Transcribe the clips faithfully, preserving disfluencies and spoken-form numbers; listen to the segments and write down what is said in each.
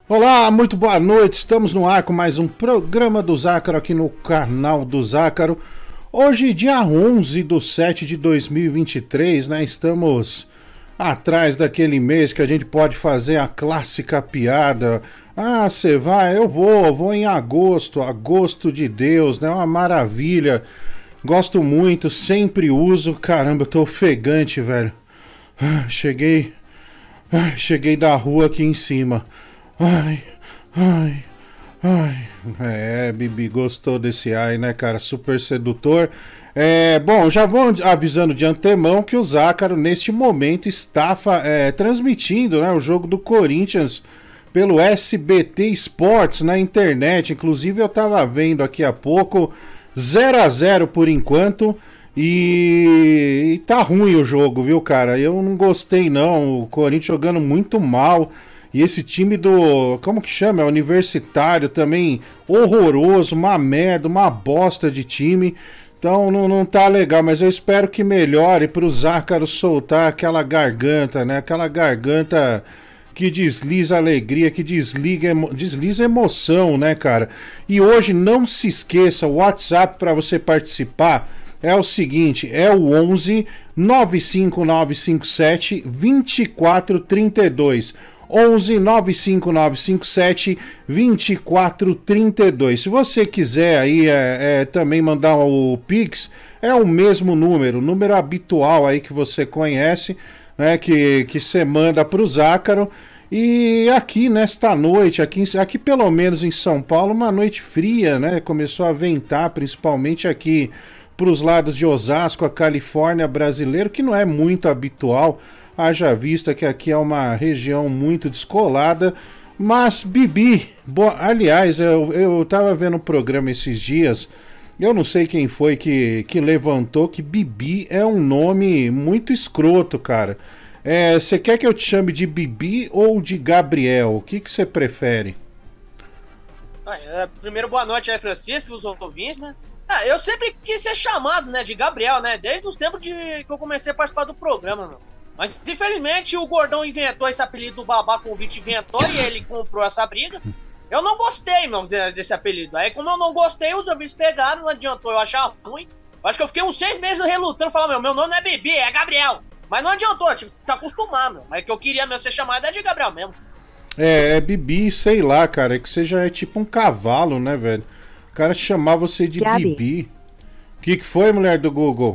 Olá, muito boa noite, estamos no ar com mais um programa do Zácaro aqui no canal do Zácaro. Hoje, dia onze de setembro de dois mil e vinte e três, né, estamos atrás daquele mês que a gente pode fazer a clássica piada. Ah, você vai, eu vou, eu vou em agosto, agosto de Deus, né, uma maravilha. Gosto muito, sempre uso, caramba, eu tô ofegante, velho. Ah, cheguei, ah, cheguei da rua aqui em cima. Ai, ai, ai. É, Bibi, gostou desse ai, né, cara? Super sedutor. É, bom, já vou avisando de antemão que o Zácaro, neste momento, está é, transmitindo, né, o jogo do Corinthians pelo S B T Sports na internet. Inclusive, eu tava vendo aqui há pouco, zero a zero por enquanto. E... e tá ruim o jogo, viu, cara? Eu não gostei, não. O Corinthians jogando muito mal. E esse time do... como que chama? É Universitário também, horroroso, uma merda, uma bosta de time. Então não, não tá legal, mas eu espero que melhore pro Zácaro soltar aquela garganta, né? Aquela garganta que desliza alegria, que desliga, desliza emoção, né, cara? E hoje não se esqueça, o WhatsApp para você participar é o seguinte, é o onze nove cinco nove cinco sete dois quatro três dois. onze nove cinco nove cinco sete dois quatro três dois. Se você quiser aí é, é, também mandar o Pix, é o mesmo número, o número habitual aí que você conhece, né, que que você manda pro Zácaro. E aqui nesta noite, aqui, aqui pelo menos em São Paulo, uma noite fria, né? Começou a ventar, principalmente aqui para os lados de Osasco, a Califórnia brasileira, que não é muito habitual. Haja vista que aqui é uma região muito descolada. Mas, Bibi, bo... aliás, eu, eu tava vendo um programa esses dias, eu não sei quem foi que, que levantou que Bibi é um nome muito escroto, cara. Você é, quer que eu te chame de Bibi ou de Gabriel? O que você prefere? Ah, primeiro, boa noite aí, Francisco, os ouvintes, né? Ah, eu sempre quis ser chamado, né, de Gabriel, né? Desde os tempos de que eu comecei a participar do programa, meu. Mas, infelizmente, o Gordão inventou esse apelido do Babá Convite, inventou e ele comprou essa briga. Eu não gostei, meu, desse apelido. Aí, como eu não gostei, os ouvintes pegaram, não adiantou eu achar ruim. Acho que eu fiquei uns seis meses relutando, falando, meu, meu nome não é Bibi, é Gabriel. Mas não adiantou, eu tive que acostumar, meu. Mas que eu queria mesmo ser chamado é de Gabriel mesmo. É, é Bibi, sei lá, cara, é que você já é tipo um cavalo, né, velho? O cara chamar você de Gabi. Bibi. O que, que foi, mulher do Google?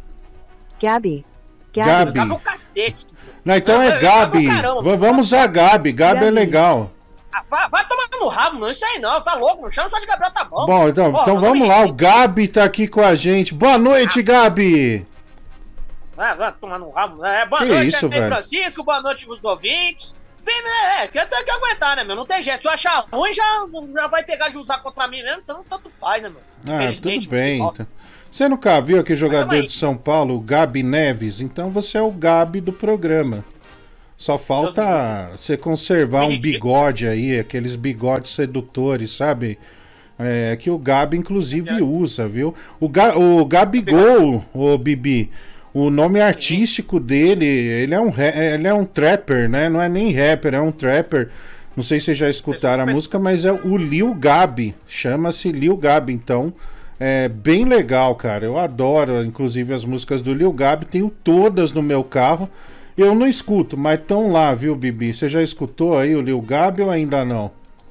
Gabi. Gabi. Gabi é o cacete. Não, então é Gabi. Vamos a Gabi. Gabi, Gabi é legal. Ah, vai, vai tomar no rabo, não. Isso aí não, tá louco. Não chama só de Gabriel, tá bom. Bom, então, Pô, então vamos lá. O Gabi tá aqui com a gente. Boa noite, ah. Gabi. Ah, vai tomar no rabo. É, boa que noite, isso, aí, Francisco. Boa noite pros ouvintes. É, que eu tenho que aguentar, né, meu? Não tem jeito. Se eu achar ruim, já, já vai pegar de usar contra mim mesmo, então tanto faz, né, meu? Ah, tudo bem. Então. Você nunca viu aquele jogador de São Paulo, o Gabi Neves? Então você é o Gabi do programa. Só falta você conservar um bigode aí, aqueles bigodes sedutores, sabe? É, que o Gabi, inclusive, usa, viu? O, Ga o Gabigol, o Bibi... O nome artístico dele, ele é um ele é um trapper, né? Não é nem rapper, é um trapper. Não sei se vocês já escutaram a música, mas é o Lil Gabi. Chama-se Lil Gabi, então é bem legal, cara. Eu adoro, inclusive, as músicas do Lil Gabi. Tenho todas no meu carro. Eu não escuto, mas estão lá, viu, Bibi? Você já escutou aí o Lil Gabi ou ainda não?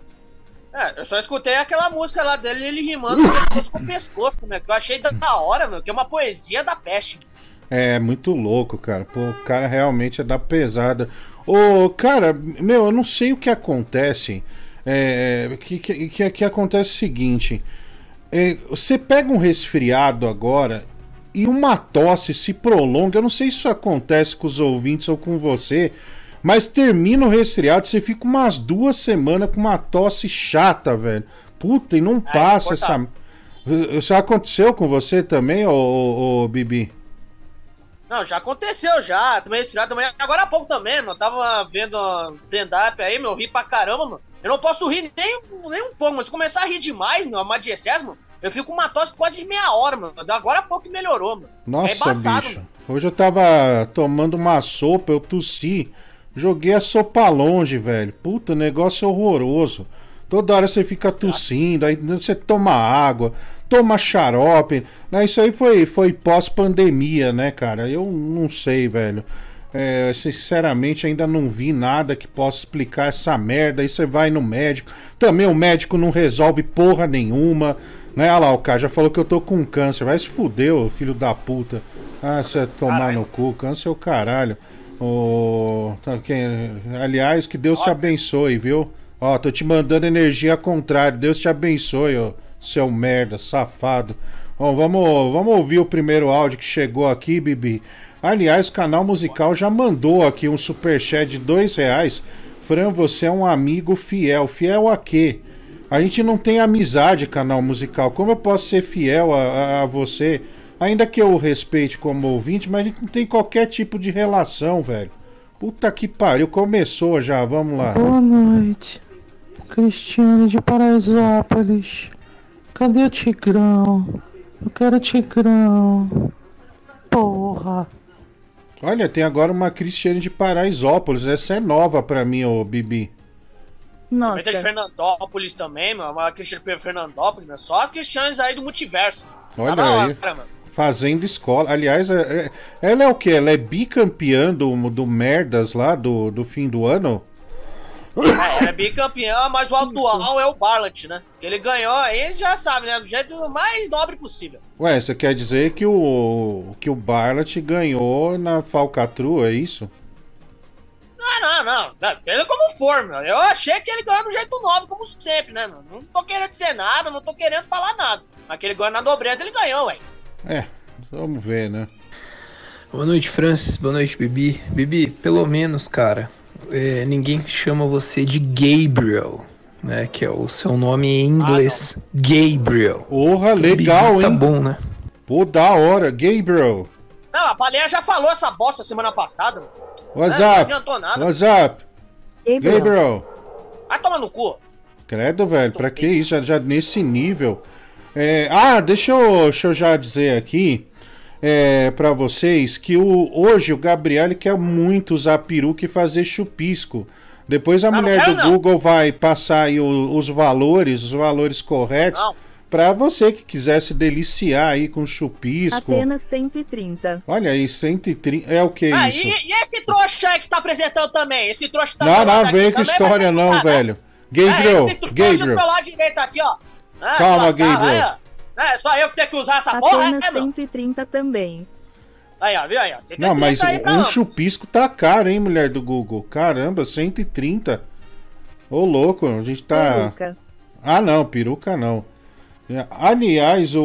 É, eu só escutei aquela música lá dele, ele rimando com o pescoço, meu, que eu achei da hora, meu, que é uma poesia da peste. É, muito louco, cara. Pô, o cara realmente é da pesada. Ô, cara, meu, eu não sei o que acontece. É, que, que, que, que acontece o seguinte. É, você pega um resfriado agora e uma tosse se prolonga. Eu não sei se isso acontece com os ouvintes ou com você, mas termina o resfriado, você fica umas duas semanas com uma tosse chata, velho. Puta, e não é, passa essa... Isso aconteceu com você também, ô, ô, ô Bibi? Não, já aconteceu já, também resfriado também, agora há pouco também, mano, eu tava vendo stand-up aí, meu, ri pra caramba, mano, eu não posso rir nem, nem um pouco, mas se começar a rir demais, meu, uma de excesso, mano, eu fico com uma tosse quase de meia hora, mano, agora há pouco que melhorou, mano. Nossa, é embaçado, bicho, mano. Hoje eu tava tomando uma sopa, eu tossi, Joguei a sopa longe, velho. Puta, negócio horroroso. Toda hora você fica tossindo, aí você toma água, toma xarope. Né? Isso aí foi, foi pós-pandemia, né, cara? Eu não sei, velho. É, sinceramente, ainda não vi nada que possa explicar essa merda. Aí você vai no médico. Também o médico não resolve porra nenhuma. Né? Olha lá, o cara já falou que eu tô com câncer. Vai se fuder, ô filho da puta. Ah, você tomar caralho. No cu. Câncer é o caralho. Oh, tá, quem, aliás, que Deus te abençoe, viu? Ó, tô te mandando energia contrária. Deus te abençoe, ó, seu merda, safado. Bom, vamos, vamos ouvir o primeiro áudio que chegou aqui, Bibi. Aliás, o canal musical já mandou aqui um superchat de dois reais. Fran, você é um amigo fiel. Fiel a quê? A gente não tem amizade, canal musical. Como eu posso ser fiel a, a, a você? Ainda que eu o respeite como ouvinte, mas a gente não tem qualquer tipo de relação, velho. Puta que pariu, começou já, vamos lá. Boa noite, Cristiane de Paraisópolis. Cadê o Tigrão? Eu quero Tigrão. Porra. Olha, tem agora uma Cristiane de Paraisópolis. Essa é nova pra mim, ô Bibi. Nossa. Tem de Fernandópolis também, mano. Uma Cristiane de Fernandópolis, né? Só as Cristianes aí do multiverso. Olha tá aí. Hora, fazendo escola. Aliás, é, é, ela é o quê? Ela é bicampeã do, do Merdas lá do, do fim do ano? É, ela é bicampeã, mas o atual é o Barlet, né? Que ele ganhou aí, já sabe, né? Do jeito mais nobre possível. Ué, você quer dizer que o, que o Barlet ganhou na falcatrua, é isso? Não, não, não. Pelo como for, meu. Eu achei que ele ganhou do jeito nobre, como sempre, né, meu? Não tô querendo dizer nada, não tô querendo falar nada. Mas que ele ganhou na nobreza, ele ganhou, ué. É, vamos ver, né? Boa noite, Francis. Boa noite, Bibi. Bibi, pelo menos, cara, é, ninguém chama você de Gabriel, né? Que é o seu nome em inglês. Ah, Gabriel. Porra, legal, Bibi, hein? Tá bom, né? Pô, da hora, Gabriel. Não, a Baleia já falou essa bosta semana passada. What's é, up? Não adiantou nada. What's up? Gabriel. Gabriel. Vai tomar no cu. Credo, velho, pra que isso? Já, já nesse nível... É, ah, deixa eu, deixa eu já dizer aqui é, para vocês que o, hoje o Gabriel ele quer muito usar peruca e fazer chupisco. Depois a não, mulher não quero, do não. Google vai passar aí o, os valores, os valores corretos para você que quiser se deliciar aí com chupisco. Apenas cento e trinta. Olha aí, cento e trinta. É o que ah, isso? E, e esse trouxa aí que tá apresentando também? Esse trouxa tá Não, não vem com história não, velho. Gabriel, é, esse Gabriel. Pro lado direito aqui, ó. Ah, calma, Gabriel. É só eu que tenho que usar essa Apenas porra, né, cento e trinta também. Aí, ó, viu aí, ó. Não, mas um ambos. Chupisco tá caro, hein, mulher do Google. Caramba, cento e trinta. Ô, louco, a gente tá... Peruca. Ah, não, peruca não. Aliás, o...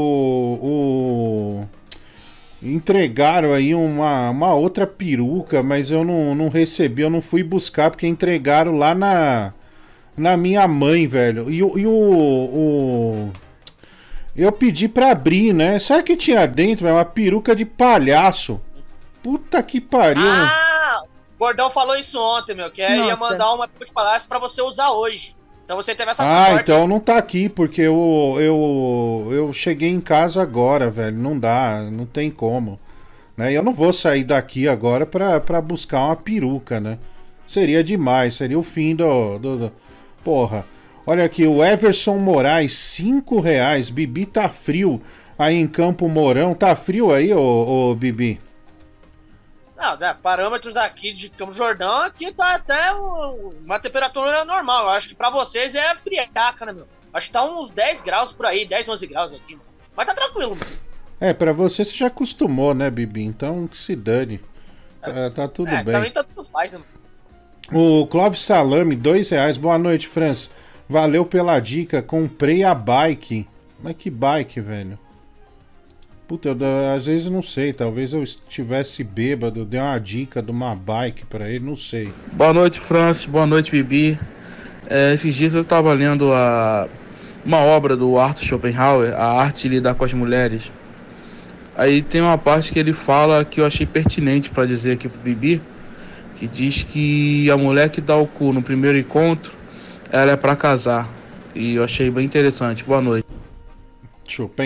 o... entregaram aí uma, uma outra peruca, mas eu não, não recebi, eu não fui buscar, porque entregaram lá na... na minha mãe, velho. E, e o... o... eu pedi pra abrir, né? Sabe o que tinha dentro? É uma peruca de palhaço. Puta que pariu. Ah, o Gordão falou isso ontem, meu. Que ia mandar uma peruca de palhaço pra você usar hoje. Então você teve essa Ah, sorte. então não tá aqui, porque eu, eu, eu cheguei em casa agora, velho. Não dá, não tem como. Né? Eu não vou sair daqui agora pra, pra buscar uma peruca, né? Seria demais, seria o fim do... do, do... Porra. Olha aqui, o Everson Moraes, cinco reais. Bibi, tá frio aí em Campo Mourão. Tá frio aí, ô, ô Bibi? Não, né, parâmetros daqui de Campo Jordão, aqui tá até uma temperatura normal. Eu acho que pra vocês é friaca, né, meu? Acho que tá uns dez graus por aí, dez, onze graus aqui. Mano. Mas tá tranquilo, mano. É, pra você você já acostumou, né, Bibi? Então que se dane. Tá, tá tudo é, bem. Também tá tudo faz, né, mano? O Clóvis Salame, dois reais. Boa noite, Franz. Valeu pela dica, comprei a bike. Mas que bike, velho? Puta, eu, às vezes eu não sei, talvez eu estivesse bêbado, eu dei uma dica de uma bike pra ele, não sei. Boa noite, Francis, boa noite, Bibi. É, esses dias eu tava lendo a, uma obra do Arthur Schopenhauer, A Arte de Lidar com as Mulheres. Aí tem uma parte que ele fala que eu achei pertinente pra dizer aqui pro Bibi, que diz que a mulher que dá o cu no primeiro encontro, ela é pra casar. E eu achei bem interessante. Boa noite.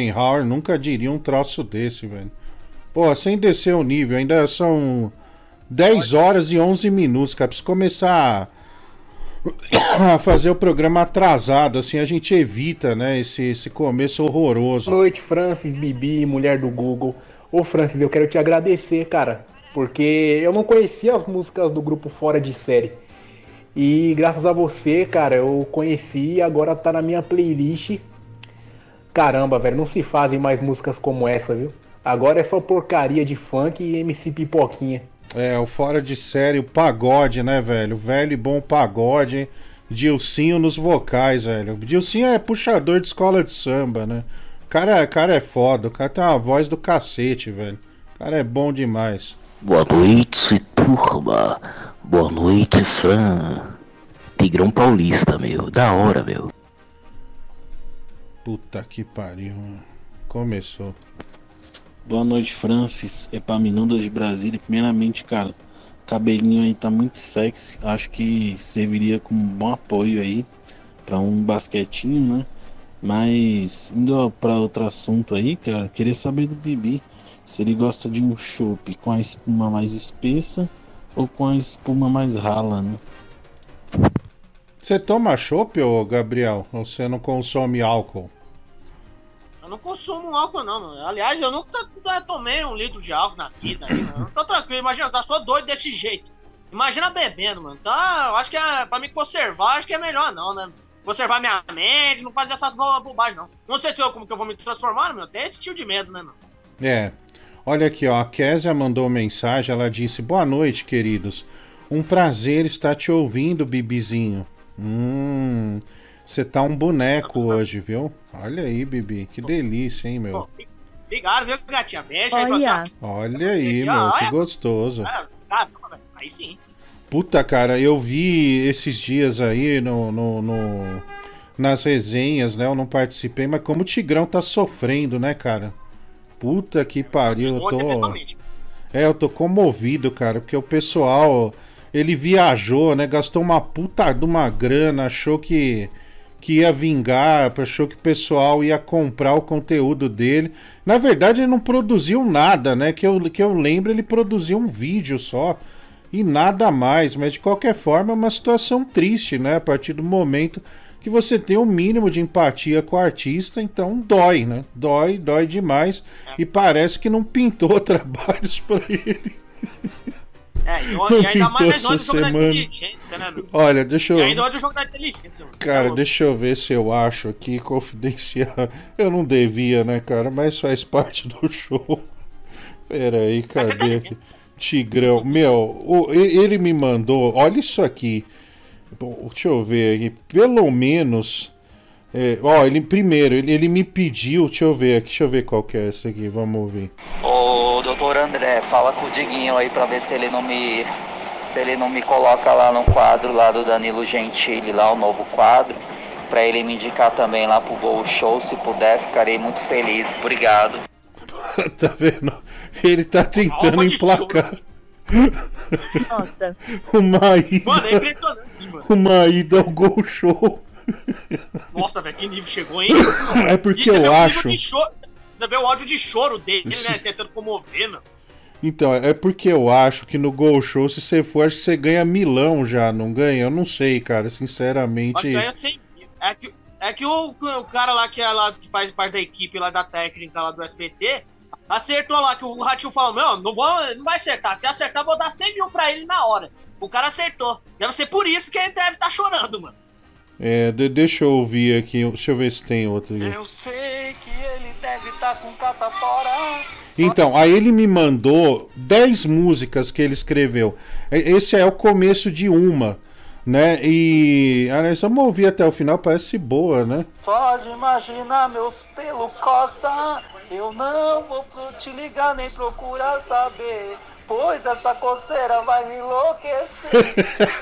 Schopenhauer nunca diria um troço desse, velho. Pô, sem descer o nível, ainda são dez horas e onze minutos, cara. Preciso começar a fazer o programa atrasado, assim a gente evita, né, esse, esse começo horroroso. Boa noite, Francis, Bibi, mulher do Google. Ô, Francis, eu quero te agradecer, cara, porque eu não conhecia as músicas do grupo Fora de Série. E graças a você, cara, eu conheci e agora tá na minha playlist. Caramba, velho, não se fazem mais músicas como essa, viu? Agora é só porcaria de funk e M C Pipoquinha. É, o Fora de Série, o pagode, né, velho? Velho e bom pagode. Dilcinho nos vocais, velho. Dilcinho é puxador de escola de samba, né? O cara, cara é foda, o cara tem uma voz do cacete, velho. O cara é bom demais. Boa noite, turma. Boa noite, Fran. Tigrão Paulista, meu. Da hora, meu. Puta que pariu, mano. Começou. Boa noite, Francis. Epaminondas de Brasília. Primeiramente, cara, cabelinho aí tá muito sexy. Acho que serviria como um bom apoio aí pra um basquetinho, né? Mas, indo pra outro assunto aí, cara, queria saber do Bibi se ele gosta de um chopp com a espuma mais espessa ou com a espuma mais rala, né? Você toma chopp, ô Gabriel? Ou você não consome álcool? Eu não consumo álcool, não, mano. Aliás, eu nunca tomei um litro de álcool na vida, né, mano. Tô tranquilo, imagina, eu sou doido desse jeito. Imagina bebendo, mano. Então, eu acho que é, pra me conservar, acho que é melhor não, né? Conservar minha mente, não fazer essas bobagens, não. Não sei se eu, como que eu vou me transformar, meu. Tem esse tipo de medo, né, mano? É. Olha aqui, ó. A Késia mandou mensagem, ela disse: boa noite, queridos. Um prazer estar te ouvindo, Bibizinho. Hum... Você tá um boneco hoje, viu? Olha aí, Bibi. Que delícia, hein, meu? Obrigado, viu, gatinha? Beijo aí pra Olha. você. Olha aí, meu. Que gostoso. Aí sim. Puta, cara, eu vi esses dias aí no, no, no- nas resenhas, né? Eu não participei, mas como o Tigrão tá sofrendo, né, cara? Puta que pariu, eu tô... É, eu tô comovido, cara, porque o pessoal, ele viajou, né? Gastou uma puta de uma grana, achou que, que ia vingar, achou que o pessoal ia comprar o conteúdo dele. Na verdade, ele não produziu nada, né? Que eu, que eu lembro, ele produziu um vídeo só e nada mais. Mas de qualquer forma, é uma situação triste, né? A partir do momento que você tem o mínimo de empatia com o artista, então dói, né? Dói, dói demais. E parece que não pintou trabalhos pra ele. É, e, e ainda mais nós do jogo da inteligência, né, meu? Olha, deixa eu... E ainda do jogo da inteligência, mano. Cara, Tá deixa eu ver se eu acho aqui, confidencial. Eu não devia, né, cara? Mas faz parte do show. Pera aí, cadê aqui? Tigrão. Meu, o- e- ele me mandou... Olha isso aqui. Bom, deixa eu ver aqui. Pelo menos... é, ó, ele primeiro, ele, ele me pediu... Deixa eu ver aqui, deixa eu ver qual que é essa aqui. Vamos ouvir. Ô, doutor André, fala com o Diguinho aí pra ver se ele não me se ele não me coloca lá no quadro lá do Danilo Gentili, lá o novo quadro, pra ele me indicar também lá pro Gol Show, se puder, ficarei muito feliz. Obrigado. Tá vendo? Ele tá tentando Alma de emplacar Nossa. uma ida, Mano, é impressionante, mano. uma ida ao Gol Show. Nossa, velho, que nível chegou, hein? É porque E você vê eu o nível acho... de choro- Você vê o áudio de choro dele, né? Tentando comover, meu. Então, é porque eu acho que no Gol Show, se você for, acho que você ganha milão já, não ganha? Eu não sei, cara, Mas sinceramente. ganha cem mil. É que, é que o, o cara lá que, é lá que faz parte da equipe lá da técnica lá do S B T acertou lá, que o Ratinho falou: Meu, não, vou, não vai acertar. Se acertar, vou dar cem mil pra ele na hora. O cara acertou. Deve ser por isso que ele deve estar chorando, mano. É, de- deixa eu ouvir aqui, deixa eu ver se tem outro aqui. Eu sei que ele deve estar com catapora. Então, aí ele me mandou dez músicas que ele escreveu. E- Esse é o começo de uma, né? E. Aliás, vamos ouvir até o final, parece boa, né? Só de imaginar meus pelos coça, eu não vou te ligar nem procurar saber, pois essa coceira vai me enlouquecer.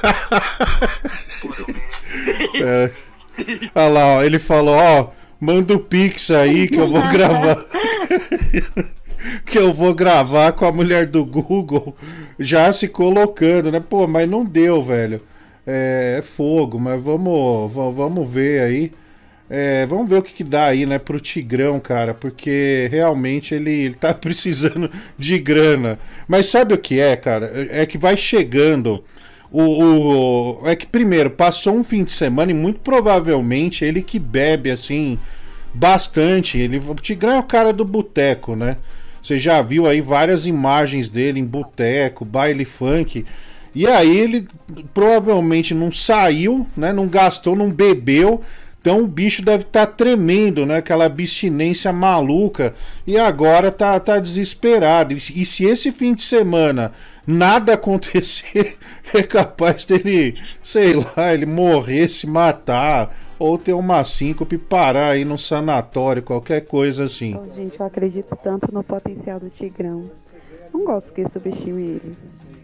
É. Olha lá, ó, ele falou, ó, manda o Pix aí que eu vou gravar. Que eu vou gravar com a mulher do Google já se colocando, né? Pô, mas não deu, velho. É, é fogo, mas vamos, va- vamos ver aí. É, vamos ver o que, que dá aí, né, pro Tigrão, cara, porque realmente ele, ele tá precisando de grana. Mas sabe o que é, cara? É que vai chegando. O, o, é que primeiro, passou um fim de semana e muito provavelmente ele que bebe assim bastante. Ele, o Tigrão é o cara do boteco, né? Você já viu aí várias imagens dele em boteco, baile funk. E aí ele provavelmente não saiu, né? Não gastou, não bebeu. Então o bicho deve estar tá tremendo, né? Aquela abstinência maluca. E agora tá, tá desesperado. E, e se esse fim de semana nada acontecer, é capaz dele, sei lá, ele morrer, se matar. Ou ter uma síncope e parar aí num sanatório, qualquer coisa assim. Oh, gente, eu acredito tanto no potencial do Tigrão. Não gosto que subestime ele.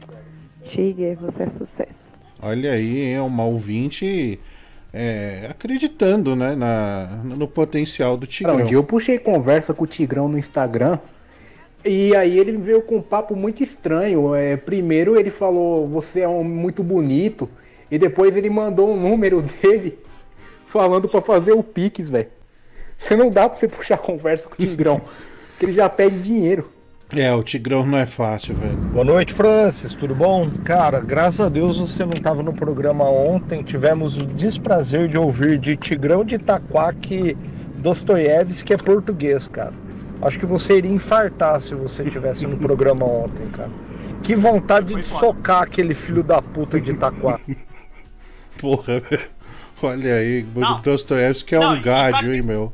Tigre, você é sucesso. Olha aí, é uma ouvinte... É, acreditando, né, na, no potencial do Tigrão. Um dia eu puxei conversa com o Tigrão no Instagram e aí ele veio com um papo muito estranho. É, primeiro ele falou, você é um muito bonito, e depois ele mandou um número dele falando pra fazer o Pix, velho. Você não dá pra você puxar conversa com o Tigrão, porque ele já pede dinheiro. É, o Tigrão não é fácil, velho. Boa noite, Francis, tudo bom? Cara, graças a Deus você não estava no programa ontem. Tivemos o desprazer de ouvir de Tigrão de Itaquaque Dostoiévski, que é português, cara. Acho que você iria infartar se você estivesse no programa ontem, cara. Que vontade de socar aquele filho da puta de Itaquaque. Porra, velho. Olha aí, o Dostoiévski é não, um gádio, hein, meu.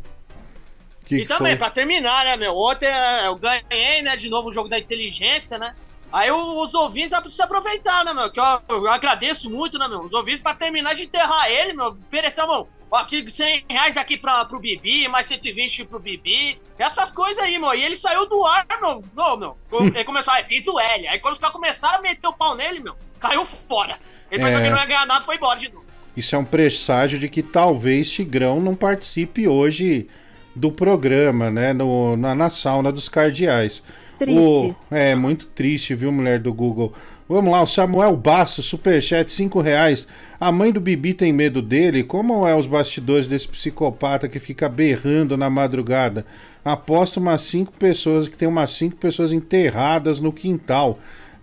Que e que também, foi? pra terminar, né, meu? Ontem eu ganhei, né, de novo o jogo da inteligência, né? Aí os ouvintes precisam se aproveitar, né, meu? Que eu, eu agradeço muito, né, meu? Os ouvintes, pra terminar de enterrar ele, meu, oferecemos aqui cem reais aqui pra, pro Bibi, mais cento e vinte pro Bibi. Essas coisas aí, meu. E ele saiu do ar, meu. Não, meu. Ele começou, ah, fiz o L. Aí quando os caras começaram a meter o pau nele, meu, caiu fora. Ele É. pensou que não ia ganhar nada, foi embora de novo. Isso é um presságio de que talvez Tigrão não participe hoje do programa, né? No, na, na sauna dos cardeais. Triste. O, é, muito triste, viu, mulher do Google? Vamos lá, o Samuel Basso, superchat, cinco reais. A mãe do Bibi tem medo dele? Como é os bastidores desse psicopata que fica berrando na madrugada? Aposto umas cinco pessoas, que tem umas cinco pessoas enterradas no quintal.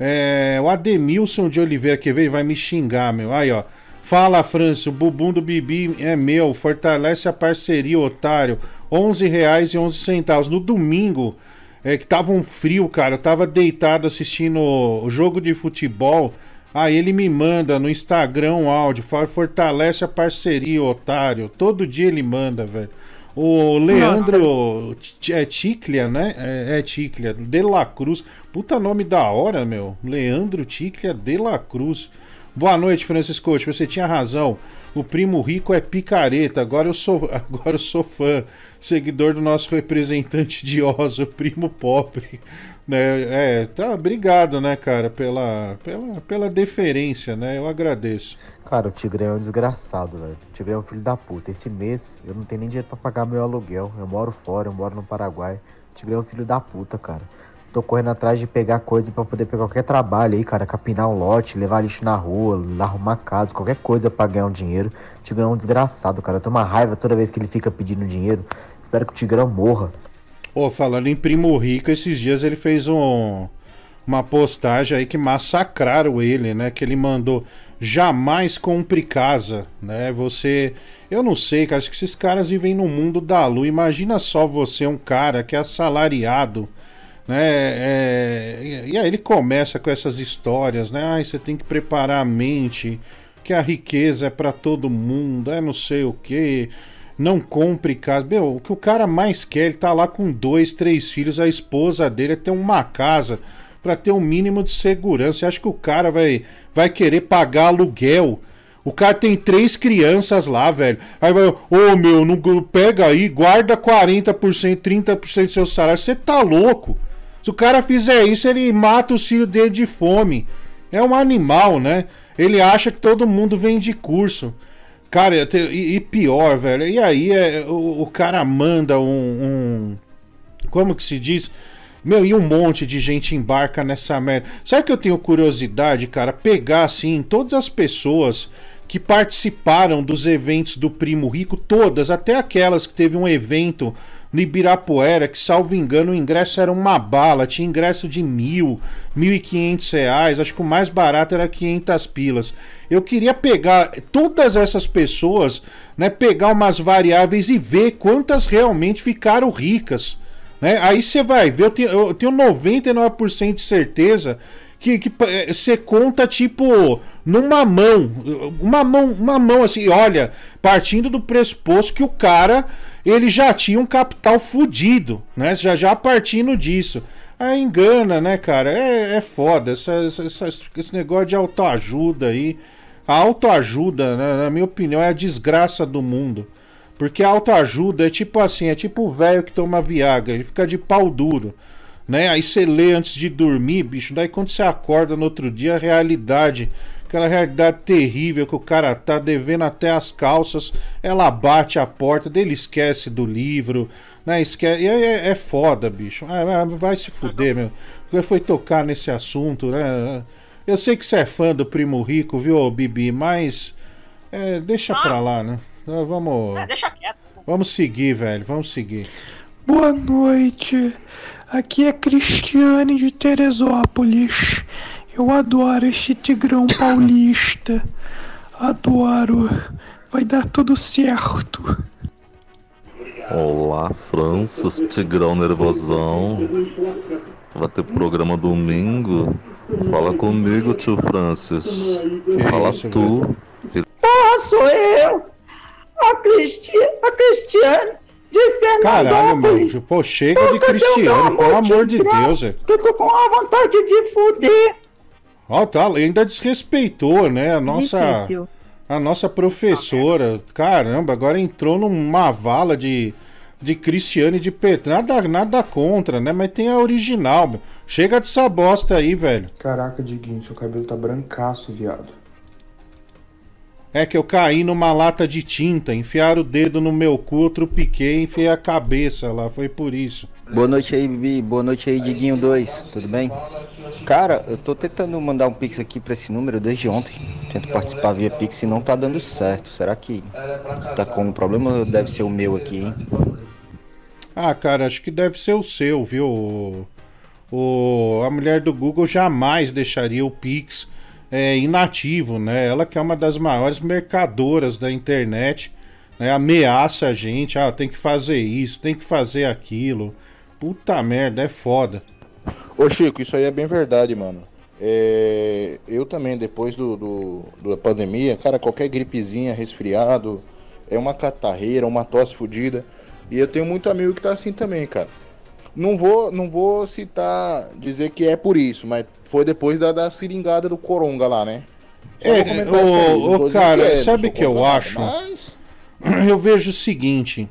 É, o Ademilson de Oliveira, que veio, vai me xingar, meu. Aí, ó. Fala, França, o bumbum do Bibi é meu, fortalece a parceria, otário. onze reais e onze centavos. No domingo, é que tava um frio, cara, eu tava deitado assistindo o jogo de futebol, aí ele me manda no Instagram um áudio, fala, fortalece a parceria, otário. Todo dia ele manda, velho. O Leandro é Ticlia, né? É, é Ticlia, de la Cruz. Puta nome da hora, meu. Leandro Ticlia de la Cruz. Boa noite, Francisco. Você tinha razão. O primo rico é picareta. Agora eu sou, agora eu sou fã, seguidor do nosso representante de Oz, o primo pobre. Né? É, tá, obrigado, né, cara, pela, pela, pela deferência, né? Eu agradeço. Cara, o Tigrão é um desgraçado, velho. O Tigrão é um filho da puta. Esse mês eu não tenho nem dinheiro pra pagar meu aluguel. Eu moro fora, eu moro no Paraguai. O Tigrão é um filho da puta, cara. Tô correndo atrás de pegar coisa pra poder pegar qualquer trabalho aí, cara. Capinar um lote, levar lixo na rua, arrumar casa, qualquer coisa pra ganhar um dinheiro. O Tigrão é um desgraçado, cara. Eu tenho uma raiva toda vez que ele fica pedindo dinheiro. Espero que o Tigrão morra. Ô, oh, falando em primo rico, esses dias ele fez um, uma postagem aí que massacraram ele, né? Que ele mandou, jamais compre casa, né? Você... Eu não sei, cara, acho que esses caras vivem no mundo da lua. Imagina só você, um cara que é assalariado, né? É, e aí ele começa com essas histórias, né? Ah, você tem que preparar a mente, que a riqueza é pra todo mundo, é não sei o que, não compre casa. Meu, o que o cara mais quer, ele tá lá com dois, três filhos, a esposa dele é ter uma casa pra ter um mínimo de segurança. Você acha que o cara vai, vai querer pagar aluguel? O cara tem três crianças lá, velho. Aí vai, ô oh, meu, não, pega aí, guarda quarenta por cento, trinta por cento do seu salário. Você tá louco? Se o cara fizer isso, ele mata o filho dele de fome. É um animal, né? Ele acha que todo mundo vem de curso. Cara, e, e pior, velho. E aí é, o, o cara manda um, um... Como que se diz? Meu, e um monte de gente embarca nessa merda. Sabe que eu tenho curiosidade, cara? Pegar, assim, todas as pessoas... que participaram dos eventos do Primo Rico, todas, até aquelas que teve um evento no Ibirapuera, que, salvo engano, o ingresso era uma bala, tinha ingresso de mil, mil e quinhentos reais, acho que o mais barato era quinhentas pilas. Eu queria pegar todas essas pessoas, né, pegar umas variáveis e ver quantas realmente ficaram ricas, né? Aí você vai ver, eu tenho, eu tenho noventa e nove por cento de certeza que, que você conta tipo numa mão, uma mão, uma mão assim, olha, partindo do pressuposto que o cara, ele já tinha um capital fudido, né? Já já partindo disso. Aí engana, né, cara? É, é foda, essa, essa, esse negócio de autoajuda aí. A autoajuda, né, na minha opinião, é a desgraça do mundo. Porque a autoajuda é tipo assim, é tipo o velho que toma Viagra, ele fica de pau duro, né? Aí você lê antes de dormir, bicho, daí quando você acorda no outro dia, a realidade, aquela realidade terrível que o cara tá devendo até as calças, ela bate a porta, dele esquece do livro, né? Esquece, é, é foda, bicho. Ah, vai se fuder, meu. Porque foi tocar nesse assunto, né? Eu sei que você é fã do Primo Rico, viu, Bibi, mas é, deixa ah. pra lá, né? Então, vamos, é, deixa quieto. Vamos seguir, velho, vamos seguir. Boa noite, aqui é Cristiane de Teresópolis. Eu adoro este Tigrão paulista. Adoro. Vai dar tudo certo. Olá, Francis, Tigrão nervosão. Vai ter programa domingo. Fala comigo, tio Francis. Que Fala isso, tu. Ah, sou eu. A, Cristi... a Cristiane de Fernandópolis. Caralho, meu. Pô, chega Porque de Cristiano, pelo amor de Deus. É. Que eu tô com a vontade de fuder. Ó, tá, ainda desrespeitou, né? A nossa, Difícil. a nossa professora. Caramba, agora entrou numa vala de, de Cristiane de Petro. Nada, nada contra, né? Mas tem a original, meu. Chega dessa bosta aí, velho. Caraca, Diguinho, seu cabelo tá brancaço, viado. É que eu caí numa lata de tinta, enfiaram o dedo no meu cu, eu trupiquei e enfiei a cabeça lá, foi por isso. Boa noite aí, Bibi. Boa noite aí, Diguinho dois. Tudo bem? Cara, eu tô tentando mandar um pix aqui pra esse número desde ontem. Tento participar via pix e não tá dando certo. Será que tá com um problema ou deve ser o meu aqui, hein? Ah, cara, acho que deve ser o seu, viu? O, o, a mulher do Google jamais deixaria o pix é, inativo, né? Ela que é uma das maiores mercadoras da internet, né? Ameaça a gente, ah, tem que fazer isso, tem que fazer aquilo. Puta merda, é foda. Ô Chico, isso aí é bem verdade, mano. É, eu também, depois do, do, da pandemia, cara, qualquer gripezinha, resfriado, é uma catarreira, uma tosse fodida. E eu tenho muito amigo que tá assim também, cara. Não vou, não vou citar, dizer que é por isso, mas foi depois da, da seringada do Coronga lá, né? Só é, ô, ô cara, que é, sabe o que eu nada, acho? Mas... Eu vejo o seguinte,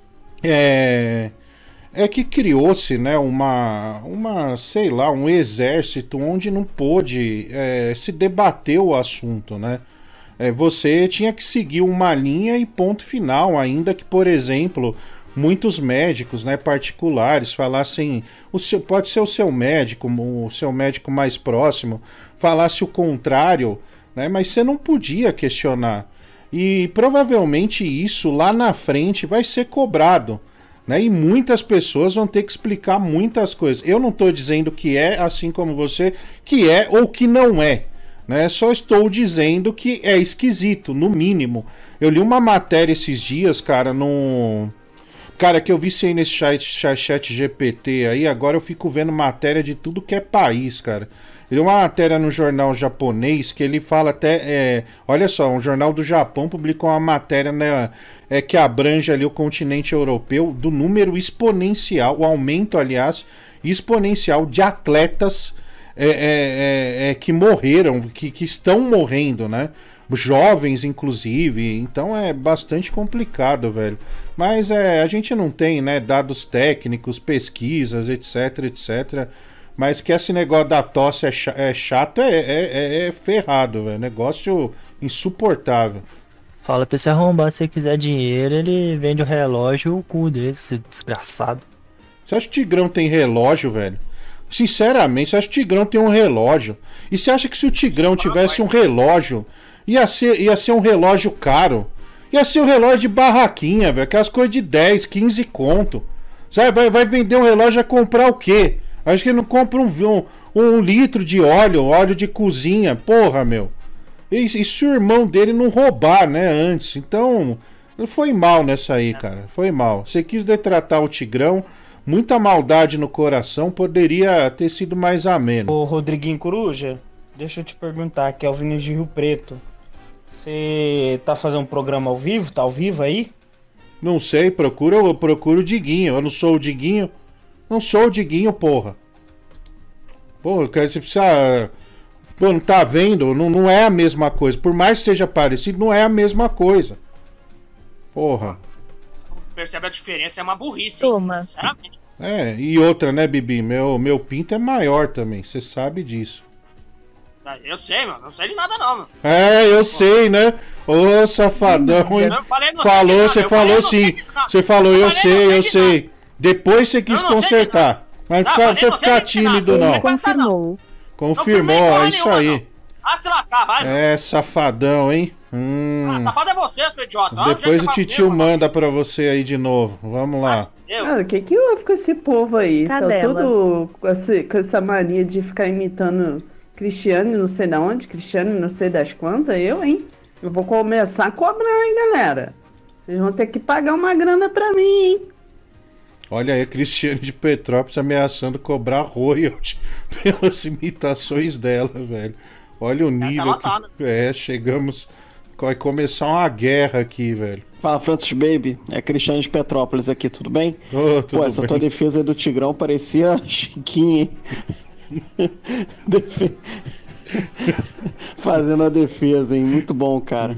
é... É que criou-se, né, uma, uma, sei lá, um exército onde não pôde é, se debater o assunto, né? É, você tinha que seguir uma linha e ponto final, ainda que, por exemplo, muitos médicos, né, particulares falassem, o seu, pode ser o seu médico, o seu médico mais próximo, falasse o contrário, né, mas você não podia questionar. E provavelmente isso lá na frente vai ser cobrado. Né? E muitas pessoas vão ter que explicar muitas coisas. Eu não estou dizendo que é, assim como você, que é ou que não é. Né? Só estou dizendo que é esquisito, no mínimo. Eu li uma matéria esses dias, cara, no... Cara, que eu vi aí nesse chat, chat G P T aí, agora eu fico vendo matéria de tudo que é país, cara. Ele uma matéria no jornal japonês que ele fala até... É, olha só, um jornal do Japão publicou uma matéria, né, é, que abrange ali o continente europeu do número exponencial, o aumento, aliás, exponencial de atletas é, é, é, é, que morreram, que, que estão morrendo, né? Jovens, inclusive. Então é bastante complicado, velho. Mas é, a gente não tem, né, dados técnicos, pesquisas, etc, etcétera. Mas que esse negócio da tosse é chato, é, é, é ferrado, velho. Negócio insuportável. Fala pra esse arrombado, se quiser dinheiro, ele vende o relógio e o cu dele, esse desgraçado. Você acha que o Tigrão tem relógio, velho? Sinceramente, você acha que o Tigrão tem um relógio? E você acha que se o Tigrão tivesse um relógio Ia ser, ia ser um relógio caro. Ia ser um relógio de barraquinha, velho. Aquelas coisas de dez, quinze conto. Sabe, vai, vai vender um relógio, vai comprar o quê? Acho que ele não compra um, um, um litro de óleo, óleo de cozinha. Porra, meu. E, e se o irmão dele não roubar, né, antes? Então, foi mal nessa aí, cara. Foi mal. Você quis detratar o Tigrão. Muita maldade no coração. Poderia ter sido mais ameno. Ô, Rodriguinho Coruja, deixa eu te perguntar, que é o Vinícius de Rio Preto. Você tá fazendo um programa ao vivo? Tá ao vivo aí? Não sei, procura, eu procuro o Diguinho. Eu não sou o Diguinho. Não sou o Diguinho, porra. Porra, você precisa... Pô, não tá vendo? Não, não é a mesma coisa. Por mais que seja parecido, não é a mesma coisa. Porra. Percebe a diferença, é uma burrice. Toma. Sinceramente. É, e outra, né, Bibi? Meu, meu pinto é maior também. Você sabe disso. Eu sei, mano. Não sei de nada, não, mano. É, eu sei, né? Ô, safadão, hein? Falou, você falou sim. Você falou, eu sei, eu sei. Depois você quis consertar. Mas não precisa ficar tímido, não. Confirmou. Confirmou, é isso aí. Ah, se lascar, vai. É, safadão, hein? Hum. Ah, safado é você, seu idiota. Depois o titio manda pra você aí de novo. Vamos lá. Ah, o que que houve com esse povo aí? Cadela. Tá tudo com, esse, com essa mania de ficar imitando Cristiano não sei da onde, Cristiano não sei das quantas, eu, hein? Eu vou começar a cobrar, hein, galera? Vocês vão ter que pagar uma grana pra mim, hein? Olha aí a Cristiane de Petrópolis ameaçando cobrar royalty pelas imitações dela, velho. Olha o nível que... É, chegamos... Vai começar uma guerra aqui, velho. Fala, Francis Baby. É Cristiano de Petrópolis aqui, tudo bem? Oh, tudo Pô, essa bem. tua defesa aí do Tigrão parecia Chiquinho, hein? Defe... Fazendo a defesa, hein? Muito bom, cara.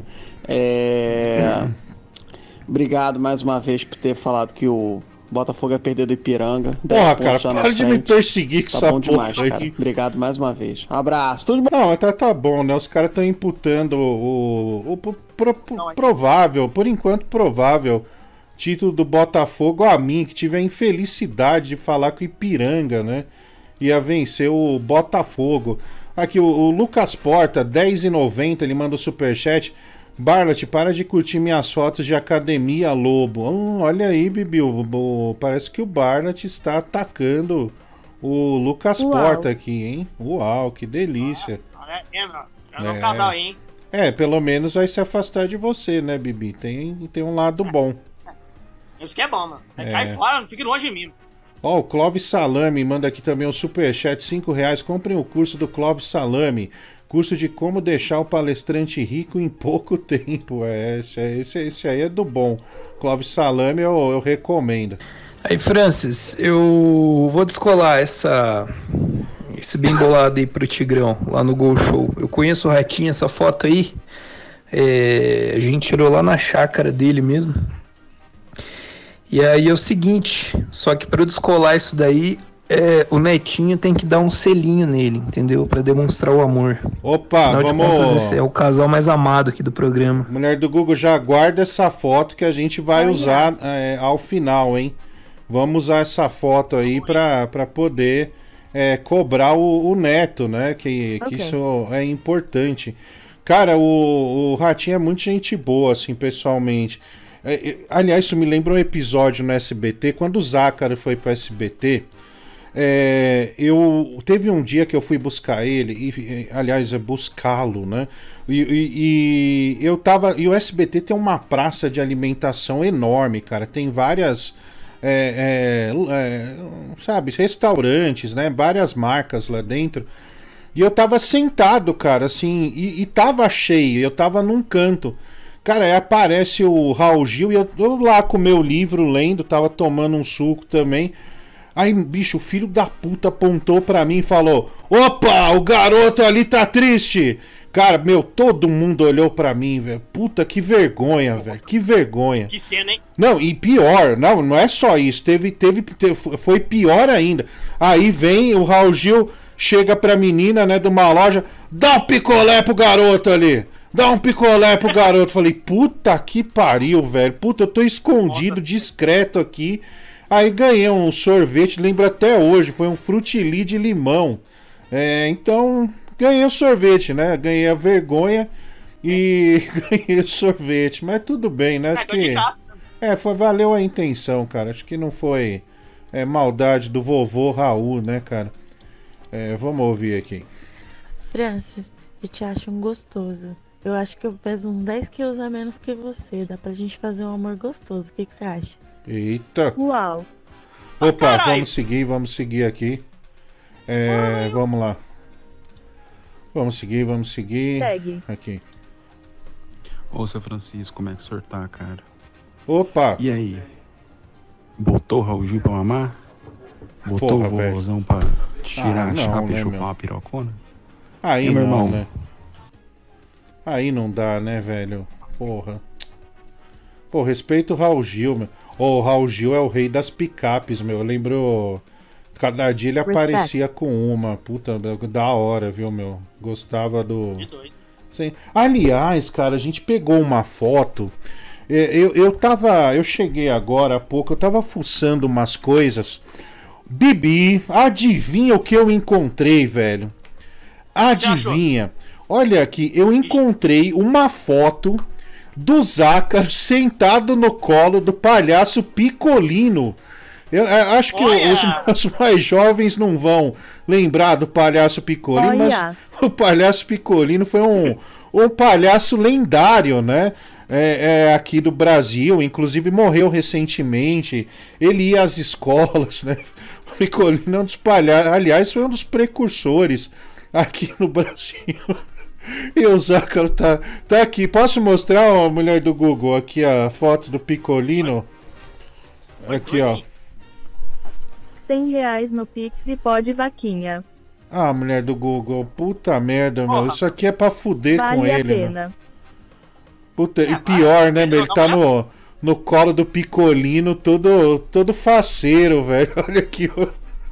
É... Obrigado mais uma vez por ter falado que o Botafogo ia perder do Ipiranga. Porra, cara, para de me perseguir com tá essa bom porra demais, aí. cara. Obrigado mais uma vez. Um abraço. Tudo bem? Não, mas tá, tá bom, né? Os caras estão imputando o, o, o pro, pro, provável, por enquanto provável, título do Botafogo a mim, que tive a infelicidade de falar que o Ipiranga, né? Ia vencer o Botafogo. Aqui, o, o Lucas Porta, dez reais e noventa, ele manda o superchat. Barlet, para de curtir minhas fotos de academia, Lobo. Hum, olha aí, Bibi, o, o, parece que o Barlet está atacando o Lucas Uau. Porta aqui, hein? Uau, que delícia. É, é, é um casal aí, hein? É, pelo menos vai se afastar de você, né, Bibi? Tem, tem um lado bom. Isso que é bom, mano. É. Cai fora, não fique longe de mim. Ó, o Clóvis Salame manda aqui também um superchat, cinco reais. Comprem o curso do Clóvis Salame. Curso de como deixar o palestrante rico em pouco tempo. É, esse, esse, esse aí é do bom. Clóvis Salame eu, eu recomendo. Aí, Francis, eu vou descolar essa esse bem bolado aí pro Tigrão, lá no Gol Show. Eu conheço o Ratinho, essa foto aí. É, a gente tirou lá na chácara dele mesmo. E aí é o seguinte, só que para eu descolar isso daí, é, o Netinho tem que dar um selinho nele, entendeu? Para demonstrar o amor. Opa, Afinal vamos... de contas, esse é o casal mais amado aqui do programa. Mulher do Google, já guarda essa foto que a gente vai usar é, ao final, hein? Vamos usar essa foto aí para poder é, cobrar o, o Neto, né? Que, que Ok. isso é importante. Cara, o, o Ratinho é muito gente boa, assim, pessoalmente. É, é, aliás, isso me lembra um episódio no S B T, quando o Zácaro foi pro S B T. É, eu teve um dia que eu fui buscar ele, e, e, aliás, é buscá-lo, né? E, e- e eu tava. E o S B T tem uma praça de alimentação enorme, cara. Tem várias. é, é, é, sabe, restaurantes, né? Várias marcas lá dentro. E eu tava sentado, cara, assim, e, e tava cheio, eu tava num canto. Cara, aí aparece o Raul Gil e eu, eu lá com o meu livro lendo, tava tomando um suco também. Aí, bicho, o filho da puta apontou pra mim e falou: opa, o garoto ali tá triste. Cara, meu, todo mundo olhou pra mim, velho. Puta, que vergonha, velho. Que vergonha. Que cena, hein? Não, e pior, não, não é só isso. Teve, teve, teve- foi pior ainda. Aí vem o Raul Gil, chega pra menina, né, de uma loja, dá um picolé pro garoto ali. Dá um picolé pro garoto. Falei, puta que pariu, velho. Puta, eu tô escondido, discreto aqui. Aí ganhei um sorvete, lembro até hoje, foi um frutili de limão. É, então, ganhei o sorvete, né? Ganhei a vergonha E ganhei sorvete, mas tudo bem, né? Acho É, tô de que. graça. É, foi, valeu a intenção, cara. Acho que não foi é, maldade do vovô Raul, né, cara? É, vamos ouvir aqui. Francis, eu te acho um gostoso. Eu acho que eu peso uns dez quilos a menos que você. Dá pra gente fazer um amor gostoso. O que, que você acha? Eita. Uau. Opa, caralho. vamos seguir, vamos seguir aqui. É, vamos lá. Vamos seguir, vamos seguir. Segue. Aqui. Ô, seu Francisco, como é que o senhor tá, cara? Opa! E aí? Botou o Raul Gil pra mamar? Botou Porra, o velho. vovôzão pra tirar Ah, a não, chapa né, e chupar meu? uma pirocona? Aí E meu não, irmão? né? Aí não dá, né, velho? Porra. Pô, respeita o Raul Gil, meu. Ô, o Raul Gil é o rei das picapes, meu. Eu lembro. Cada dia ele Respect. aparecia com uma. Puta, da hora, viu, meu? Gostava do. Sim. Aliás, cara, a gente pegou uma foto. É, Eu, eu tava. Eu cheguei agora há pouco, eu tava fuçando umas coisas. Bibi, adivinha o que eu encontrei, velho? Adivinha? Olha aqui, eu encontrei uma foto do Zácaro sentado no colo do palhaço Picolino. Eu, eu acho que Olha! os, os mais jovens não vão lembrar do palhaço Picolino, Olha! mas o palhaço Picolino foi um, um palhaço lendário, né? É, é, aqui do Brasil, inclusive morreu recentemente. Ele ia às escolas, né? O Picolino é um dos palhaços, aliás, foi um dos precursores aqui no Brasil. E o Zácaro tá, tá aqui. Posso mostrar, ó, mulher do Google, aqui a foto do Picolino? Aqui, ó. cem reais no Pix e pode vaquinha. Ah, mulher do Google, puta merda, meu. Isso aqui é pra fuder com Vale a ele, meu. pena. Puta, e pior, né, meu? Ele tá no, no colo do Picolino, todo, todo faceiro, velho. Olha aqui, ó.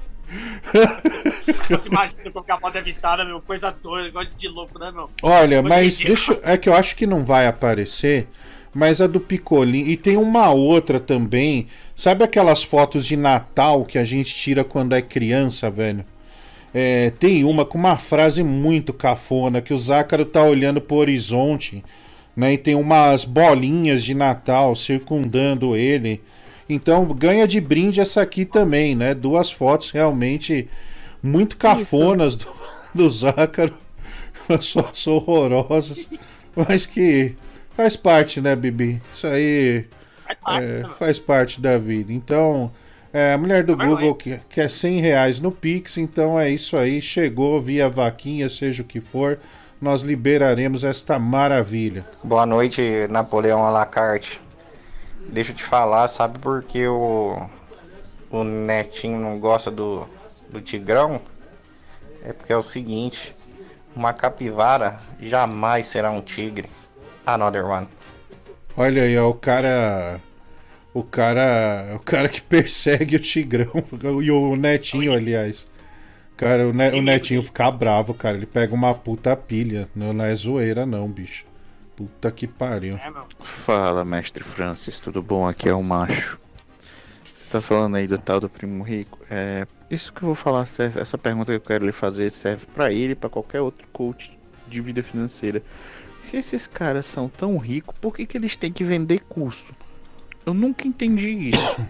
Você imagina colocar a foto evitada, meu, coisa doida, coisa de louco, né, meu? Olha, Coisa mas ridícula. deixa. eu- É que eu acho que não vai aparecer. Mas a do Picolino. E tem uma outra também. Sabe aquelas fotos de Natal que a gente tira quando é criança, velho? É, tem uma com uma frase muito cafona, que o Zácaro tá olhando pro horizonte, né? E tem umas bolinhas de Natal circundando ele. Então ganha de brinde essa aqui também, né? Duas fotos realmente muito cafonas do, do Zácaro. Umas fotos horrorosas. Mas que faz parte, né, Bibi? Isso aí é, faz parte da vida. Então, é, a mulher do Google que quer cem reais no Pix, então é isso aí. Chegou via vaquinha, seja o que for. Nós liberaremos esta maravilha. Boa noite, Napoleão Alacarte. Deixa eu te falar, sabe por que o, o Netinho não gosta do, do Tigrão? É porque é o seguinte, uma capivara jamais será um tigre. Another one. Olha aí, ó, o cara. O cara. O cara que persegue o Tigrão. E o Netinho, aliás. Cara, o, ne- o Netinho fica bravo, cara. Ele pega uma puta pilha. Não, não é zoeira, não, bicho. Puta que pariu. Fala, mestre Francis, tudo bom? Aqui é o Macho. Você tá falando aí do tal do Primo Rico? É, isso que eu vou falar serve, essa pergunta que eu quero lhe fazer serve pra ele e pra qualquer outro coach de vida financeira. Se esses caras são tão ricos, por que que eles têm que vender curso? Eu nunca entendi isso.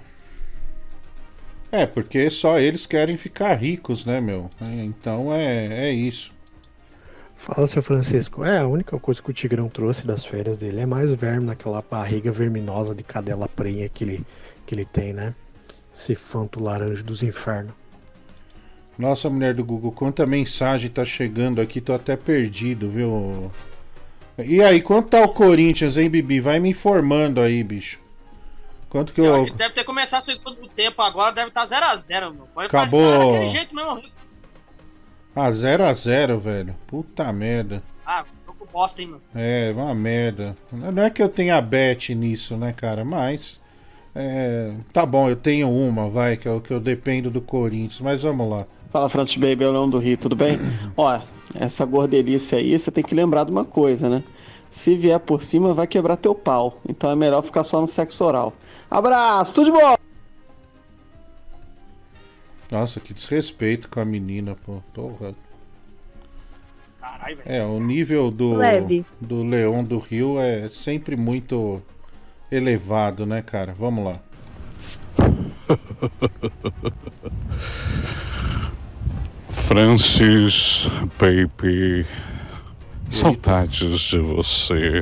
É, porque só eles querem ficar ricos, né, meu? É, então é, é isso. Fala, seu Francisco. É, a única coisa que o Tigrão trouxe das férias dele é mais o verme naquela barriga verminosa de cadela prenha que ele, que ele tem, né? Esse fanto laranja dos infernos. Nossa, mulher do Google, quanta mensagem tá chegando aqui, tô até perdido, viu? E aí, quanto tá o Corinthians, hein, Bibi? Vai me informando aí, bicho. Quanto que Eu eu... acho que deve ter começado o segundo tempo agora, deve estar zero a zero, meu. Pode Acabou. passar daquele jeito mesmo. Ah, zero a zero, velho. Puta merda. Ah, tô com bosta, hein, mano. É, uma merda. Não é que eu tenha bet nisso, né, cara? Mas. É, tá bom, eu tenho uma, vai, que eu, que eu dependo do Corinthians. Mas vamos lá. Fala, Francis Baby, é o Leão do Rio, tudo bem? Ó, essa gordelice aí, você tem que lembrar de uma coisa, né? Se vier por cima, vai quebrar teu pau. Então é melhor ficar só no sexo oral. Abraço, tudo de bom! Nossa, que desrespeito com a menina, pô. Porra. pai, velho. É, o nível do, Leve. do Leão do Rio é sempre muito elevado, né, cara? Vamos lá. Francis, baby, saudades de você.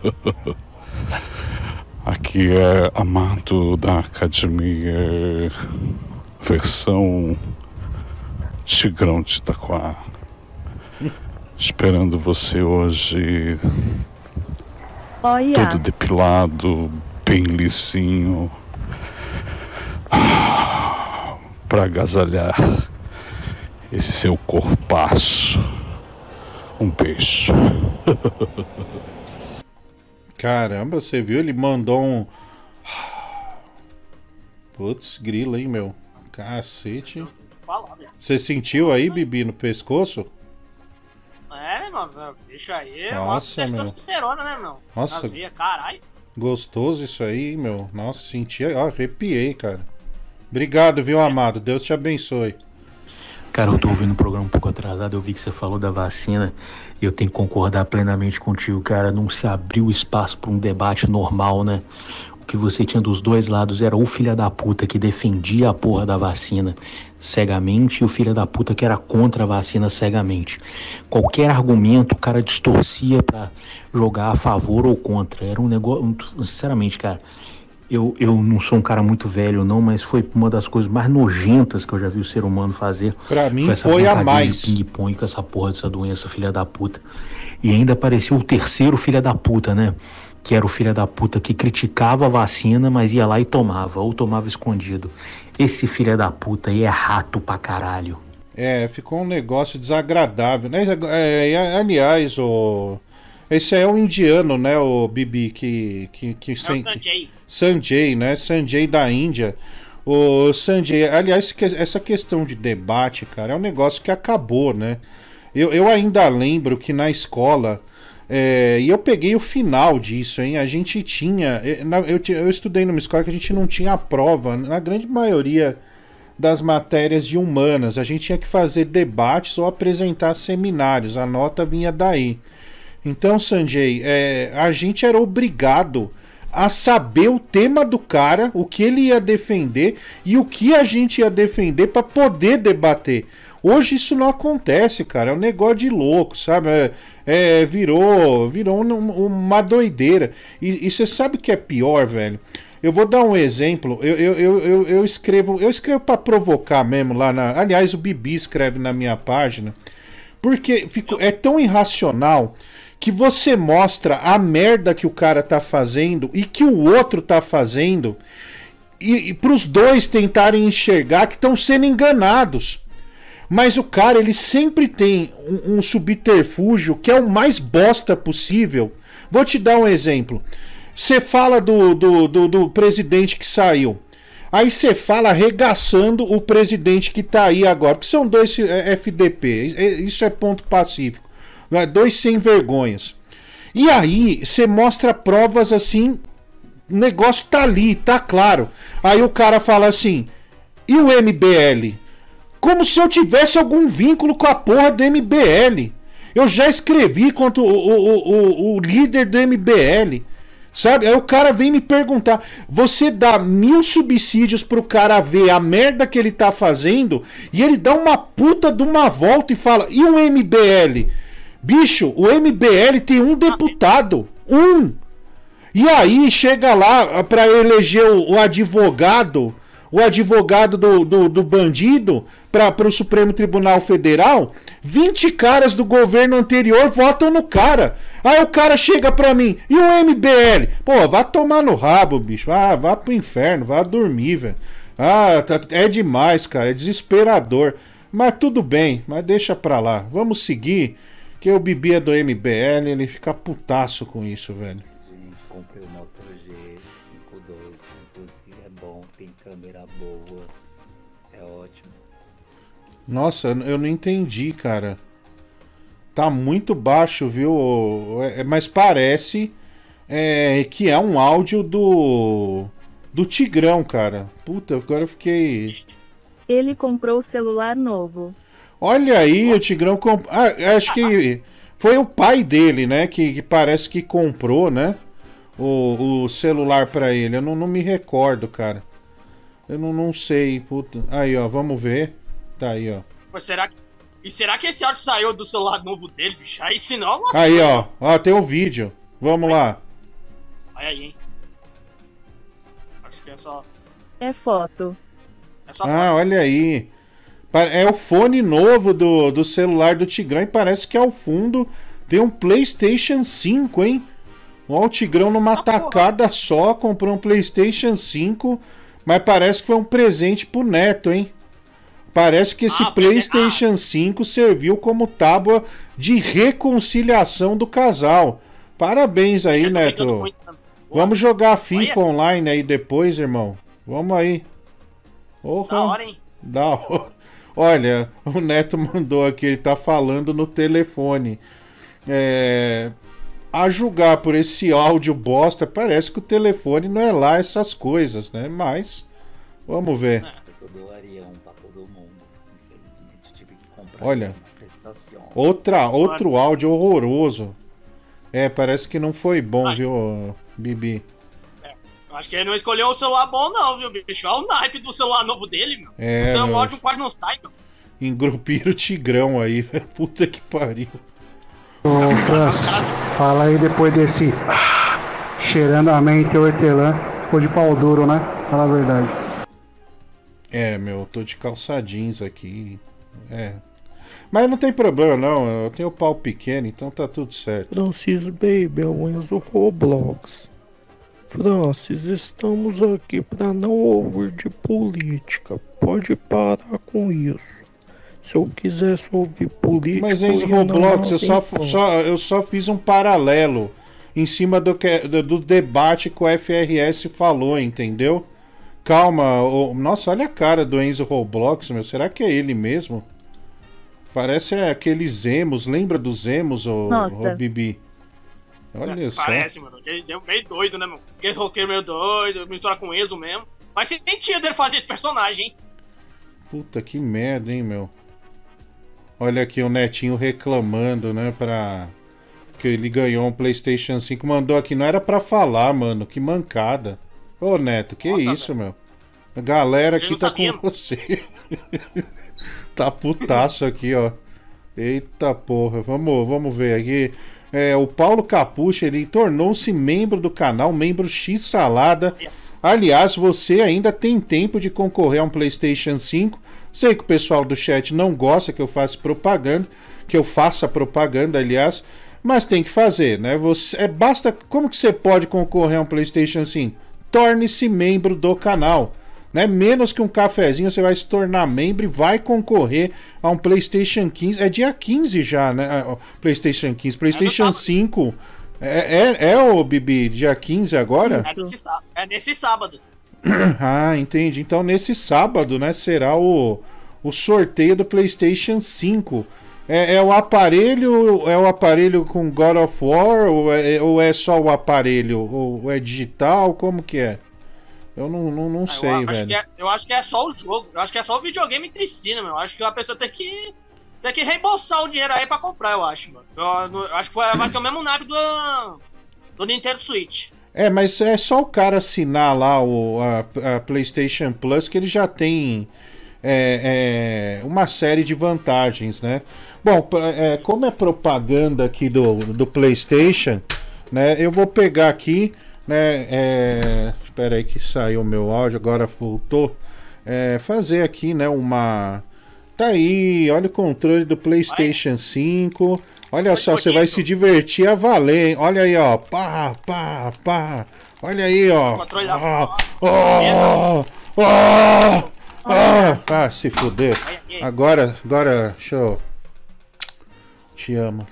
Aqui é Amado da Academia, versão Tigrão de Itaquá. Esperando você hoje, Olha. todo depilado, bem lisinho, pra agasalhar esse seu corpaço. Um beijo. Caramba, você viu? Ele mandou um. Putz, grilo, hein, meu? Cacete. Você sentiu aí, Bibi, no pescoço? É, mano, deixa aí. Nossa, Nossa, meu. testosterona, né, meu? Nossa. Fazia, caralho. Gostoso isso aí, meu. Nossa, senti. Ó, arrepiei, cara. Obrigado, viu, amado? Deus te abençoe. Cara, eu tô ouvindo o programa um pouco atrasado, eu vi que você falou da vacina e eu tenho que concordar plenamente contigo, cara. Não se abriu espaço pra um debate normal, né? O que você tinha dos dois lados era o filho da puta que defendia a porra da vacina cegamente e o filho da puta que era contra a vacina cegamente. Qualquer argumento o cara distorcia pra jogar a favor ou contra. Era um negócio, sinceramente, cara. Eu, eu não sou um cara muito velho não, mas foi uma das coisas mais nojentas que eu já vi o ser humano fazer. Pra mim foi, essa foi a brincadeira mais. de ping-pong com essa porra dessa doença, filha da puta. E ainda apareceu o terceiro filha da puta, né? Que era o filho da puta que criticava a vacina, mas ia lá e tomava, ou tomava escondido. Esse filho da puta aí é rato pra caralho. É, ficou um negócio desagradável, né? É, é, aliás, o... esse é o indiano, né, o Bibi, que... que, que, sem... Sanjay. Sanjay, né? Sanjay da Índia. O Sanjay, aliás, essa questão de debate, cara, é um negócio que acabou, né? Eu, eu ainda lembro que na escola, é, e eu peguei o final disso, hein? A gente tinha... Eu, eu estudei numa escola que a gente não tinha prova, na grande maioria das matérias de humanas. A gente tinha que fazer debates ou apresentar seminários, a nota vinha daí. Então, Sanjay, é, a gente era obrigado a saber o tema do cara, o que ele ia defender e o que a gente ia defender para poder debater. Hoje isso não acontece, cara. É um negócio de louco, sabe? É, é, virou, virou um, uma doideira. E você sabe o que é pior, velho? Eu vou dar um exemplo. Eu, eu, eu, eu, eu escrevo, eu escrevo para provocar mesmo lá na. Aliás, o Bibi escreve na minha página, porque fico, é tão irracional que você mostra a merda que o cara tá fazendo e que o outro tá fazendo, e, e pros dois tentarem enxergar que estão sendo enganados. Mas o cara, ele sempre tem um, um subterfúgio que é o mais bosta possível. Vou te dar um exemplo. Você fala do, do, do, do presidente que saiu. Aí você fala arregaçando o presidente que tá aí agora, porque são dois F D P. Isso é ponto pacífico. Dois sem vergonhas. E aí você mostra provas assim, o negócio tá ali, tá claro. Aí o cara fala assim: e o M B L? Como se eu tivesse algum vínculo com a porra do M B L. Eu já escrevi contra o, o, o, o líder do M B L. Sabe? Aí o cara vem me perguntar. Você dá mil subsídios pro cara ver a merda que ele tá fazendo, e ele dá uma puta de uma volta e fala: e o M B L? Bicho, o M B L tem um deputado. Um. E aí chega lá pra eleger o, o advogado, o advogado do, do, do bandido para o Supremo Tribunal Federal. vinte caras do governo anterior votam no cara. Aí o cara chega pra mim: e o M B L? Pô, vá tomar no rabo, bicho. Ah, vá pro inferno, vá dormir, velho. Ah, tá, é demais, cara. É desesperador. Mas tudo bem, mas deixa pra lá. Vamos seguir. Que o Bibi é do M B L, ele fica putaço com isso, velho. Gente, comprei o Moto G cinco doze, inclusive é bom, tem câmera boa, é ótimo. Nossa, eu não entendi, cara. Tá muito baixo, viu? É, mas parece é, que é um áudio do do Tigrão, cara. Puta, agora eu fiquei... Ele comprou o celular novo. Olha aí, o Tigrão comp... ah, acho que Foi o pai dele, né? Que, que parece que comprou, né? O, o celular pra ele. Eu não, não me recordo, cara. Eu não, não sei. Puta. Aí, ó, vamos ver. Tá aí, ó. Mas será que... E será que esse áudio saiu do celular novo dele, bicho? Aí senão... Nossa, aí, ó. Ó, tem o vídeo. Vamos aí. lá. Olha aí, hein. Acho que é só... É foto. É só ah, foto. Olha aí. É o fone novo do, do celular do Tigrão e parece que ao fundo tem um PlayStation cinco, hein? Ó, o Tigrão numa ah, tacada porra. só comprou um PlayStation cinco, mas parece que foi um presente pro neto, hein? Parece que esse ah, PlayStation cinco serviu como tábua de reconciliação do casal. Parabéns aí, Neto. Vamos jogar FIFA Olha. online aí depois, irmão. Vamos aí. Porra. Da hora, hein? Da hora. Olha, o Neto mandou aqui, ele tá falando no telefone. É... A julgar por esse áudio bosta, parece que o telefone não é lá essas coisas, né? Mas, vamos ver. Eu só doaria um pra todo mundo. Infelizmente, tive que comprar Olha, outra, outro áudio horroroso. É, parece que não foi bom, Ai. viu, Bibi? É, eu acho que ele não escolheu o celular bom não, viu, bicho? Olha o naipe do celular novo dele, meu. É, então meu... o áudio quase não sai, meu. Engrupiram o Tigrão aí, velho. Puta que pariu. Ô, Francis, fala aí depois desse cheirando a mente hortelã, ficou de pau duro, né? Fala a verdade. É, meu, eu tô de calça jeans aqui. É. Mas não tem problema, não. Eu tenho pau pequeno, então tá tudo certo. Francis Baby, é o Enzo Roblox. Francis, estamos aqui pra não ouvir de política. Pode parar com isso. Se eu quisesse ouvir política... Mas Enzo Roblox, eu só, só, eu só fiz um paralelo em cima do, que, do, do debate que o F R S falou, entendeu? Calma, oh, nossa, olha a cara do Enzo Roblox, meu. Será que é ele mesmo? Parece aqueles emos, lembra dos emos, ô oh, oh, Bibi? Olha é, só. Parece, mano. Aqueles emos meio doido, né, mano? Aqueles roqueiros meio doido, mistura com Enzo mesmo. Mas sem sentido ele fazer esse personagem, hein? Puta que merda, hein, meu. Olha aqui o Netinho reclamando, né, pra... que ele ganhou um PlayStation cinco. Mandou aqui, não era pra falar, mano, que mancada. Ô, Neto, que Nossa, isso, velho. meu? A galera aqui tá sabia, com você. Tá putaço aqui, ó. Eita porra, vamos, vamos ver aqui. É, o Paulo Capucha, ele tornou-se membro do canal, membro X Salada. Aliás, você ainda tem tempo de concorrer a um PlayStation cinco. Sei que o pessoal do chat não gosta que eu faça propaganda, que eu faça propaganda, aliás, mas tem que fazer, né? Você, é, basta, como que você pode concorrer a um PlayStation cinco? Torne-se membro do canal, né? Menos que um cafezinho, você vai se tornar membro e vai concorrer a um PlayStation quinze. É dia quinze já, né? PlayStation quinze, PlayStation cinco. É, é, é o Bibi, dia quinze agora? É nesse, é nesse sábado. Ah, entendi. Então nesse sábado, né, será o, o sorteio do PlayStation cinco. É, é o aparelho, é o aparelho com God of War ou é, ou é só o aparelho? Ou é digital? Como que é? Eu não, não, não ah, sei, eu velho. É, eu acho que é só o jogo. Eu acho que é só o videogame entre si, né, meu? Eu acho que a pessoa tem que tem que reembolsar o dinheiro aí pra comprar, eu acho, mano. Eu, eu acho que foi, vai ser o mesmo naipe do, do Nintendo Switch. É, mas é só o cara assinar lá o, a, a PlayStation Plus que ele já tem é, é, uma série de vantagens, né? Bom, é, como é propaganda aqui do, do PlayStation, né? Eu vou pegar aqui, né? É, espera aí que saiu o meu áudio, agora voltou. É, fazer aqui, né? Uma... Tá aí, olha o controle do PlayStation cinco. Olha só, você vai se divertir a valer, hein? Olha aí, ó. Pá, pá, pá. Olha aí, ó. Ah, oh, oh, oh. Ah, se fuder. Agora, agora, deixa eu... Te amo.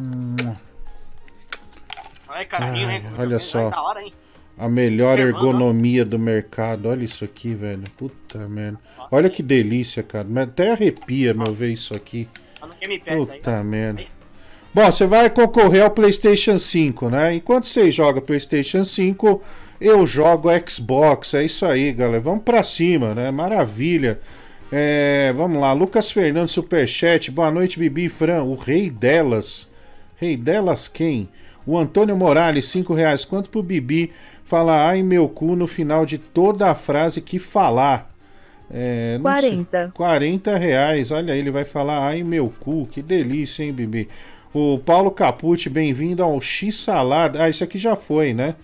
Ai, olha só. A melhor ergonomia do mercado. Olha isso aqui, velho. Puta merda. Olha que delícia, cara. Até arrepia, meu, ver isso aqui. Puta merda. Bom, você vai concorrer ao PlayStation cinco, né? Enquanto você joga PlayStation cinco, eu jogo Xbox. É isso aí, galera. Vamos pra cima, né? Maravilha. É, vamos lá. Lucas Fernandes, Superchat. Boa noite, Bibi e Fran. O rei delas. Rei delas quem? O Antônio Morales, cinco reais. Quanto pro Bibi falar ai meu cu no final de toda a frase que falar? É, não quarenta. sei. quarenta reais. Olha aí, ele vai falar ai meu cu. Que delícia, hein, Bibi? O Paulo Capucci, bem-vindo ao X-Salada. Ah, isso aqui já foi, né?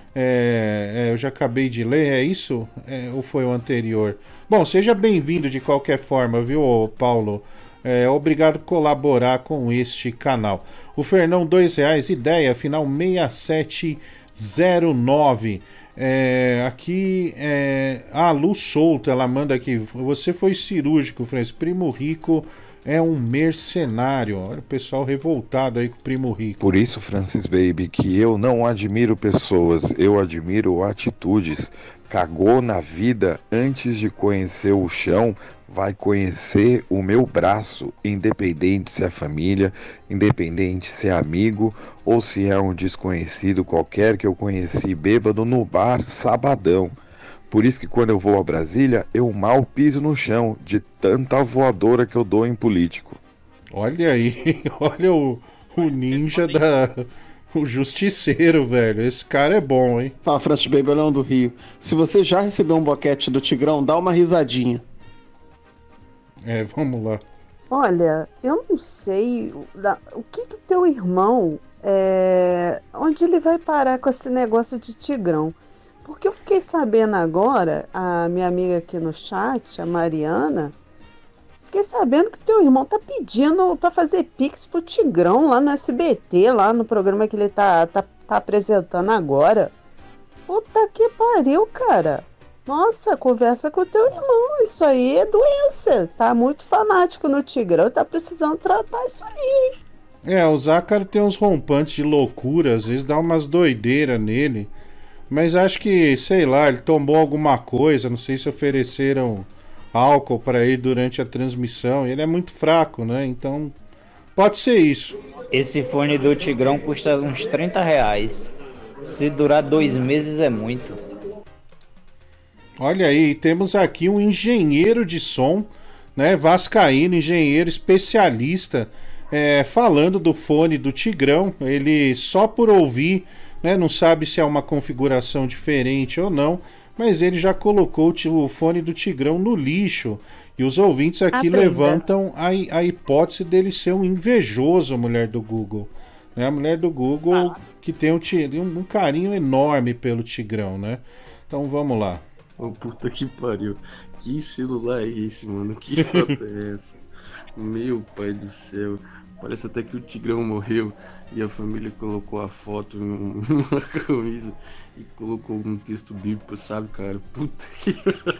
É, é, eu já acabei de ler, é isso? É, ou foi o anterior? Bom, seja bem-vindo de qualquer forma, viu, Paulo? É, obrigado por colaborar com este canal. O Fernão, dois reais, ideia, final seis sete zero nove. É, aqui, é, a Lu Souto, ela manda aqui, você foi cirúrgico, Francisco, Primo Rico é um mercenário. Olha o pessoal revoltado aí com o Primo Rico. Por isso, Francis Baby, que eu não admiro pessoas, eu admiro atitudes. Cagou na vida antes de conhecer o chão, vai conhecer o meu braço, independente se é família, independente se é amigo ou se é um desconhecido qualquer que eu conheci bêbado no bar sabadão. Por isso que quando eu vou a Brasília, eu mal piso no chão, de tanta voadora que eu dou em político. Olha aí, olha o, o ninja da... O justiceiro, velho. Esse cara é bom, hein? Fala, Francis Baby, Leão do Rio. Se você já recebeu um boquete do Tigrão, dá uma risadinha. É, vamos lá. Olha, eu não sei o- da- o que que teu irmão, é, onde ele vai parar com esse negócio de Tigrão. Porque eu fiquei sabendo agora, a minha amiga aqui no chat, a Mariana, fiquei sabendo que teu irmão tá pedindo pra fazer pix pro Tigrão lá no S B T, lá no programa que ele tá, tá, tá apresentando agora. Puta que pariu, cara. Nossa, conversa com o teu irmão. Isso aí é doença. Tá muito fanático no Tigrão. Tá precisando tratar isso aí, hein? É, o Zácaro tem uns rompantes de loucura, às vezes dá umas doideiras nele. Mas acho que, sei lá, ele tomou alguma coisa, não sei se ofereceram álcool pra ele durante a transmissão. Ele é muito fraco, né? Então, pode ser isso. Esse fone do Tigrão custa uns trinta reais. Se durar dois meses é muito. Olha aí, temos aqui um engenheiro de som, né? Vascaíno, engenheiro especialista, é, falando do fone do Tigrão. Ele só por ouvir, né? Não sabe se é uma configuração diferente ou não, mas ele já colocou o ti- o fone do Tigrão no lixo. E os ouvintes aqui Aprenda. levantam a, hi- a hipótese dele ser um invejoso, a mulher do Google. Né? A mulher do Google que tem um, ti- um um carinho enorme pelo Tigrão, né? Então vamos lá. Ô, puta que pariu. Que celular é esse, mano? Que foto é essa? Meu pai do céu. Parece até que o Tigrão morreu e a família colocou a foto numa camisa e colocou um texto bíblico, sabe, cara? Puta que pariu.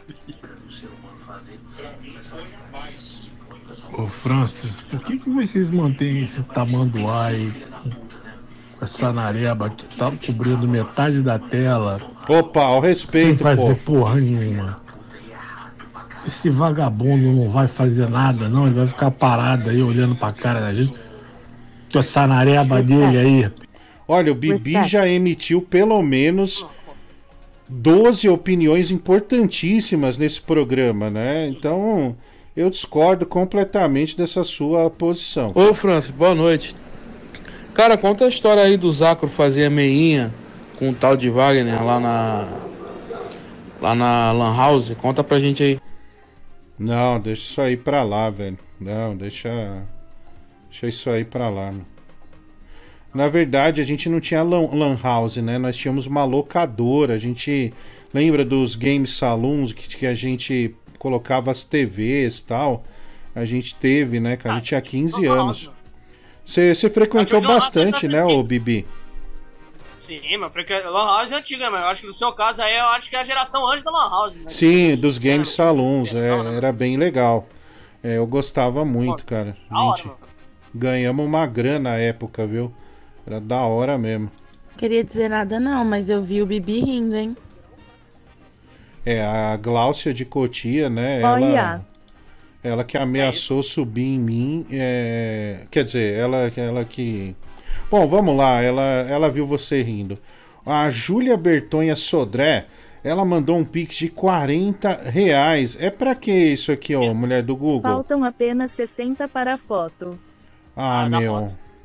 Ô Francis, por que, que vocês mantêm esse tamanduá aí com essa nareba que tá cobrindo metade da tela? Opa, ao respeito, sem fazer pô. porra nenhuma. Esse vagabundo não vai fazer nada, não. Ele vai ficar parado aí olhando pra cara da gente. Com essa nareba dele aí. Olha, o Bibi já emitiu pelo menos doze opiniões importantíssimas nesse programa, né? Então, eu discordo completamente dessa sua posição. Ô, Francis, boa noite. Cara, conta a história aí do Zácaro fazer a meinha com o tal de Wagner lá na lá na Lan House. Conta pra gente aí. Não, deixa isso aí pra lá, velho. Não, deixa deixa isso aí pra lá. Meu. Na verdade, a gente não tinha lan, lan house, né? Nós tínhamos uma locadora. A gente lembra dos game saloons que, que a gente colocava as T Vs e tal. A gente teve, né, cara? A gente tinha quinze anos. Você frequentou bastante, né, ô Bibi? Sim, mas porque Lan House é antiga, mas eu acho que no seu caso aí, eu acho que é a geração antes da Lan House, né? Sim, dos game saloons. É, era bem legal. É, eu gostava muito, cara. A gente ganhamos uma grana na época, viu? Era da hora mesmo. Queria dizer nada não, mas eu vi o Bibi rindo, hein? É, a Gláucia de Cotia, né? Ela, Olha. ela que ameaçou subir em mim. É, quer dizer, ela, ela que... Bom, vamos lá. Ela, ela viu você rindo. A Júlia Bertonha Sodré, ela mandou um pix de quarenta reais. É pra que isso aqui, ó, mulher do Google? Faltam apenas sessenta para a foto. Ah, meu.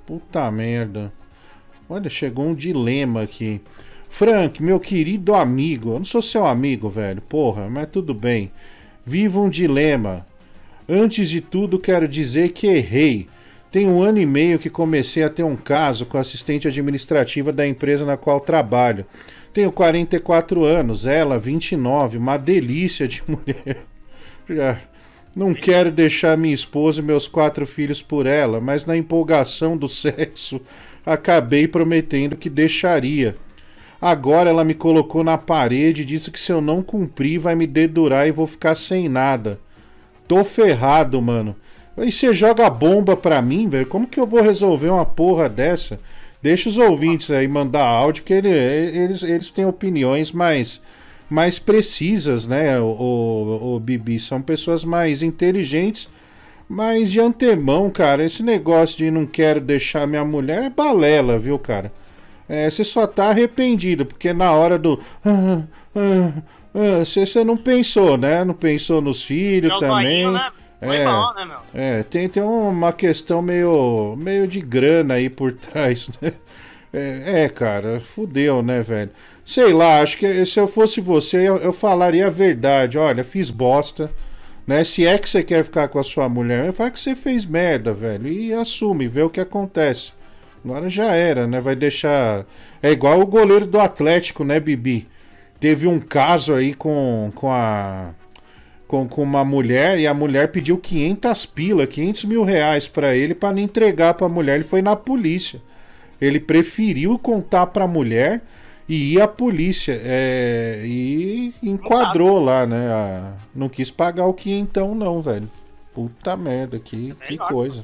Puta merda. Olha, chegou um dilema aqui. Frank, meu querido amigo, eu não sou seu amigo, velho, porra, mas tudo bem. Viva um dilema. Antes de tudo, quero dizer que errei. Tem um ano e meio que comecei a ter um caso com a assistente administrativa da empresa na qual trabalho. Tenho quarenta e quatro anos, ela vinte e nove, uma delícia de mulher. Já não quero deixar minha esposa e meus quatro filhos por ela, mas na empolgação do sexo acabei prometendo que deixaria. Agora ela me colocou na parede e disse que se eu não cumprir vai me dedurar e vou ficar sem nada. Tô ferrado, mano. E você joga bomba pra mim, velho? Como que eu vou resolver uma porra dessa? Deixa os ouvintes aí mandar áudio, que ele, eles, eles têm opiniões mais, mais precisas, né, o, o, o Bibi? São pessoas mais inteligentes, mas de antemão, cara, esse negócio de não quero deixar minha mulher é balela, viu, cara? É, você só tá arrependido, porque na hora do... Ah, ah, ah, você, você não pensou, né? Não pensou nos filhos Meu também. doinho, né? Foi É, bom, né, meu? é tem, tem uma questão meio, meio de grana aí por trás, né? É, é, cara, fudeu, né, velho? Sei lá, acho que se eu fosse você, eu, eu falaria a verdade. Olha, fiz bosta, né? Se é que você quer ficar com a sua mulher, fala que você fez merda, velho. E assume, vê o que acontece. Agora já era, né? Vai deixar... É igual o goleiro do Atlético, né, Bibi? Teve um caso aí com, com a... Com, com uma mulher, e a mulher pediu quinhentas pila, quinhentos mil reais pra ele, pra não entregar pra mulher. Ele foi na polícia. Ele preferiu contar pra mulher e ir à polícia. É, e enquadrou lá, né? A, não quis pagar o quinhentão, não, velho. Puta merda, que, que coisa.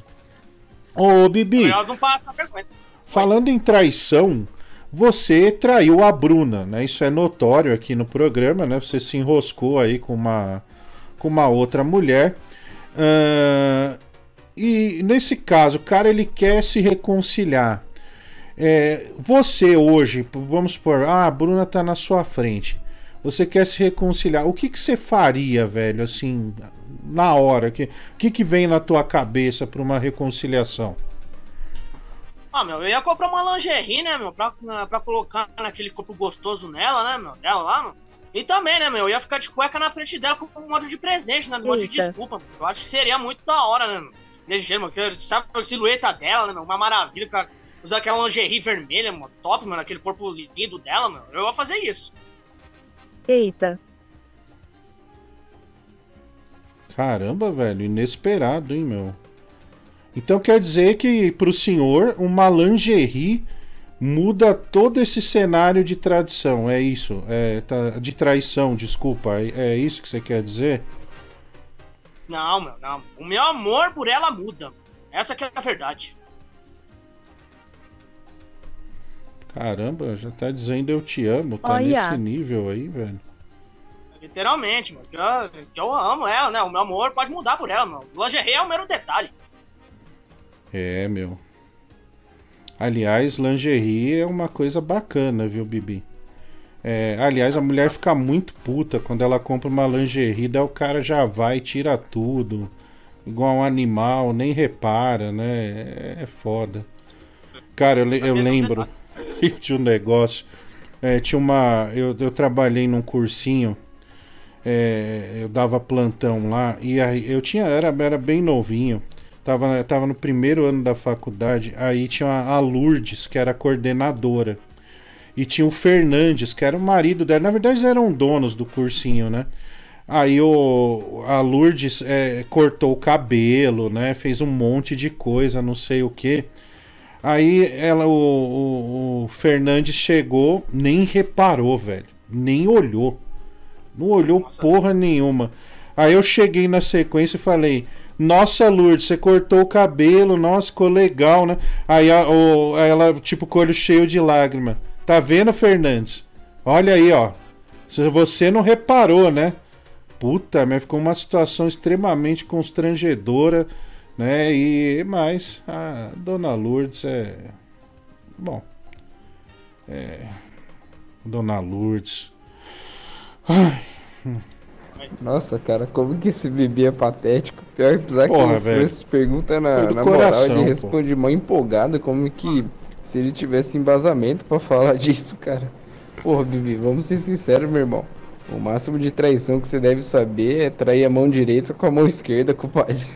Ô, Bibi, Não passa na frequência. falando em traição, você traiu a Bruna, né? Isso é notório aqui no programa, né? Você se enroscou aí com uma... com uma outra mulher, uh, e nesse caso o cara ele quer se reconciliar. É, você hoje, vamos supor, ah, a Bruna tá na sua frente, você quer se reconciliar, o que que você faria, velho, assim, na hora, que, o que que vem na tua cabeça pra uma reconciliação? Ah, meu, eu ia comprar uma lingerie, né, meu, pra, pra colocar naquele corpo gostoso nela, né, meu, dela lá, meu. E também, né, meu, eu ia ficar de cueca na frente dela com um modo de presente, né, um modo de Eita. desculpa. Eu acho que seria muito da hora, né, meu. Desse jeito, meu, que sabe a silhueta dela, né, meu, uma maravilha, com a- usar aquela lingerie vermelha, meu, top, mano, aquele corpo lindo dela, meu. Eu ia fazer isso. Eita. Caramba, velho, inesperado, hein, meu. Então quer dizer que pro senhor uma lingerie muda todo esse cenário de tradição, é isso? É, tá, de traição, desculpa, é, é isso que você quer dizer? Não, meu, não. O meu amor por ela muda. Essa que é a verdade. Caramba, já tá dizendo eu te amo, tá Olha. nesse nível aí, velho. Literalmente, meu, que eu, que eu amo ela, né, o meu amor pode mudar por ela, meu. Lingerie é um mero detalhe. É, meu. Aliás, lingerie é uma coisa bacana, viu, Bibi? É, aliás, a mulher fica muito puta quando ela compra uma lingerie, daí o cara já vai e tira tudo, igual um animal, nem repara, né? É, é foda. Cara, eu, le- eu lembro de um negócio. É, tinha uma. Eu, eu trabalhei num cursinho, é, eu dava plantão lá, e aí eu tinha. Era, era bem novinho. Tava, tava no primeiro ano da faculdade, aí tinha a Lourdes, que era a coordenadora. E tinha o Fernandes, que era o marido dela. Na verdade, eles eram donos do cursinho, né? Aí o, a Lourdes é, cortou o cabelo, né? Fez um monte de coisa, não sei o que. Aí ela, o, o, o Fernandes chegou, nem reparou, velho. Nem olhou. Não olhou porra nenhuma. Aí eu cheguei na sequência e falei... Nossa, Lourdes, você cortou o cabelo, nossa, ficou legal, né? Aí, a, o, aí ela, tipo, com o olho cheio de lágrima. Tá vendo, Fernandes? Olha aí, ó. Se você não reparou, né? Puta, mas ficou uma situação extremamente constrangedora, né? E mais, a Dona Lourdes é... Bom. É... Dona Lourdes... Ai... velho. Nossa, cara, como que esse bebê é patético. Pior que apesar que Porra, o Francis pergunta na, na coração, moral, ele pô. responde mó empolgado, como que se ele tivesse embasamento pra falar disso, cara. Porra, Bibi, vamos ser sinceros, meu irmão. O máximo de traição que você deve saber é trair a mão direita com a mão esquerda, compadre.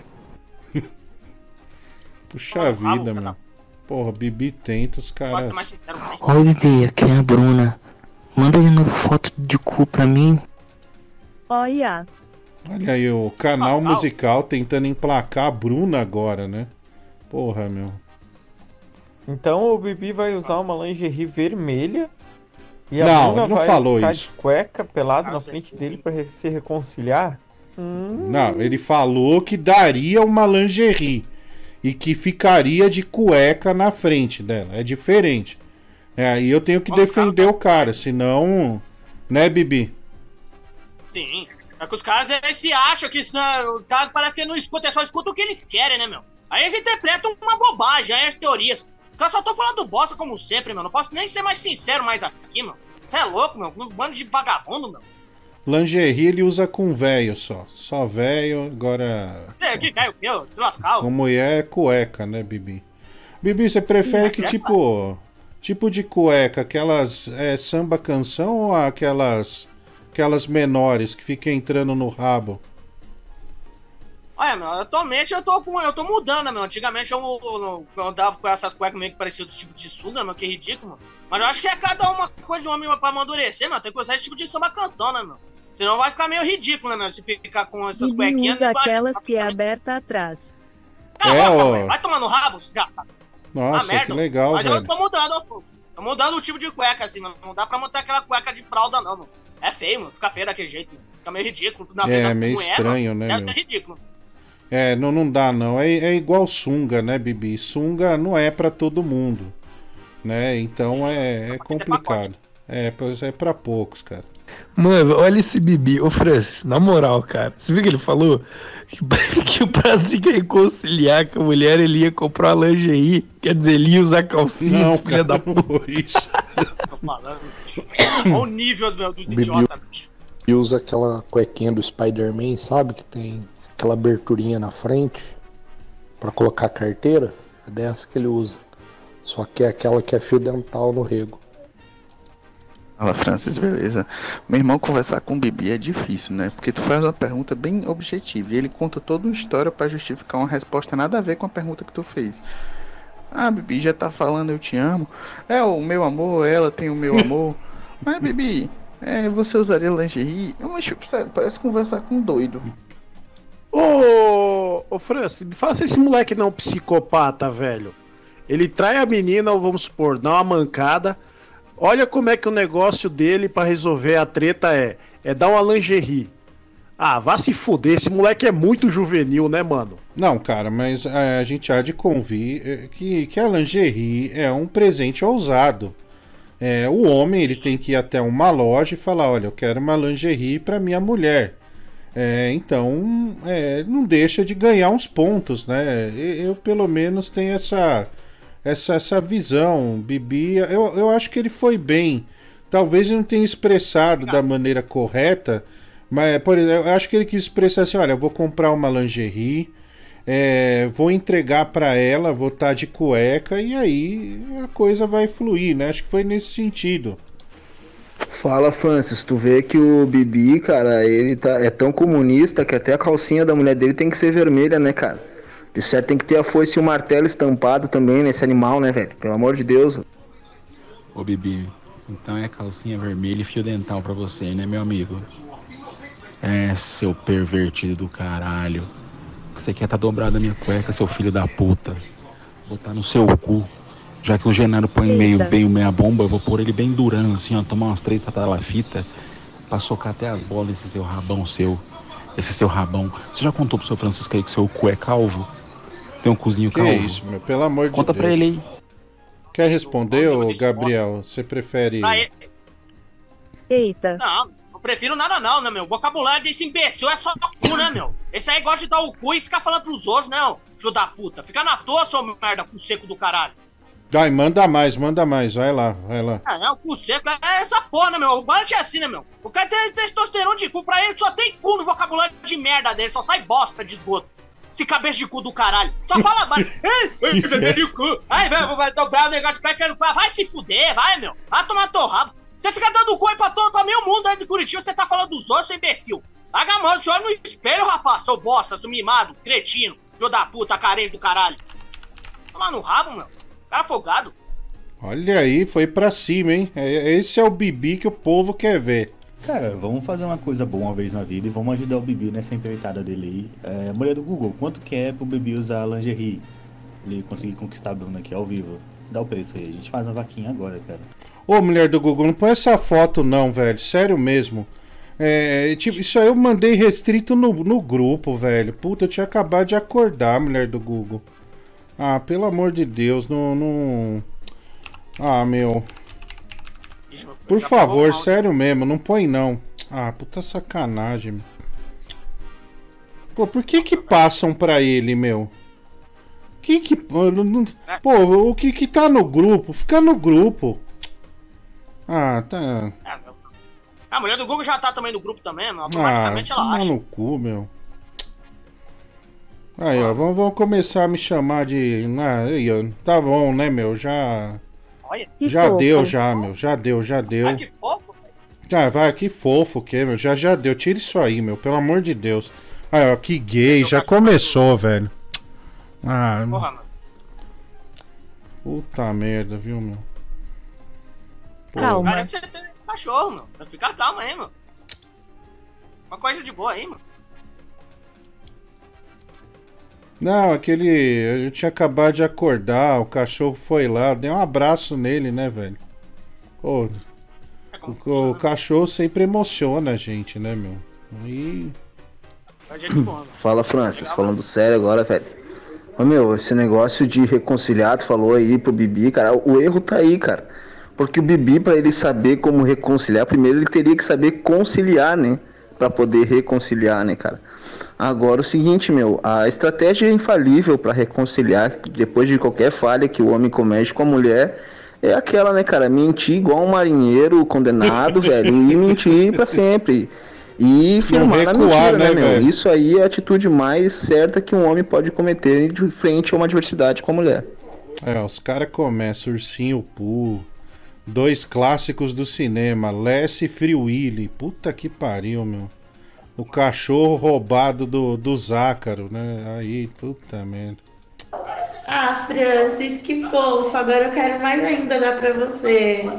Puxa vida, mano. Porra, Bibi tenta, os caras. Oi, Bibi, aqui é a Bruna. Manda de novo foto de cu pra mim. Olha. Olha aí, o canal musical tentando emplacar a Bruna agora, né? Porra, meu. Então o Bibi vai usar uma lingerie vermelha e a Não, Bruna ele não vai falou ficar isso. de cueca pelado na frente dele pra re- se reconciliar? Hum. Não, ele falou que daria uma lingerie e que ficaria de cueca na frente dela. É diferente. É, aí eu tenho que defender o cara, senão. Né, Bibi? Sim. É que os caras eles se acham que são. Os caras parecem que não escutam, só escutam o que eles querem, né, meu? Aí eles interpretam uma bobagem, aí as teorias. Os caras só estão falando bosta como sempre, meu. Não posso nem ser mais sincero mais aqui, meu. Você é louco, meu. Um bando de vagabundo, meu. Lingerie ele usa com velho só. Só velho, agora. É, que caiu, meu. Se lascar. Com mulher é cueca, né, Bibi? Bibi, você prefere que tipo. Tipo de cueca, aquelas é, samba canção ou aquelas. Aquelas menores que ficam entrando no rabo? Olha, meu, atualmente eu tô com. Eu tô mudando, meu. Antigamente eu, eu, eu andava com essas cuecas meio que parecidas do tipo de sunga, meu, que ridículo, mano. Mas eu acho que é cada uma coisa de um homem pra amadurecer, meu. Tem que usar esse tipo de samba canção, né, meu? Senão vai ficar meio ridículo, né, meu? Se ficar com essas Bibi cuequinhas. usa vai- aquelas que é aberta atrás. Cala É, a boca, ó. velho. Vai tomar no rabo, desgraçado. Nossa, Ah, merda. que legal, Mas eu velho. tô mudando, aos poucos. Tô mudando o tipo de cueca, assim, mano. Não dá pra montar aquela cueca de fralda, não, mano. É feio, mano. Fica feio daquele jeito, mano. Fica meio ridículo. Na É, na meio mulher, estranho, mano. né, Deve meu? ser ridículo. É, não, não dá não. É, é igual sunga, né, Bibi? Sunga não é pra todo mundo, né? Então é, é complicado. É, pois é pra poucos, cara. Mano, olha esse Bibi. Ô, Francis, na moral, cara. Você viu que ele falou? Que, que pra se reconciliar com a mulher, ele ia comprar uma lingerie. Quer dizer, ele ia usar calcinha, Não, esse filho da puta. Isso. Tô falando. Olha o nível do- dos Bibi idiotas, bicho. e usa aquela cuequinha do Spider-Man, sabe? Que tem aquela aberturinha na frente pra colocar a carteira. É dessa que ele usa. Só que é aquela que é fio dental no rego. Fala, Francis, beleza? Meu irmão, conversar com o Bibi é difícil, né? Porque tu faz uma pergunta bem objetiva e ele conta toda uma história pra justificar uma resposta nada a ver com a pergunta que tu fez. Ah, Bibi, já tá falando eu te amo. É o meu amor, ela tem o meu amor. Mas, Bibi, é, você usaria lingerie? Mas, tipo, sério, parece conversar com um doido. Ô, ô Francis, me fala se esse moleque não é um psicopata, velho. Ele trai a menina, ou vamos supor, dá uma mancada. Olha como é que o negócio dele pra resolver a treta é, é dar uma lingerie. Ah, vá se fuder, esse moleque é muito juvenil, né, mano? Não, cara, mas é, a gente há de convir é, que, que a lingerie é um presente ousado. É, o homem ele tem que ir até uma loja e falar, olha, eu quero uma lingerie pra minha mulher. É, então, é, não deixa de ganhar uns pontos, né? Eu, eu, pelo menos tenho essa, essa, essa visão. Bibi, eu, eu acho que ele foi bem. Talvez ele não tenha expressado da maneira correta, mas, por exemplo, eu acho que ele quis expressar assim, olha, eu vou comprar uma lingerie, é, vou entregar pra ela, vou estar de cueca e aí a coisa vai fluir, né? Acho que foi nesse sentido. Fala, Francis, tu vê que o Bibi, cara, ele tá, é tão comunista que até a calcinha da mulher dele tem que ser vermelha, né, cara? De certo tem que ter a foice e o martelo estampado também nesse animal, né, velho? Pelo amor de Deus. Ô, Bibi, então é calcinha vermelha e fio dental pra você, né, meu amigo? É, seu pervertido do caralho. Você quer tá dobrado na minha cueca, seu filho da puta. Botar no seu cu. Já que o Genaro põe meio bem meia bomba, eu vou pôr ele bem durão, assim, ó. Tomar umas três tatalafita pra socar até as bolas esse seu rabão seu. Esse seu rabão. Você já contou pro seu Francisco aí que seu cu é calvo? Tem um cozinho Que calvo? é isso, meu? Pelo amor de Deus. Conta pra ele aí. Quer responder, ô Gabriel? Você prefere... Pra ele- Eita. Não, não prefiro nada não, né, meu? O vocabulário desse imbecil é só cu, né, meu? Esse aí gosta de dar o cu e ficar falando pros outros, não. Filho da puta. Fica na toa, seu merda, cu seco do caralho. Vai, manda mais, manda mais. Vai lá, vai lá. Ah, não, o cu seco é essa porra, né, meu? O Barlet é assim, né, meu? O cara tem testosterona de cu, pra ele só tem cu no vocabulário de merda dele, só sai bosta de esgoto. Esse cabeça de cu do caralho. Só fala baixo. Ei, bebê de cu. Aí, velho, vai dobrar o negócio de pé querendo cu. Vai se fuder, vai, meu. Vai tomar teu rabo. Você fica dando cu aí pra, todo, pra meio mundo aí de Curitiba, você tá falando dos outros, seu imbecil. Larga a mão, você olha no espelho, rapaz, seu bosta, seu mimado, cretino, filho da puta, carente do caralho. Toma no rabo, meu. Cara folgado. Olha aí, foi pra cima, hein? Esse é o Bibi que o povo quer ver. Cara, vamos fazer uma coisa boa uma vez na vida e vamos ajudar o Bibi nessa empreitada dele aí. É, mulher do Google, quanto que é pro Bibi usar lingerie? Ele conseguir conquistar a Bruna aqui ao vivo. Dá o preço aí, a gente faz uma vaquinha agora, cara. Ô, mulher do Google, não põe essa foto não, velho. Sério mesmo. É, tipo, isso aí eu mandei restrito no, no grupo, velho. Puta, eu tinha acabado de acordar, mulher do Google. Ah, pelo amor de Deus, não... não... Ah, meu... Por favor, sério mesmo, não põe não. Ah, puta sacanagem, meu. Pô, por que que passam pra ele, meu? Que que... Pô, o que que tá no grupo? Fica no grupo. Ah, tá... A mulher do Google já tá também no grupo também, meu. Automaticamente ah, ela acha. no cu, meu. Aí, ó, vamos, vamos começar a me chamar de... Ah, aí, ó, tá bom, né, meu? Já... Já fofo. deu, já, meu. Já deu, já deu. Ai, que fofo, velho. Ah, vai, que fofo que, meu. Já, já deu. Tira isso aí, meu. Pelo amor de Deus. Aí, ó, que gay. Já começou, velho. Ah, Porra, mano. Puta merda, viu, meu? Pô. Calma. Cara, você tem cachorro, meu. Fica calma aí, meu. Uma coisa de boa aí, mano. Não, aquele... Eu tinha acabado de acordar, o cachorro foi lá, dei um abraço nele, né, velho? Pô, o, o cachorro sempre emociona a gente, né, meu? E... Fala, Francis, falando sério agora, velho. Ô, meu, esse negócio de reconciliar, tu falou aí pro Bibi, cara, o erro tá aí, cara. Porque o Bibi, pra ele saber como reconciliar, primeiro ele teria que saber conciliar, né? Pra poder reconciliar, né, cara? Agora o seguinte, meu, a estratégia infalível para reconciliar depois de qualquer falha que o homem comete com a mulher é aquela, né, cara, mentir igual um marinheiro condenado, velho, e mentir para sempre. E firmar na mentira, né, meu? Velho? Isso aí é a atitude mais certa que um homem pode cometer de frente a uma adversidade com a mulher. É, os caras começam Ursinho Pooh, dois clássicos do cinema, Lessie e Free Willy. Puta que pariu, meu. O cachorro roubado do, do Zácaro, né? Aí, puta merda. Ah, Francis, que fofo. Agora eu quero mais ainda dar pra você.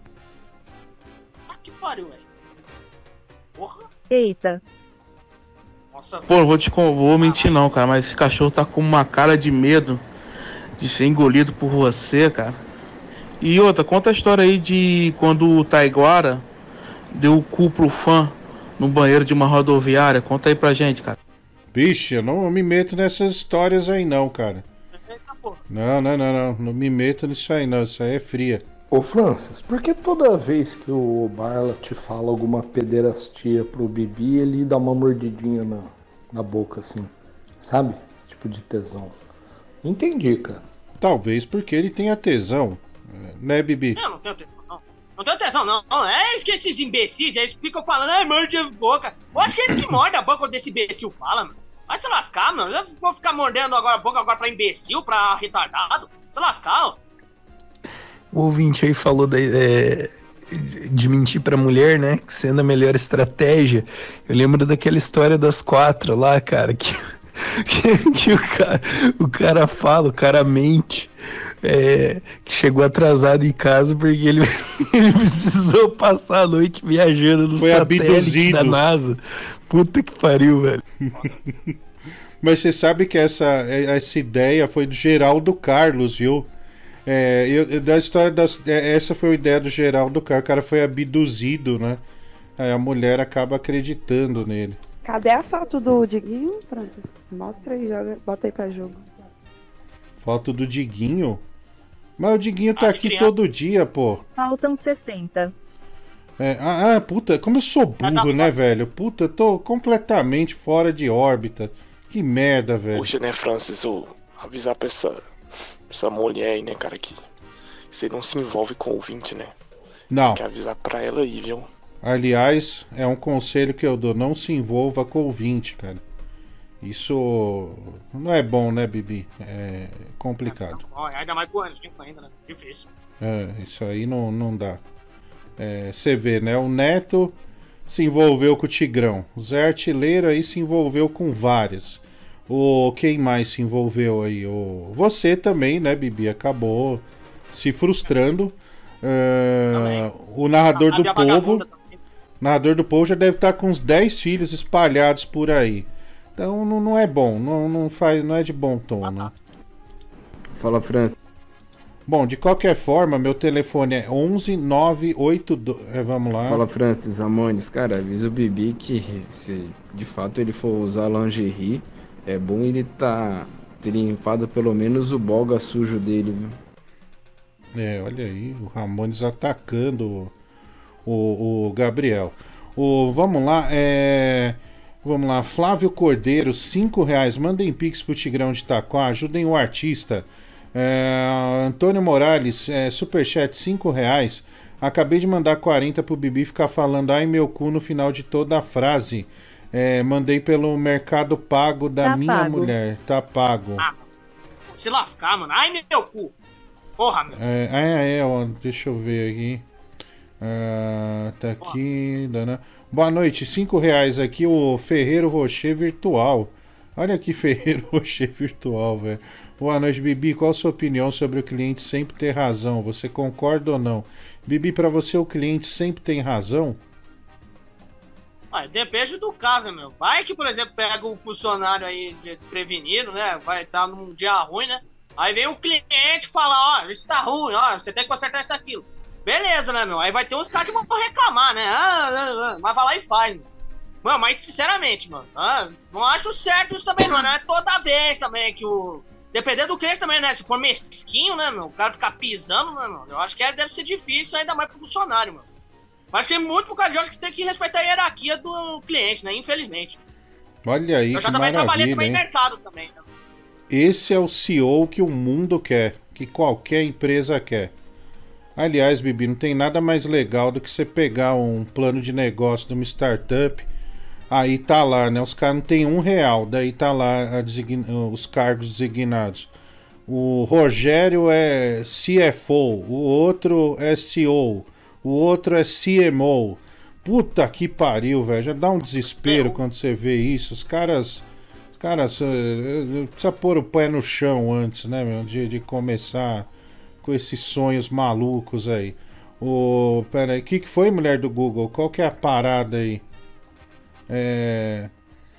Ah, que pariu, velho. Porra. Eita. Nossa, Pô, não vou te vou mentir não, cara, mas esse cachorro tá com uma cara de medo de ser engolido por você, cara. E outra, conta a história aí de quando o Taiguara deu o cu pro fã no banheiro de uma rodoviária. Conta aí pra gente, cara. Vixe, eu não me meto nessas histórias aí não, cara. Não, não, não, não. Não me meto nisso aí não. Isso aí é fria. Ô Francis, por que toda vez que o Barlet fala alguma pederastia pro Bibi, ele dá uma mordidinha na, na boca assim? Sabe? Tipo de tesão. Entendi, cara. Talvez porque ele tenha tesão. Né, Bibi? Eu não tenho tesão, não. Não tenho tesão, não. não. É que esses imbecis, eles ficam falando, ai, morde a boca. Eu acho que eles que mordem a boca quando esse imbecil fala, mano. Vai se lascar, mano. Eu vou ficar mordendo agora a boca agora pra imbecil, pra retardado. Se lascar, ó. O ouvinte aí falou da, é, de mentir pra mulher, né? Sendo a melhor estratégia. Eu lembro daquela história das quatro lá, cara, que, que, que o, cara, o cara fala, o cara mente. É, que chegou atrasado em casa porque ele, ele precisou passar a noite viajando no Foi satélite abduzido. da NASA. Puta que pariu, velho. Mas você sabe que essa, essa ideia foi do Geraldo Carlos, viu? É, eu, da história das, essa foi a ideia do Geraldo Carlos. O cara foi abduzido, né? Aí a mulher acaba acreditando nele. Cadê a foto do Diguinho, Francis? Mostra aí, joga, bota aí pra jogo. Foto do Diguinho? Mas o Diguinho tá Acho aqui que todo dia, pô. Faltam sessenta. É, ah, ah, puta, como eu sou burro, né, velho? Puta, eu tô completamente fora de órbita. Que merda, velho. Poxa, né, Francis, eu avisar pra essa, essa mulher aí, né, cara, que você não se envolve com o ouvinte, né? Não. Tem que avisar pra ela aí, viu? Aliás, é um conselho que eu dou, não se envolva com o ouvinte, cara. Isso não é bom, né, Bibi? É complicado. Ó, ainda mais com o anjinho ainda, né? Difícil. É, isso aí não, não dá. É, você vê, né? O Neto se envolveu com o Tigrão. O Zé Artilheiro aí se envolveu com várias. O quem mais se envolveu aí? O você também, né, Bibi? Acabou se frustrando. Uh, o narrador do povo, narrador do povo já deve estar com uns dez filhos espalhados por aí. Então não, não é bom, não, não faz, não é de bom tom, né? Fala, Francis. Bom, de qualquer forma, meu telefone é onze nove oito dois. É, vamos lá. Fala, Francis Ramones. Cara, avisa o Bibi que se de fato ele for usar lingerie, é bom ele tá ter limpado pelo menos o boga sujo dele, viu? É, olha aí, o Ramones atacando o, o, o Gabriel. O, vamos lá, é... Vamos lá, Flávio Cordeiro, cinco reais. Mandem pix pro Tigrão de Itaquá, ajudem o artista. É, Antônio Morales, é, superchat, cinco reais. Acabei de mandar quarenta pro Bibi ficar falando ai meu cu no final de toda a frase. É, mandei pelo Mercado Pago da Tá minha pago. mulher. Tá pago. Ah, se lascar, mano. Ai, meu cu. Porra, meu. É, é, é, ó, deixa eu ver aqui. Ah, tá aqui. Dana. Boa noite, cinco reais aqui o Ferreiro Rocher Virtual. Olha aqui, Ferreiro Rocher Virtual, velho. Boa noite, Bibi. Qual a sua opinião sobre o cliente sempre ter razão? Você concorda ou não? Bibi, pra você o cliente sempre tem razão? Ah, depende do caso, né, meu? Vai que, por exemplo, pega um funcionário aí desprevenido, né? Vai estar num dia ruim, né? Aí vem o cliente falar, ó, isso tá ruim, ó, você tem que consertar isso aquilo. Beleza, né, meu? Aí vai ter uns caras que vão reclamar, né? Ah, ah, ah, mas vai lá e faz, meu. Mano, mas sinceramente, mano, ah, não acho certo isso também, não. Não é toda vez também que o... Dependendo do cliente também, né? Se for mesquinho, né, meu? O cara ficar pisando, né, meu? Eu acho que é, deve ser difícil, ainda mais pro funcionário, mano. Mas tem muito por causa de hoje que tem que respeitar a hierarquia do cliente, né? Infelizmente. Olha aí, Eu já que também trabalhei maravilha, também em hein? mercado também, né? Esse é o C E O que o mundo quer, que qualquer empresa quer. Aliás, Bibi, não tem nada mais legal do que você pegar um plano de negócio de uma startup, aí tá lá, né? Os caras não tem um real, daí tá lá a design... os cargos designados. O Rogério é C F O, o outro é C E O, o outro é C M O. Puta que pariu, velho. Já dá um desespero quando você vê isso. Os caras... Os caras... Uh, precisa pôr o pé no chão antes, né, meu? De, de começar... com esses sonhos malucos aí. O... Pera aí, o que, que foi, mulher do Google? Qual que é a parada aí? É...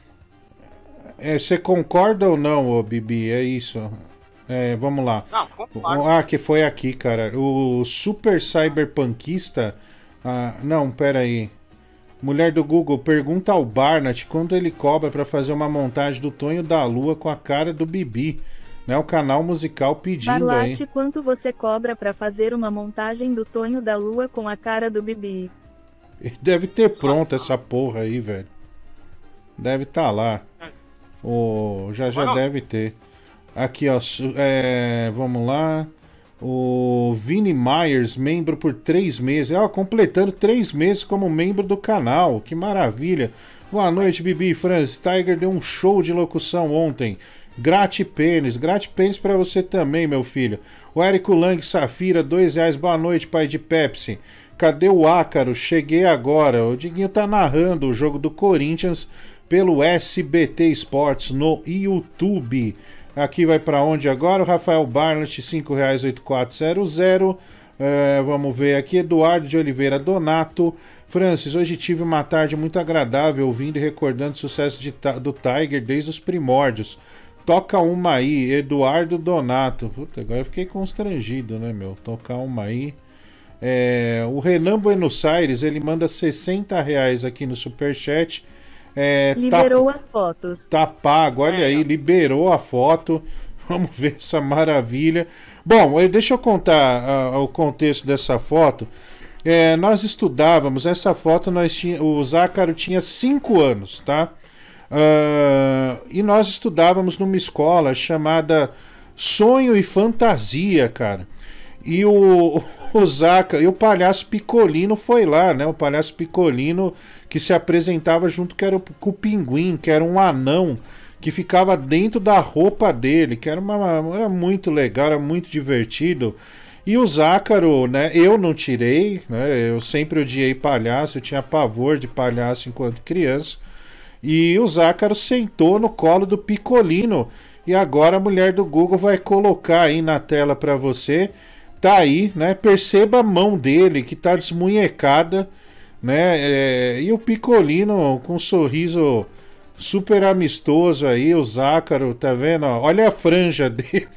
é você concorda ou não, ô Bibi? É isso. É, vamos lá. Não, concordo. Ah, que foi aqui, cara. O super cyberpunkista... Ah, não, pera aí. Mulher do Google, pergunta ao Barnett quanto ele cobra pra fazer uma montagem do Tonho da Lua com a cara do Bibi. Né, o canal musical pedindo Barlate, aí. quanto você cobra pra fazer uma montagem do Tonho da Lua com a cara do Bibi? Deve ter pronto essa porra aí, velho. Deve tá lá. O... Já já deve ter. Aqui, ó. su- É... Vamos lá. O Vini Myers, membro por três meses. Ó, completando três meses como membro do canal. Que maravilha. Boa noite, Bibi. Francis Tiger deu um show de locução ontem. Grate pênis, grate pênis pra você também, meu filho. O Érico Lang Safira, dois reais. Boa noite, pai de Pepsi. Cadê o Ácaro? Cheguei agora. O Diguinho tá narrando o jogo do Corinthians pelo S B T Esportes no YouTube. Aqui vai pra onde agora? O Rafael Barnett, cinco reais, oito quatro zero zero. É, vamos ver aqui. Eduardo de Oliveira Donato. Francis, hoje tive uma tarde muito agradável ouvindo e recordando o sucesso de, do Tiger desde os primórdios. Toca uma aí, Eduardo Donato. Puta, agora eu fiquei constrangido, né, meu? Tocar uma aí. É, o Renan Buenos Aires, ele manda sessenta reais aqui no Superchat. É, Liberou tá, as fotos. tá pago, olha aí, liberou a foto. Vamos ver essa maravilha. Bom, eh, deixa eu contar uh, o contexto dessa foto. É, nós estudávamos, essa foto nós tinha, o Zácaro tinha cinco anos, tá? Uh, e nós estudávamos numa escola chamada Sonho e Fantasia, cara. E o, o Zácaro, e o Palhaço Picolino foi lá, né? O Palhaço Picolino que se apresentava junto que era o, com o Pinguim, que era um anão que ficava dentro da roupa dele, que era, uma, era muito legal, era muito divertido. E o Zácaro, né? Eu não tirei, né? Eu sempre odiei palhaço, eu tinha pavor de palhaço enquanto criança. E o Zácaro sentou no colo do Picolino. E agora a mulher do Google vai colocar aí na tela para você. Tá aí, né? Perceba a mão dele que tá desmunhecada, né? É, e o Picolino com um sorriso super amistoso aí, o Zácaro, tá vendo? Olha a franja dele.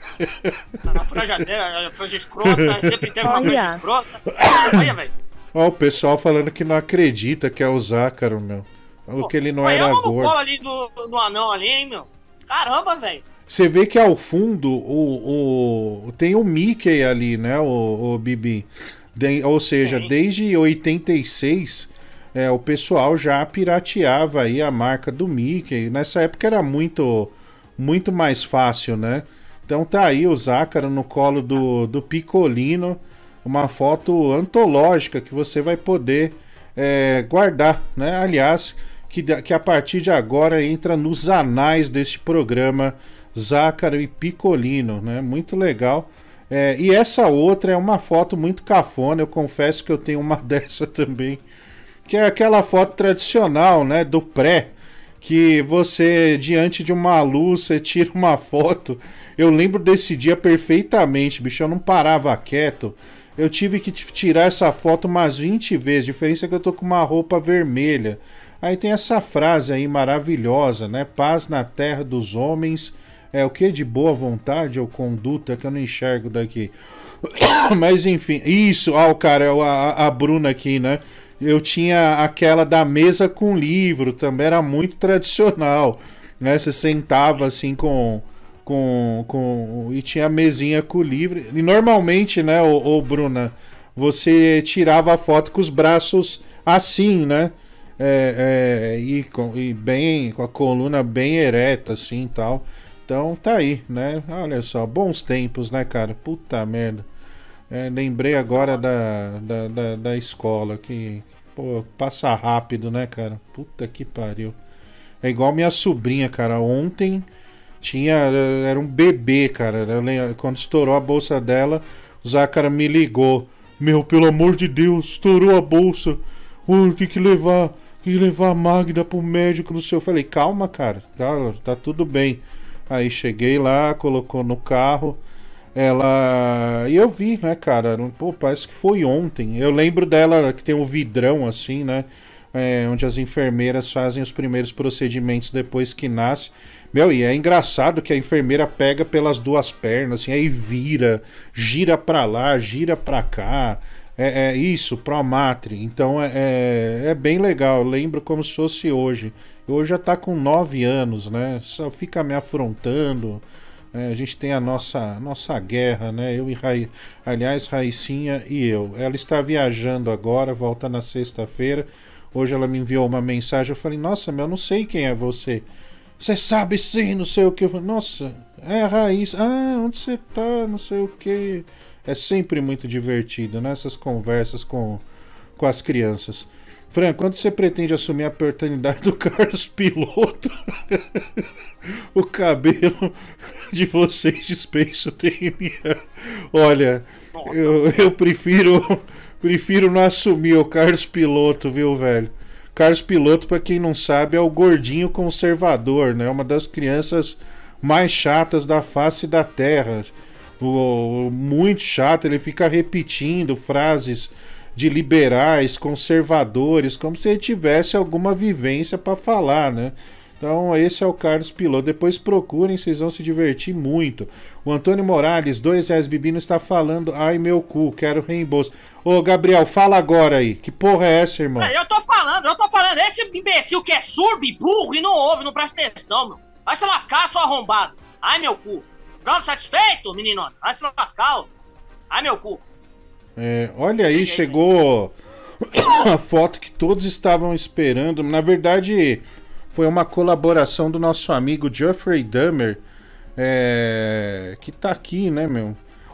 A franja dele, a franja escrota, sempre teve uma franja escrota. Olha, velho. Ó, o pessoal falando que não acredita que é o Zácaro, meu. Falou que ele não era gordo. Olha o colo ali do, do anão ali, hein, meu. Caramba, velho. Você vê que ao fundo o, o, tem o Mickey ali, né, o, o Bibi. De, ou seja, Sim. desde oitenta e seis, é, o pessoal já pirateava aí a marca do Mickey. Nessa época era muito, muito mais fácil, né? Então tá aí o Zácaro no colo do, do Picolino. Uma foto antológica que você vai poder é, guardar, né? Aliás, que, que a partir de agora entra nos anais deste programa Zácaro e Picolino, né? Muito legal. É, e essa outra é uma foto muito cafona, eu confesso que eu tenho uma dessa também, que é aquela foto tradicional, né, do pré, que você, diante de uma luz, você tira uma foto. Eu lembro desse dia perfeitamente, bicho, eu não parava quieto. Eu tive que tirar essa foto umas vinte vezes, a diferença é que eu tô com uma roupa vermelha. Aí tem essa frase aí maravilhosa, né, paz na terra dos homens. É o que de boa vontade ou conduta que eu não enxergo daqui. Mas enfim, isso, ó, cara, a, a Bruna aqui, né? Eu tinha aquela da mesa com livro, também era muito tradicional, né? Você sentava assim com, com, com e tinha a mesinha com o livro. E normalmente, né, ô, ô Bruna, você tirava a foto com os braços assim, né? É, é, e, com, e bem, com a coluna bem ereta, assim e tal. Então tá aí, né? Olha só, bons tempos, né, cara? Puta merda. É, lembrei agora da, da, da, da escola, que pô, passa rápido, né, cara? Puta que pariu. É igual minha sobrinha, cara. Ontem tinha. Era um bebê, cara. Quando estourou a bolsa dela, o Zácaro me ligou. Meu, pelo amor de Deus, estourou a bolsa. Oh, tem que levar, tem que levar a Magda pro médico, não sei. Eu falei, calma, cara. Calma, tá tudo bem. Aí cheguei lá, colocou no carro, ela... E eu vi, né, cara, pô, parece que foi ontem. Eu lembro dela que tem um vidrão assim, né, é, onde as enfermeiras fazem os primeiros procedimentos depois que nasce. Meu, e é engraçado que a enfermeira pega pelas duas pernas, assim, aí vira, gira pra lá, gira pra cá. É, é isso, Promatre. Então é, é, é bem legal, eu lembro como se fosse hoje. Hoje já tá com nove anos, né? Só fica me afrontando. É, a gente tem a nossa, nossa guerra, né? Eu e Rai... Aliás, Raicinha e eu. Ela está viajando agora, volta na sexta-feira. Hoje ela me enviou uma mensagem. Eu falei, nossa, meu, eu não sei quem é você. Você sabe sim, não sei o que. Eu falei, nossa, é a Raíssa. Ah, onde você tá? Não sei o que. É sempre muito divertido, né? Essas conversas com, com as crianças. Fran, quando você pretende assumir a paternidade do Carlos Piloto? O cabelo de vocês dispensa o T M A. Olha, eu, eu prefiro prefiro não assumir o Carlos Piloto, viu, velho? Carlos Piloto, pra quem não sabe, é o gordinho conservador, né? Uma das crianças mais chatas da face da terra. O, muito chato, ele fica repetindo frases de liberais, conservadores, como se ele tivesse alguma vivência para falar, né? Então esse é o Carlos Piloto. Depois procurem, vocês vão se divertir muito. O Antônio Morales, dois reais Bibino, está falando, ai meu cu, quero reembolso. Ô Gabriel, fala agora aí, que porra é essa, irmão? Eu tô falando, eu tô falando, esse imbecil que é surdo e burro e não ouve, não presta atenção, meu. Vai se lascar, sua arrombado. Ai meu cu. Pronto, satisfeito, menino? Vai se lascar, ó. Ai meu cu. É, olha aí, chegou a foto que todos estavam esperando. Na verdade, foi uma colaboração do nosso amigo Jeffrey Dahmer, é, que tá aqui, né, meu?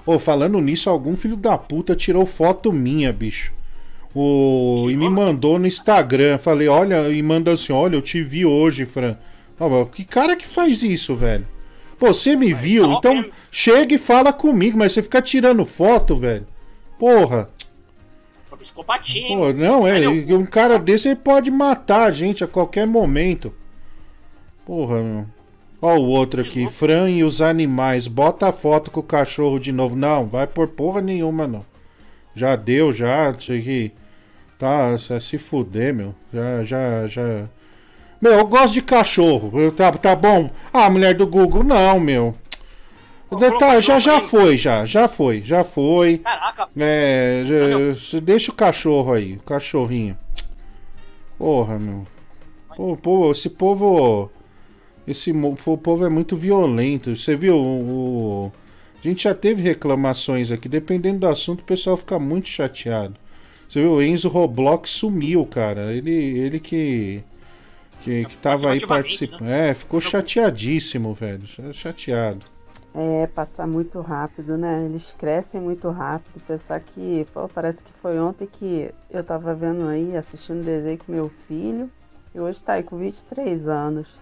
Ô, falando nisso, algum filho da puta tirou foto minha, bicho. O... E me mandou no Instagram. Falei, olha, e manda assim, olha, eu te vi hoje, Fran. Oh, que cara que faz isso, velho? Pô, você me viu, então chega e fala comigo, mas você fica tirando foto, velho. Porra. Psicopatinho. Pô, não, é, um cara desse ele pode matar a gente a qualquer momento. Porra, meu. Ó o outro aqui, Fran e os animais. Bota a foto com o cachorro de novo. Não, vai por porra nenhuma, não. Já deu, já. Isso aqui. Tá, se fuder, meu. Já, já, já. Meu, eu gosto de cachorro. Eu, tá, tá bom. Ah, mulher do Google, não, meu. Tá, já, já foi, já. Já foi, já foi. Caraca. É, já, deixa o cachorro aí, o cachorrinho. Porra, meu. Pô, pô, esse povo. Esse povo é muito violento. Você viu? O, o, a gente já teve reclamações aqui. Dependendo do assunto, o pessoal fica muito chateado. Você viu? O Enzo Roblox sumiu, cara. Ele, ele que. Que, que tava aí participando. Né? É, ficou chateadíssimo, velho. Chateado. É, passar muito rápido, né? Eles crescem muito rápido. Pensar que, pô, parece que foi ontem que eu tava vendo aí, assistindo desenho com meu filho. E hoje tá aí com vinte e três anos.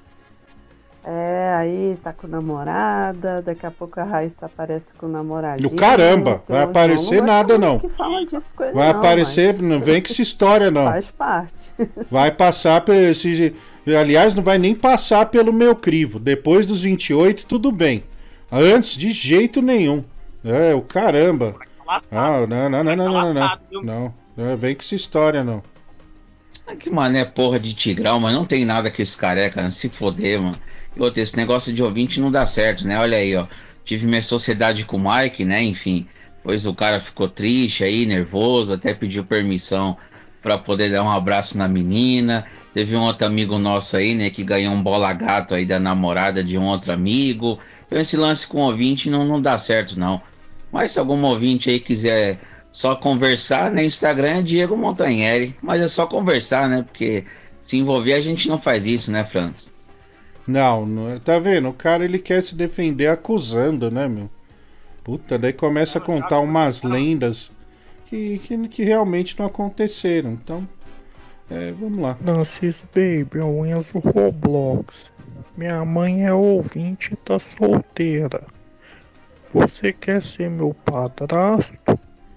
É, aí tá com namorada. Daqui a pouco a Raíssa aparece com o namoradinho. No caramba, vai aparecer não nada não. Que fala disso com ele, vai não, aparecer, mas... não vem com essa história não. Faz parte. Vai passar por esse. Aliás, não vai nem passar pelo meu crivo. Depois dos vinte e oito, tudo bem. Antes, de jeito nenhum. É, o caramba. Ah, não, não, não, não, não, não, não. Não, vem com essa história, não. Que mané porra de Tigrão, mas não tem nada com esse careca, se foder, mano. E outro, esse negócio de ouvinte não dá certo, né? Olha aí, ó. Tive minha sociedade com o Mike, né? Enfim, pois o cara ficou triste aí, nervoso, até pediu permissão pra poder dar um abraço na menina. Teve um outro amigo nosso aí, né, que ganhou um bola gato aí da namorada de um outro amigo. Então esse lance com ouvinte não, não dá certo, não. Mas se algum ouvinte aí quiser só conversar, né, Instagram é Diego Montanheri. Mas é só conversar, né, porque se envolver a gente não faz isso, né, Franz? Não, não, tá vendo? O cara ele quer se defender acusando, né, meu? Puta, daí começa a contar umas lendas que, que, que realmente não aconteceram. Então, é, vamos lá. Nancy's Baby, eu Enzo Roblox. Minha mãe é ouvinte e tá solteira. Você quer ser meu padrasto?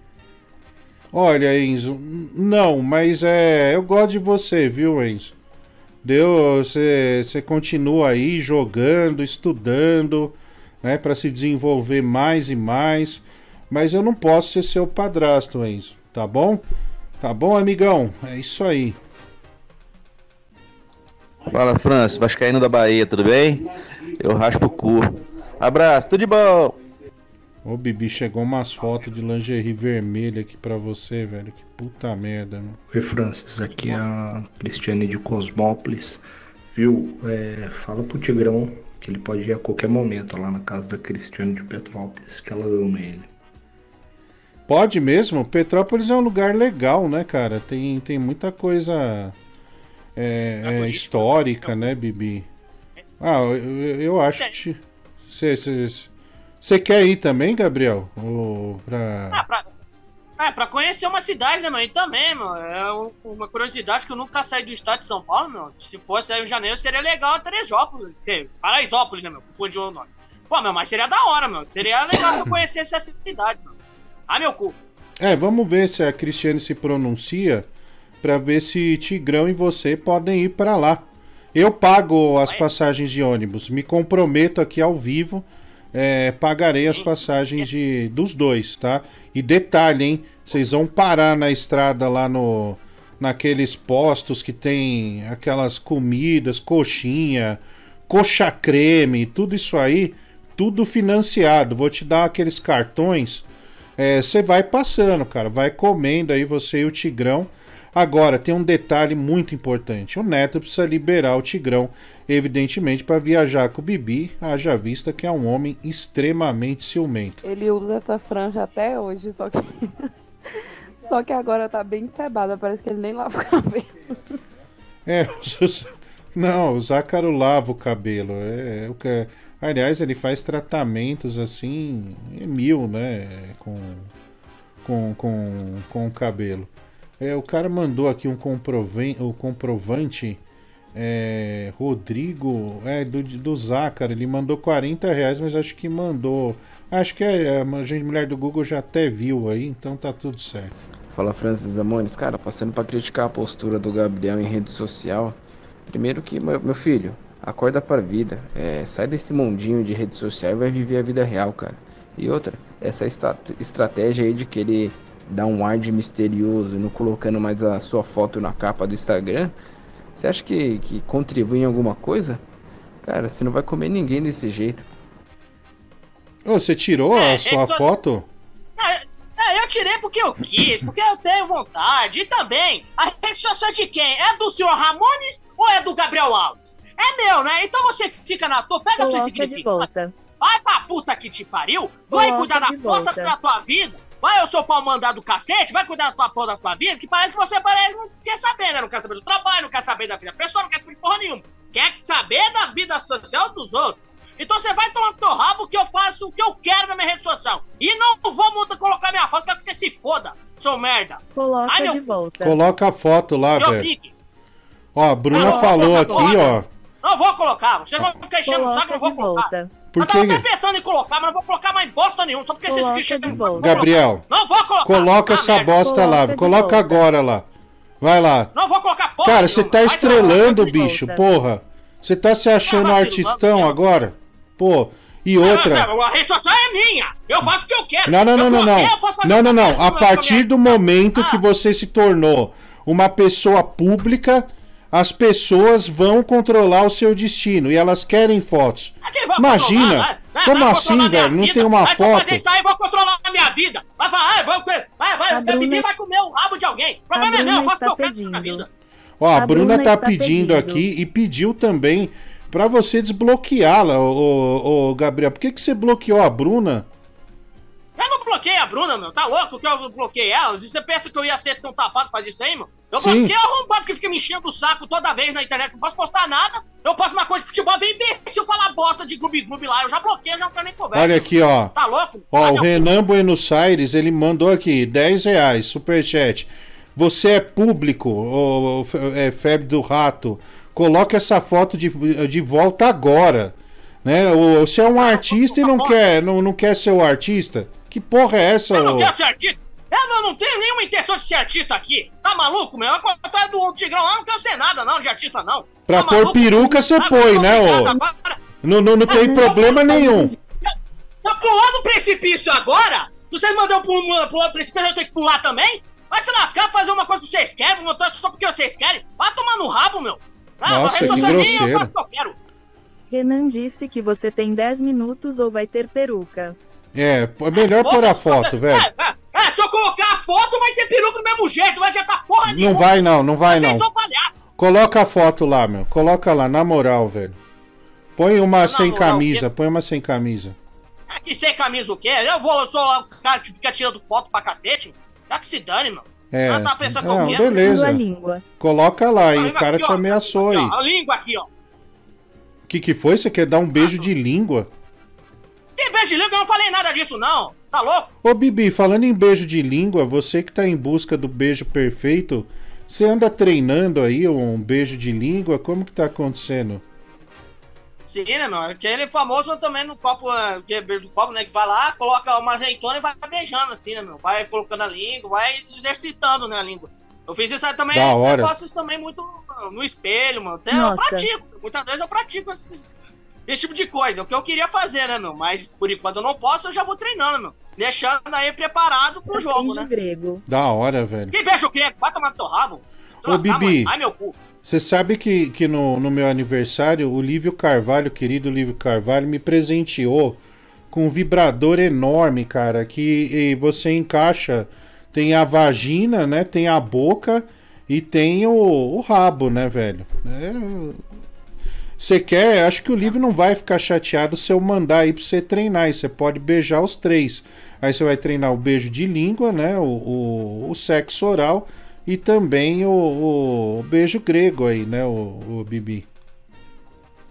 Olha, Enzo, não, mas é, eu gosto de você, viu, Enzo? Deu, você, você continua aí jogando, estudando, né, para se desenvolver mais e mais, mas eu não posso ser seu padrasto, Enzo, tá bom? Tá bom, amigão? É isso aí. Fala, Francis, vascaíno da Bahia, tudo bem? Eu raspo o cu. Abraço, tudo de bom! Ô, Bibi, chegou umas fotos de lingerie vermelha aqui pra você, velho. Que puta merda, né? Oi, Francis, aqui é a Cristiane de Cosmópolis. Viu? É, fala pro Tigrão que ele pode ir a qualquer momento lá na casa da Cristiane de Petrópolis, que ela ama ele. Pode mesmo? Petrópolis é um lugar legal, né, cara? Tem, tem muita coisa é, é, histórica, né, Bibi? Ah, eu, eu acho que... Cê, cê, Você quer ir também, Gabriel? Ou pra... Ah, pra... Ah, pra conhecer uma cidade, né, mano? E também, mano, é uma curiosidade que eu nunca saí do estado de São Paulo, meu. Se fosse aí em janeiro, seria legal Teresópolis. Paraisópolis, né, meu? Confundi o nome. Pô, meu, mas seria da hora, meu. Seria legal se eu conhecesse essa cidade, meu. Ah, meu cu. É, vamos ver se a Cristiane se pronuncia pra ver se Tigrão e você podem ir pra lá. Eu pago as passagens de ônibus. Me comprometo aqui ao vivo. É, pagarei as passagens de, dos dois, tá? E detalhe, hein? Vocês vão parar na estrada lá no naqueles postos que tem aquelas comidas, coxinha, coxa creme, tudo isso aí, tudo financiado. Vou te dar aqueles cartões. Você é, vai passando, cara. Vai comendo aí você e o Tigrão. Agora, tem um detalhe muito importante. O Neto precisa liberar o Tigrão, evidentemente, para viajar com o Bibi, haja vista que é um homem extremamente ciumento. Ele usa essa franja até hoje, só que só que agora tá bem encebada, parece que ele nem lava o cabelo. É, Não, o Zácaro lava o cabelo. É, é o que, aliás, ele faz tratamentos assim, é mil, né? Com, com, com, com o cabelo. É, o cara mandou aqui um comprovante, o comprovante é, Rodrigo, é, do, do Zácaro. Ele mandou quarenta reais, mas acho que mandou. Acho que é, a gente, mulher do Google já até viu aí, então tá tudo certo. Fala, Francis Amones. Cara, passando pra criticar a postura do Gabriel em rede social. Primeiro que, meu, meu filho, acorda pra vida. É, sai desse mundinho de rede social e vai viver a vida real, cara. E outra, essa estra estratégia aí de querer dar um ar de misterioso e não colocando mais a sua foto na capa do Instagram, você acha que, que contribui em alguma coisa? Cara, você não vai comer ninguém desse jeito. Ô, você tirou É, a sua só- foto? É, é, eu tirei porque eu quis, porque eu tenho vontade. E também, a rede social é de quem? É do senhor Ramones ou é do Gabriel Alves? É meu, né? Então você fica na tua, pega a sua Coloca de insignificância. volta. Vai pra puta que te pariu, vai Coloca cuidar da de força volta. da tua vida, vai o seu pau mandar do cacete, vai cuidar da tua porra da tua vida, que parece que você parece não quer saber, né? Não quer saber do trabalho, não quer saber da vida da pessoa, não quer saber de porra nenhuma. Quer saber da vida social dos outros. Então você vai tomar no teu rabo que eu faço o que eu quero na minha rede social. E não vou muito colocar minha foto, quero que você se foda, seu merda. Coloca Ai, meu- de volta. Coloca a foto lá, Me velho. obrigue. Ó, a Bruna Não, falou não, aqui, não, ó. Não vou colocar, vocês vão ficar enchendo o saco, não Coloca vou de colocar. volta. Por Eu tava que- até pensando em colocar, mas não vou colocar mais bosta nenhuma, só porque vocês Coloca ficam de enchendo. volta. Gabriel, Não vou colocar. coloca Ah, essa merda. bosta lá. Coloca de Coloca volta. agora lá. Vai lá. Não vou colocar porra Cara, você nenhuma. tá Vai se estrelando, lascar, bicho, volta. porra. Você tá se achando Ah, artistão agora? Pô, e Não, outra. não, a rede social é minha. Eu faço o que eu quero. Não, não, não, Eu não, coloquei, não. eu posso fazer Não, o que não, eu não. quero, A eu partir quero. do momento Ah. que você se tornou uma pessoa pública, as pessoas vão controlar o seu destino e elas querem fotos. Quem vai Imagina, controlar, vai- vai- como vai assim, controlar minha velho? Não vida? tem uma Vai só foto. fazer isso aí, vou controlar a minha vida. Vai falar, ah, vai, vai, vai, A o Bibi Bruna- vai comer o rabo de alguém. O problema A é meu, eu Bruna faço o que eu está quero na minha pedindo. vida. Ó, a, A Bruna, Bruna tá está pedindo pedindo. aqui e pediu também pra você desbloqueá-la, ô, ô, ô, Gabriel. Por que, que você bloqueou a Bruna? Eu não bloqueei a Bruna, meu. Tá louco que eu bloqueei ela? Você pensa que eu ia ser tão tapado fazer isso aí, meu? Eu Sim. bloqueei o arrombado que fica me enchendo o saco toda vez na internet. Não posso postar nada. Eu posto uma coisa de futebol, vem imbecil falar bosta de clube-clube lá. Eu já bloqueei, eu já não quero nem conversa. Olha aqui, ó. Tá louco? Ó, Ah, o meu- Renan Buenos Aires, ele mandou aqui dez reais, superchat. Você é público, ô, ô, é, Febre do Rato. Coloca essa foto de, de volta agora. Né? Ou, você é um artista e não quer, não, não quer ser o artista? Que porra é essa, Eu não ô? quero ser artista. Eu não, não tenho nenhuma intenção de ser artista aqui. Tá maluco, meu? Ao contrário do Tigrão lá, eu não quero ser nada, não, de artista, não. Pra Tá pôr maluco? peruca você Agora põe, eu tô né, obrigado ô? agora. Não, não, não tem problema nenhum. Tá pulando o precipício agora? Vocês mandam pular pular o precipício, eu tenho que pular também? Vai se lascar, fazer uma coisa que vocês querem, votar só porque vocês querem. Vai tomar no rabo, meu. Ah, Nossa, a rede que social é minha, eu grosseiro. faço o que eu quero. Renan disse que você tem dez minutos ou vai ter peruca. É, é melhor pôr a foto, velho. É, é, é, se eu colocar a foto, vai ter peruca do mesmo jeito, não vai adiantar porra Não nenhuma. vai não, não vai Vocês não. são palhaços. Coloca a foto lá, meu. Coloca lá, na moral, velho. Põe uma sem moral, camisa, o põe uma sem camisa. Aqui sem camisa o quê? Eu vou, eu sou lá o cara que fica tirando foto pra cacete. Já que se dane, meu. É, Ela tá pensando não, que eu quero. beleza. A língua. Coloca lá, e A o língua cara aqui, te ó. ameaçou Aqui, aí. ó, a língua aqui, ó. O que que foi? Você quer dar um beijo de língua? Que beijo de língua, eu não falei nada disso, não. Tá louco? Ô, Bibi, falando em beijo de língua, você que tá em busca do beijo perfeito, você anda treinando aí um beijo de língua? Como que tá acontecendo? Sim, né, meu? Aquele famoso também no copo, né, que é beijo do copo, né? Que vai lá, coloca uma azeitona e vai beijando assim, né, meu? Vai colocando a língua, vai exercitando, né, a língua. Eu fiz isso aí também, Da hora. eu faço isso também muito no espelho, mano. Até eu Nossa. pratico, muitas vezes eu pratico esses, esse tipo de coisa. É o que eu queria fazer, né, meu? Mas por enquanto eu não posso, eu já vou treinando, meu. Deixando aí preparado pro jogo, Beijo né? grego. Da hora, velho. Que beijo grego, vai tomar no teu rabo. Se Ô, lascar, Bibi. mano. Ai, meu cu. Você sabe que, que no, no meu aniversário, o Lívio Carvalho, querido Lívio Carvalho, me presenteou com um vibrador enorme, cara, que e você encaixa, tem a vagina, né, tem a boca e tem o, o rabo, né, velho? É, você quer, acho que o Lívio não vai ficar chateado se eu mandar aí pra você treinar, e você pode beijar os três. Aí você vai treinar o beijo de língua, né, o, o, o sexo oral, e também o, o beijo grego aí, né, o, o Bibi.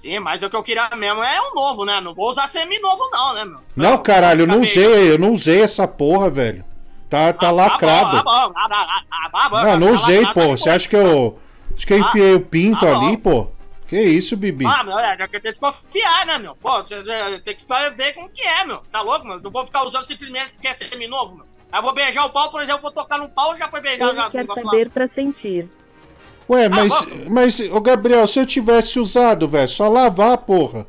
Sim, mas o que eu queria mesmo é o novo, né? Não vou usar semi-novo não, né, meu? Não, caralho, eu não usei, eu não usei essa porra, velho. Tá, tá lacrado. Tá bom, tá bom, tá bom, tá bom, Não, não tá usei, lacrado, pô. tá Você acha que eu. Acho que eu enfiei o pinto tá bom. ali, pô? Que isso, Bibi? Ah, meu, é, já que tem que desconfiar, né, meu? Pô, você é, tem que ver como que é, meu. Tá louco, meu? Não vou ficar usando simplesmente porque é semi-novo, meu. Aí eu vou beijar o pau, por exemplo, vou tocar num pau e já foi beijar. Ele já, quer negócio saber lá. pra sentir. Ué, mas. Mas, ô Gabriel, se eu tivesse usado, velho, só lavar, porra.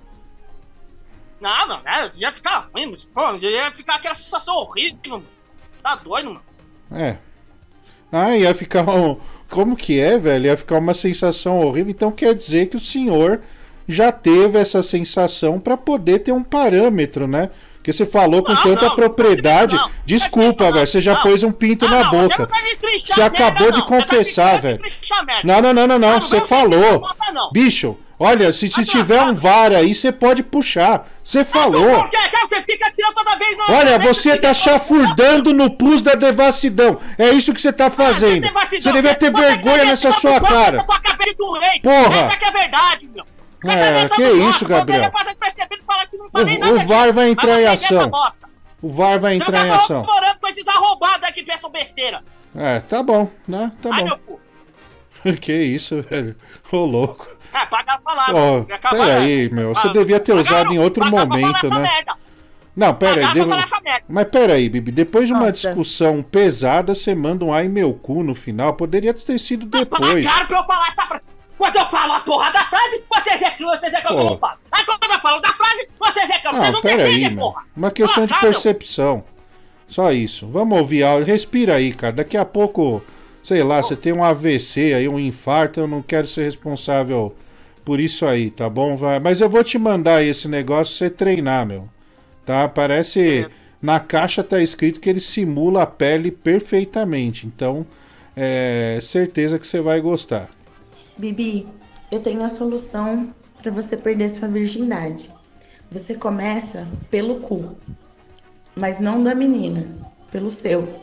Não, não, né? Ia ficar ruim, mas, pô, ia ficar aquela sensação horrível, mano. Tá doido, mano. É. Ah, ia ficar um... Como que é, velho? Ia ficar uma sensação horrível. Então quer dizer que o senhor já teve essa sensação pra poder ter um parâmetro, né? Porque você falou com Não, tanta não, propriedade. não, Desculpa, velho. Você já não. pôs um pinto Ah, na não, você boca. não tá destrinchando Você acabou merda, de não. confessar, Você tá velho. destrinchando merda. Não, não, não, não, não. Não, Você não, falou. não, não. Bicho, olha, se, se tiver um V A R aí, você pode puxar. Você falou. Por quê? Você fica tirando toda vez na... Olha, você tá chafurdando no pus da devassidão. É isso que você tá fazendo. Você devia ter vergonha nessa sua cara. Porra! Essa que é verdade, meu. É, que isso, Gabriel. O, o V A R vai entrar em ação. O V A R vai entrar em ação. Você tá corroborando com esses arrombados aí que pensam besteira. É, tá bom, né? Tá Ai, bom. meu cu. Que isso, velho. Ô, louco. É, pagar a palavra. Ó, peraí, meu. Você devia ter usado em outro momento, né? Não, pera aí. Devo... Mas pera aí, Bibi. Depois de uma Nossa. discussão pesada, você manda um ai meu cu no final. Poderia ter sido depois. Claro pra eu falar essa frase. Quando eu falo a porra da frase, vocês reclamam, vocês reclamam que eu não falo. Aí quando eu falo da frase, vocês reclamam, vocês Não, não pera aí, decidem, meu. porra. Uma questão de Ah, meu. percepção. Só isso. Vamos ouvir áudio. Respira aí, cara. Daqui a pouco, sei lá, você tem um A V C aí, um infarto. Eu não quero ser responsável por isso aí, tá bom? Vai. Mas eu vou te mandar aí esse negócio pra você treinar, meu. Tá? Parece... Na caixa tá escrito que ele simula a pele perfeitamente. Então, é certeza que você vai gostar. Bibi, eu tenho a solução para você perder sua virgindade. Você começa pelo cu, mas não da menina, pelo seu.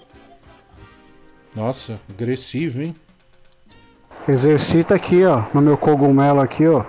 Nossa, agressivo, hein? Exercita aqui, ó, no meu cogumelo aqui, ó.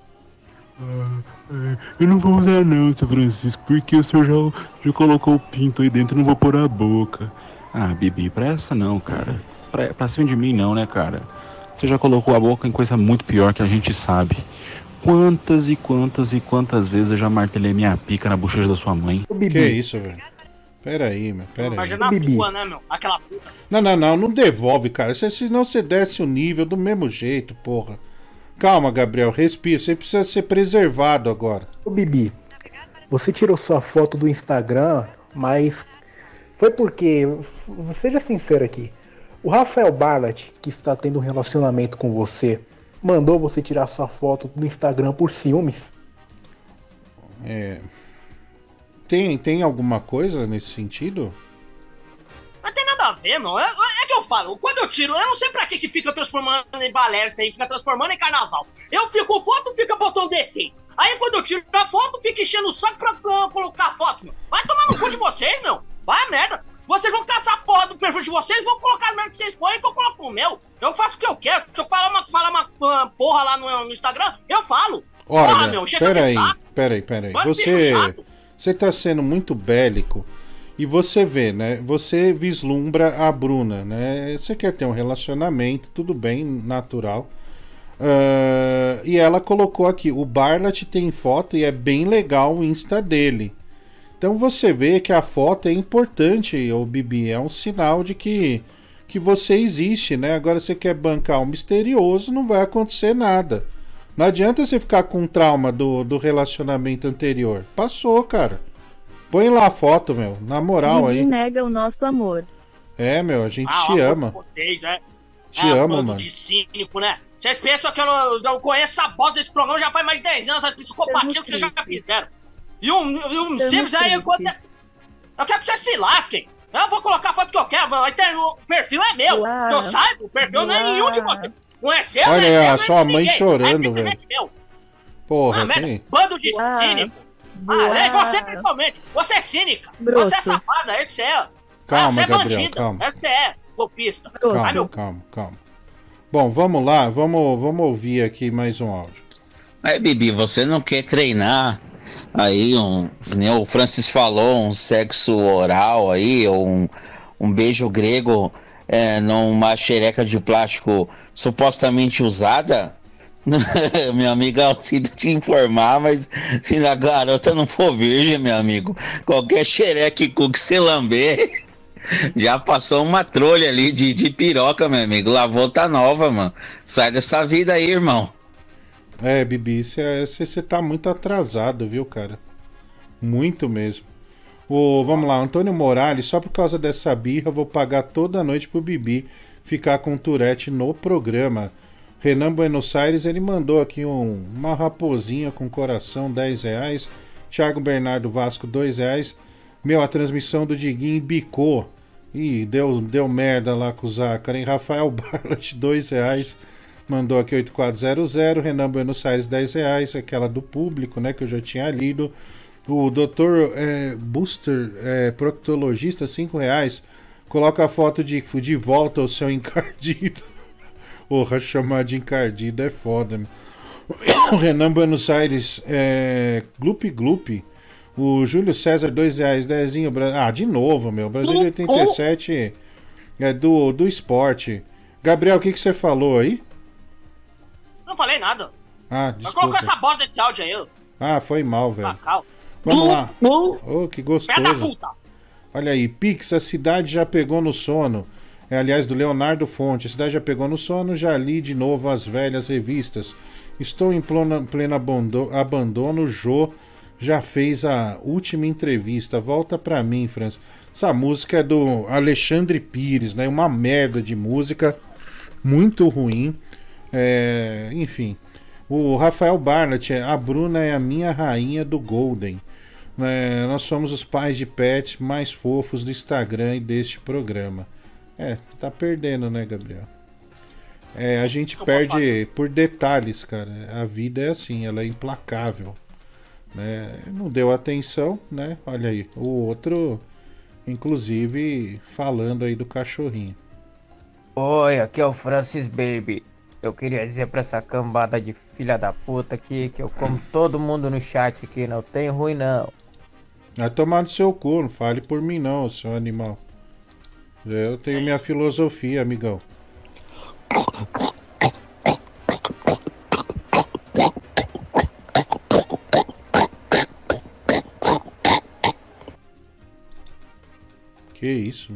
Eu não vou usar não, seu Francisco, porque o senhor já, já colocou o pinto aí dentro e não vou pôr a boca. Ah, Bibi, pra essa não, cara. Pra, pra cima de mim não, né, cara? Você já colocou a boca em coisa muito pior que a gente sabe. Quantas e quantas e quantas vezes eu já martelei minha pica na bochecha da sua mãe? Que isso, velho? Pera aí, meu, pera aí. Imagina a tua, né, meu? Aquela puta. Não, não, não, não devolve, cara. Se, senão você desce o nível do mesmo jeito, porra. Calma, Gabriel, respira. Você precisa ser preservado agora. Ô Bibi, você tirou sua foto do Instagram, mas foi porque, seja sincero aqui, o Rafael Barlat, que está tendo um relacionamento com você, mandou você tirar sua foto do Instagram por ciúmes? É... Tem, tem alguma coisa nesse sentido? Não tem nada a ver, meu. É, é que eu falo, quando eu tiro, eu não sei pra que que fica transformando em balé isso aí, fica transformando em carnaval. Eu fico foto, fica botando defeito. Aí quando eu tiro a foto, fica enchendo o saco pra uh, colocar a foto, meu. Vai tomar no cu de vocês, meu. Vai a merda. Vocês vão caçar a porra do perfil de vocês, vão colocar as merda que vocês põem que eu coloco no meu. Eu faço o que eu quero. Se eu falar uma, falar uma uh, porra lá no, no Instagram, eu falo. Olha, porra, meu, encheção de peraí, saco. peraí, peraí. Vai, bicho Você, chato. você tá sendo muito bélico. E você vê, né? Você vislumbra a Bruna, né? Você quer ter um relacionamento, tudo bem, natural. Uh, e ela colocou aqui, o Barlat tem foto e é bem legal o Insta dele. Então você vê que a foto é importante, ô Bibi, é um sinal de que, que você existe, né? Agora você quer bancar um misterioso, não vai acontecer nada. Não adianta você ficar com trauma do, do relacionamento anterior. Passou, cara. Põe lá a foto, meu. Na moral Bibi aí. nega o nosso amor. É, meu, a gente Ah, te ó, ama. Vocês, é, Te é, amo, bando mano. de cínico, né? Vocês pensam que eu, eu conheço essa bosta desse programa já faz mais de dez anos, essa psicopatia que vocês já fizeram. E um, e um simples aí, enquanto... Eu quero que vocês se lasquem. Eu vou colocar a foto que eu quero, mas o perfil é meu. Uau. Eu saiba, o perfil não é nenhum de vocês. Não é seu, Olha não é aí, seu, a não é sua de mãe ninguém. chorando, É velho. simplesmente meu. Porra, Ah, merda, tem. bando de Uau. cínico. Uau. Ah, é você principalmente. Você é cínica. Grosso. Você é safada, esse é. Calma, você é Gabriel, bandida. calma. Esse é golpista. Ai, Calma, meu... calma, calma. Bom, vamos lá, vamos, vamos ouvir aqui mais um áudio. Aí, Bibi, você não quer treinar aí um, nem o Francis falou, um sexo oral aí, ou um, um beijo grego é, numa xereca de plástico supostamente usada? Meu amigo, eu sinto te informar, mas se a garota não for virgem, meu amigo, qualquer xereque que você lamber, já passou uma trolha ali de, de piroca, meu amigo. Lavou, tá nova, mano. Sai dessa vida aí, irmão. É, Bibi, você tá muito atrasado, viu, cara? Muito mesmo. Ô, vamos lá, Antônio Morales, só por causa dessa birra, vou pagar toda noite pro Bibi ficar com o Tourette no programa. Renan Buenos Aires, ele mandou aqui um, uma raposinha com coração, dez reais. Thiago Bernardo Vasco, dois reais. Meu, a transmissão do Diguinho bicou. Ih, deu, deu merda lá com o Zácara, hein? Rafael Barlat, dois reais. Mandou aqui oito quatro zero zero. Renan Buenos Aires, dez reais. Aquela do público, né? Que eu já tinha lido. O doutor é, Buster, é, proctologista, cinco reais. Coloca a foto de, de volta ao seu encardido. Porra, chamar de encardido é foda. O Renan Buenos Aires, é, Glup Glup. O Júlio César, dois reais, dezinho. Ah, de novo, meu. Brasil de oitenta e sete é do, do esporte. Gabriel, o que, que você falou aí? Não falei nada. Ah, Mas desculpa. colocou essa bosta desse áudio aí. Ah, foi mal, velho. Pascal. Vamos lá. Oh, que gostoso. Pé da puta. Olha aí, Pix, a cidade já pegou no sono. É, aliás, do Leonardo Fonte. A cidade já pegou no sono, já li de novo as velhas revistas. Estou em pleno, pleno abandono, abandono. Jô já fez a última entrevista. Volta pra mim, Franz. Essa música é do Alexandre Pires, né? Uma merda de música. Muito ruim. É, enfim. O Rafael Barnett, a Bruna é a minha rainha do Golden. É, nós somos os pais de pet mais fofos do Instagram e deste programa. É, tá perdendo, né, Gabriel? É, a gente perde por detalhes, cara. A vida é assim, ela é implacável. Né? Não deu atenção, né? Olha aí, o outro, inclusive, falando aí do cachorrinho. Oi, aqui é o Francis Baby. Eu queria dizer pra essa cambada de filha da puta aqui que eu como todo mundo no chat aqui, não tem ruim não. Vai tomar no seu cu, não fale por mim não, seu animal. Eu tenho minha filosofia, amigão. Que isso?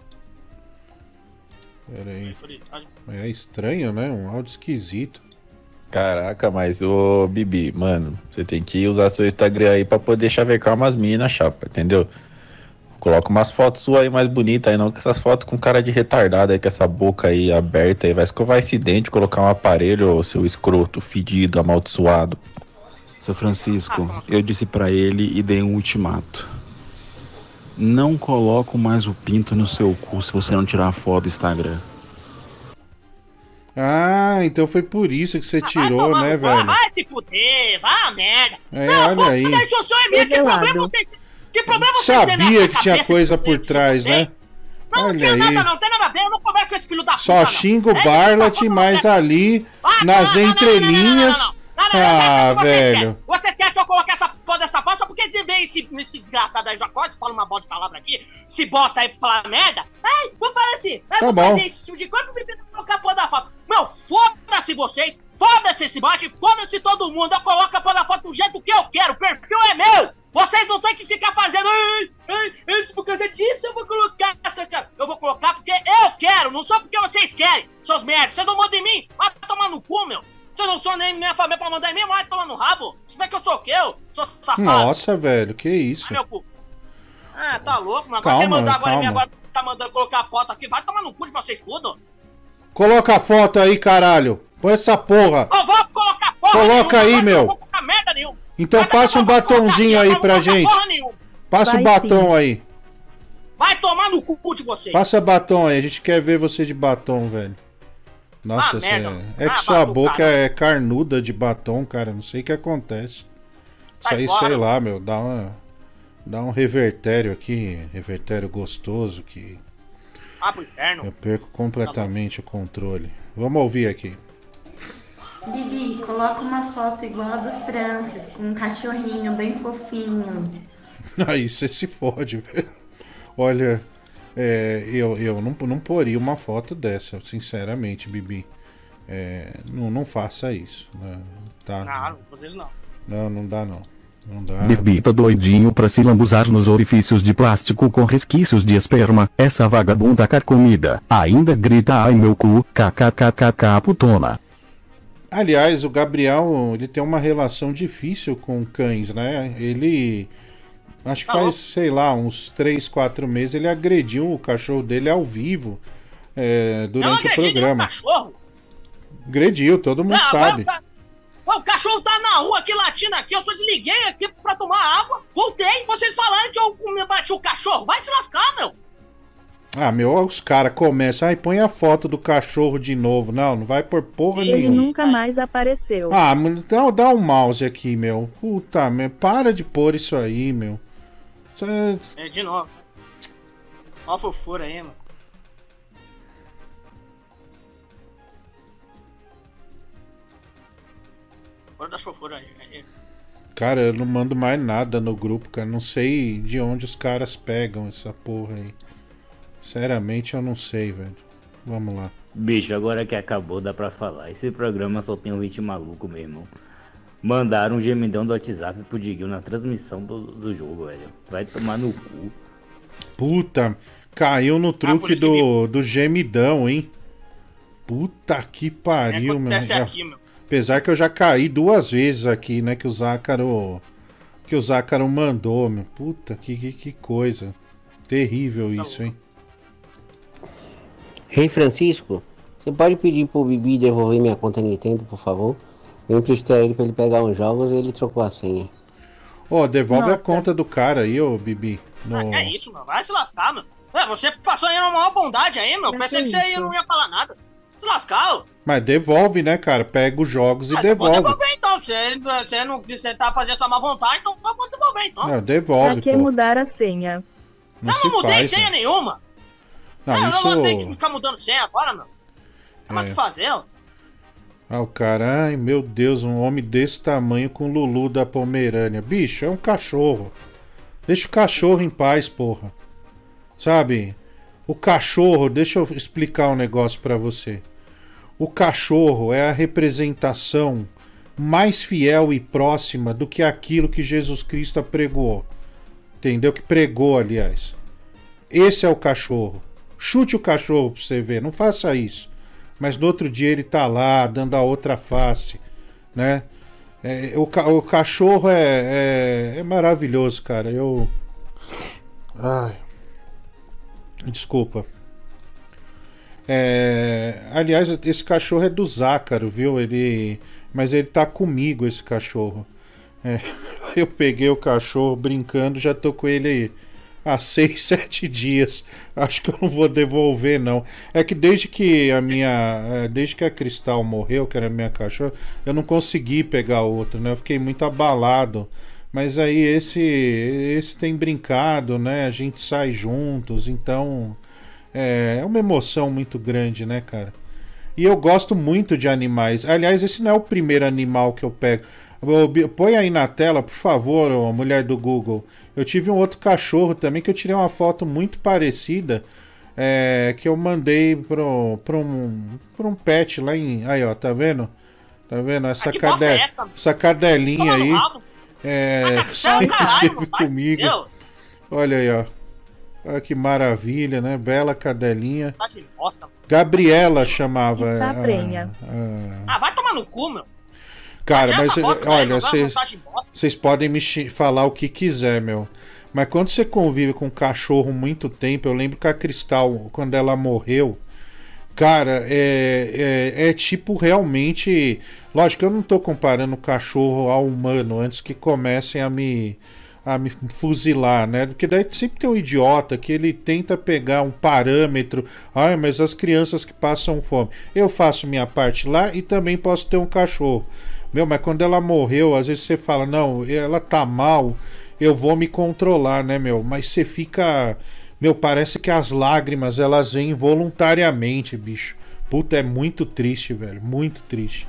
Pera aí. É estranho, né? Um áudio esquisito. Caraca, mas ô Bibi, mano, você tem que usar seu Instagram aí pra poder chavecar umas minas, chapa, entendeu? Coloca umas fotos suas aí mais bonitas aí, não com essas fotos com cara de retardado aí, com essa boca aí aberta aí. Vai escovar esse dente, colocar um aparelho, seu escroto, fedido, amaldiçoado. Seu Francisco, eu disse pra ele e dei um ultimato. Não coloco mais o pinto no seu cu se você não tirar a foto do Instagram. Ah, então foi por isso que você tirou, Vai, né, vai, velho? vai se fuder, vai a merda. É, Não, olha pô, aí. deixa o seu e-mail, que problema vocês Que problema vocês têm Sabia nessa que tinha cabeça coisa que por vocês trás, têm? né? Não, não Olha tinha aí. nada, não tem nada a ver, eu não converso com esse filho da puta. Só não. xinga o É, Barlat, mas ali, nas entrelinhas... Ah, velho. Você quer que eu coloque essa porra dessa foto só porque vem esse, esse desgraçado aí, já quase fala uma bosta de palavra aqui, se bosta aí pra falar merda? Ai, vou falar assim, ai, Tá vou bom. fazer esse tipo de coisa pra me colocar a porra da foto. Meu, foda-se vocês, foda-se esse bot, foda-se todo mundo, eu coloco a porra da foto do jeito que eu quero, o perfil é meu! Vocês não tem que ficar fazendo, ai, ai, ai, por causa disso eu vou colocar, cara. Eu vou colocar porque eu quero, não só porque vocês querem, seus merdas, vocês não mandam em mim, vai tomar no cu, meu. Você não sou nem minha família pra mandar em mim, vai tomar no rabo. Você vê que eu sou o quê? Eu sou safado. Nossa, velho, que isso? Meu cu. Ah, tá louco, mano. Agora Calma, quer mandar agora em mim, calma. agora tá mandando colocar foto aqui. Vai tomar no cu de vocês tudo. Coloca a foto aí, caralho. Põe essa porra. Eu vou colocar foto. Coloca aí, eu meu. Não vou colocar merda nenhuma. Então passa um batonzinho aí pra gente. Porra nenhuma. Passa o batom aí. Vai tomar no cu de vocês. Passa batom aí, a gente quer ver você de batom, velho. Nossa, Ah, cê- merda. é que Ah, sua vai pro boca caralho. é carnuda de batom, cara. Não sei o que acontece. Isso Sai aí, fora. sei lá, meu. Dá, uma, dá um revertério aqui. Revertério gostoso que Ah, pro inferno. eu perco completamente o controle. Vamos ouvir aqui. Bibi, coloca uma foto igual a do Francis, com um cachorrinho bem fofinho. Aí você se fode, velho. Olha, é, eu, eu não, não poria uma foto dessa, sinceramente, Bibi. É, não, não faça isso. Né? Tá? Não, não vocês não. Não, não dá não. Não dá. Bibi tá doidinho pra se lambuzar nos orifícios de plástico com resquícios de esperma. Essa vagabunda carcomida ainda grita ai meu cu, kkkk putona. Aliás, o Gabriel, ele tem uma relação difícil com cães, né? Ele, acho que faz, sei lá, uns três, quatro meses, ele agrediu o cachorro dele ao vivo é, durante o programa. Um cachorro? Agrediu, todo mundo Não, sabe. agora, o cachorro tá na rua aqui latindo aqui, eu só desliguei aqui pra tomar água, voltei, vocês falaram que eu bati o cachorro, vai se lascar, meu! Ah, meu, os caras começam, ai, põe a foto do cachorro de novo. Não, não vai por porra Ele nenhuma. nunca mais apareceu. Ah, dá, dá um mouse aqui, meu. Puta, meu, para de pôr isso aí, meu. Isso é... É, de novo. Ó a fofura aí, mano. Bora das fofuras aí. Cara, eu não mando mais nada no grupo, cara. Não sei de onde os caras pegam essa porra aí. Sinceramente, eu não sei, velho. Vamos lá. Bicho, agora que acabou, dá pra falar. Esse programa só tem um hit maluco, meu irmão. Mandaram um gemidão do WhatsApp pro Diguinho na transmissão do, do jogo, velho. Vai tomar no cu. Puta, caiu no truque Ah, do, do gemidão, hein? Puta que pariu, É, meu. acontece Já- aqui, meu. Apesar que eu já caí duas vezes aqui, né? Que o Zácaro. Que o Zácaro mandou, meu. Puta, que, que, que coisa. Terrível isso, hein? Rei Francisco, você pode pedir pro Bibi devolver minha conta Nintendo, por favor? Eu emprestei a ele pra ele pegar uns jogos e ele trocou a senha. Ó, devolve Nossa. a conta do cara aí, ô Bibi. No... Ah, que é isso, meu? Vai se lascar, meu. É, você passou aí uma maior bondade aí, meu. Mas Pensei que que você isso? não ia falar nada. Se lascar, ô. Mas devolve, né, cara? Pega os jogos e Ah, eu vou devolve. devolver então. Se ele- você não tentar fazer essa má vontade, então eu vou devolver então. Não, devolve, Pra que pô. mudar a senha? Não eu se não mudei faz, senha né? nenhuma. Não, eu isso... não tenho que ficar mudando senha agora, meu. Tem mais o É. que fazer, ó. Ah, o cara, ai meu Deus, um homem desse tamanho com o Lulu da Pomerânia. Bicho, é um cachorro. Deixa o cachorro em paz, porra. Sabe? O cachorro, deixa eu explicar um negócio pra você. O cachorro é a representação mais fiel e próxima do que aquilo que Jesus Cristo pregou. Entendeu? Que pregou, aliás. Esse é o cachorro. Chute o cachorro pra você ver, não faça isso. Mas no outro dia ele tá lá, dando a outra face, né? É, o, ca- o cachorro é, é, é maravilhoso, cara. Eu... Ai... Desculpa. É, aliás, esse cachorro é do Zácaro, viu? Ele, mas ele tá comigo, esse cachorro. É, eu peguei o cachorro brincando, já tô com ele aí há seis, sete dias. Acho que eu não vou devolver, não. É que desde que a minha, é, desde que a Cristal morreu, que era a minha cachorra, eu não consegui pegar outro, né? Eu fiquei muito abalado. Mas aí esse, esse tem brincado, né? A gente sai juntos, então é, é uma emoção muito grande, né, cara? E eu gosto muito de animais. Aliás, esse não é o primeiro animal que eu pego. Ô, põe aí na tela, por favor, ô, mulher do Google. Eu tive um outro cachorro também que eu tirei uma foto muito parecida, é, que eu mandei pro, pro, um, pro um pet lá em... Aí, ó, tá vendo? Tá vendo? Essa, Ah, que bosta cade... é essa? essa cadelinha Toma no aí. rabo. É, céu, sempre caralho, esteve rapaz, comigo. meu. Olha aí, ó. Olha que maravilha, né? Bela cadelinha. Tá de bosta. Gabriela chamava. Está a- prenha. a- Ah, vai tomar no cu, meu. Cara, Tira mas essa foto daí, olha, não vai vocês botar de bosta. vocês podem me chi- falar o que quiser, meu. Mas quando você convive com um cachorro muito tempo, eu lembro que a Cristal, quando ela morreu, cara, é, é, é tipo realmente. Lógico que eu não tô comparando o cachorro ao humano antes que comecem a me, a me fuzilar, né? Porque daí sempre tem um idiota que ele tenta pegar um parâmetro. Ai, mas as crianças que passam fome. Eu faço minha parte lá e também posso ter um cachorro. Meu, mas quando ela morreu, às vezes você fala, não, ela tá mal, eu vou me controlar, né, meu? Mas você fica. Meu, parece que as lágrimas elas vêm voluntariamente, bicho. Puta, é muito triste, velho. Muito triste.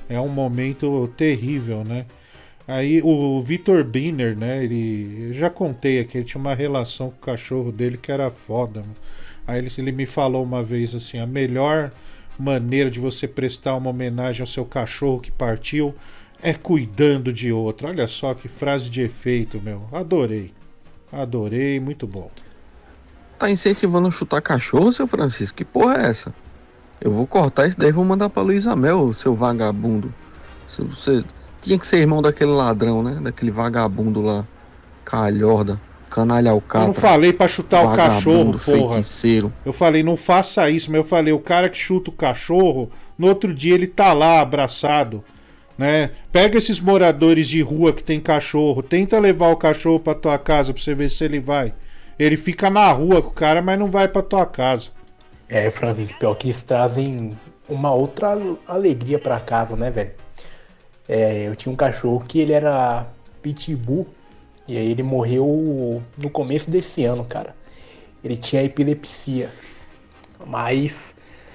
É um momento terrível, né? Aí o Vitor Biner, né? Ele. Eu já contei aqui, ele tinha uma relação com o cachorro dele que era foda, mano. Aí ele, ele me falou uma vez assim: a melhor maneira de você prestar uma homenagem ao seu cachorro que partiu é cuidando de outro. Olha só que frase de efeito, meu. Adorei. Adorei, muito bom. Tá incentivando a chutar cachorro, seu Francisco? Que porra é essa? Eu vou cortar isso daí e vou mandar pra Luísa Mel, seu vagabundo. Se você tinha que ser irmão daquele ladrão, né? Daquele vagabundo lá. Calhorda. Canalha alcatra. Eu não falei pra chutar o cachorro, porra. Feiticeiro. Eu falei, não faça isso, mas eu falei, o cara que chuta o cachorro, no outro dia ele tá lá abraçado, né? Pega esses moradores de rua que tem cachorro, tenta levar o cachorro pra tua casa pra você ver se ele vai. Ele fica na rua com o cara, mas não vai pra tua casa. É, Francis, pior que eles trazem uma outra alegria pra casa, né, velho? É, eu tinha um cachorro que ele era pitbull, e aí ele morreu no começo desse ano, cara. Ele tinha epilepsia, mas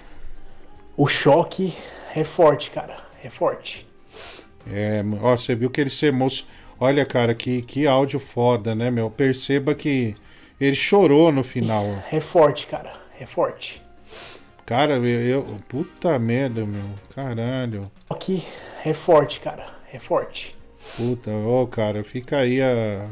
o choque é forte, cara, é forte. É, ó, você viu que ele se emocionou. Olha, cara, que, que áudio foda, né, meu? Perceba que ele chorou no final. É forte, cara, é forte. Cara, eu, eu... Puta merda, meu. Caralho. Aqui é forte, cara, é forte. Puta, ó, cara, fica aí a...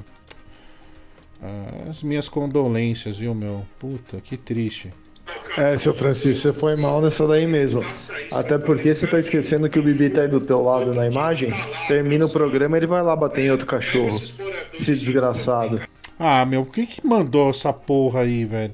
a... as minhas condolências, viu, meu? Puta, que triste. É, seu Francisco, você foi mal nessa daí mesmo. Até porque você tá esquecendo que o Bibi tá aí do teu lado na imagem. Termina o programa e ele vai lá bater em outro cachorro. Esse desgraçado. Ah, meu, por que que mandou essa porra aí, velho?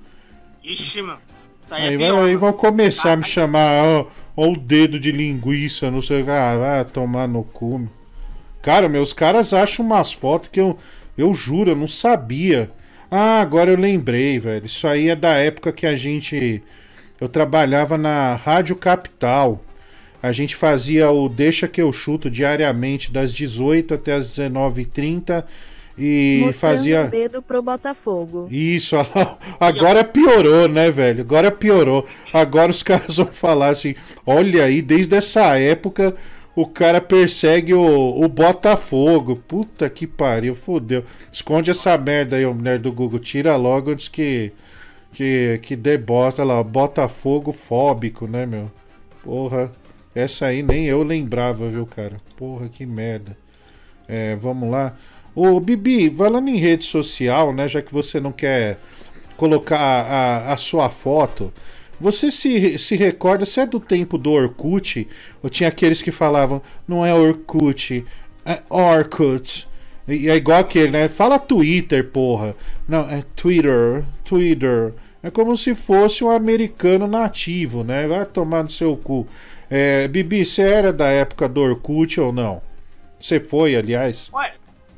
Ixi, mano. Isso aí, Aí, é vai, pior, aí mano. vão começar a me chamar, ó, ó o dedo de linguiça, não sei o que. Ah, vai tomar no cu. Meu. Cara, meus caras acham umas fotos que eu, eu juro, eu não sabia. Ah, agora eu lembrei, velho. Isso aí é da época que a gente... Eu trabalhava na Rádio Capital. A gente fazia o Deixa Que Eu Chuto diariamente, das dezoito até as dezenove e trinta. E Mostrando fazia... o dedo pro Botafogo. Isso, agora piorou, né, velho? Agora piorou. Agora os caras vão falar assim: olha aí, desde essa época o cara persegue o, o Botafogo. Puta que pariu, fodeu. Esconde essa merda aí, ô mulher do Google. Tira logo antes que, que, que dê bosta lá. Botafogo fóbico, né, meu? Porra, essa aí nem eu lembrava, viu, cara? Porra, que merda. É, vamos lá. Ô, Bibi, falando em rede social, né, já que você não quer colocar a, a sua foto, você se, se recorda, se é do tempo do Orkut, ou tinha aqueles que falavam, não é Orkut, é Orkut, e é igual aquele, né, fala Twitter, porra, não, é Twitter, Twitter, é como se fosse um americano nativo, né, vai tomar no seu cu. É, Bibi, você era da época do Orkut ou não? Você foi, aliás? Ué.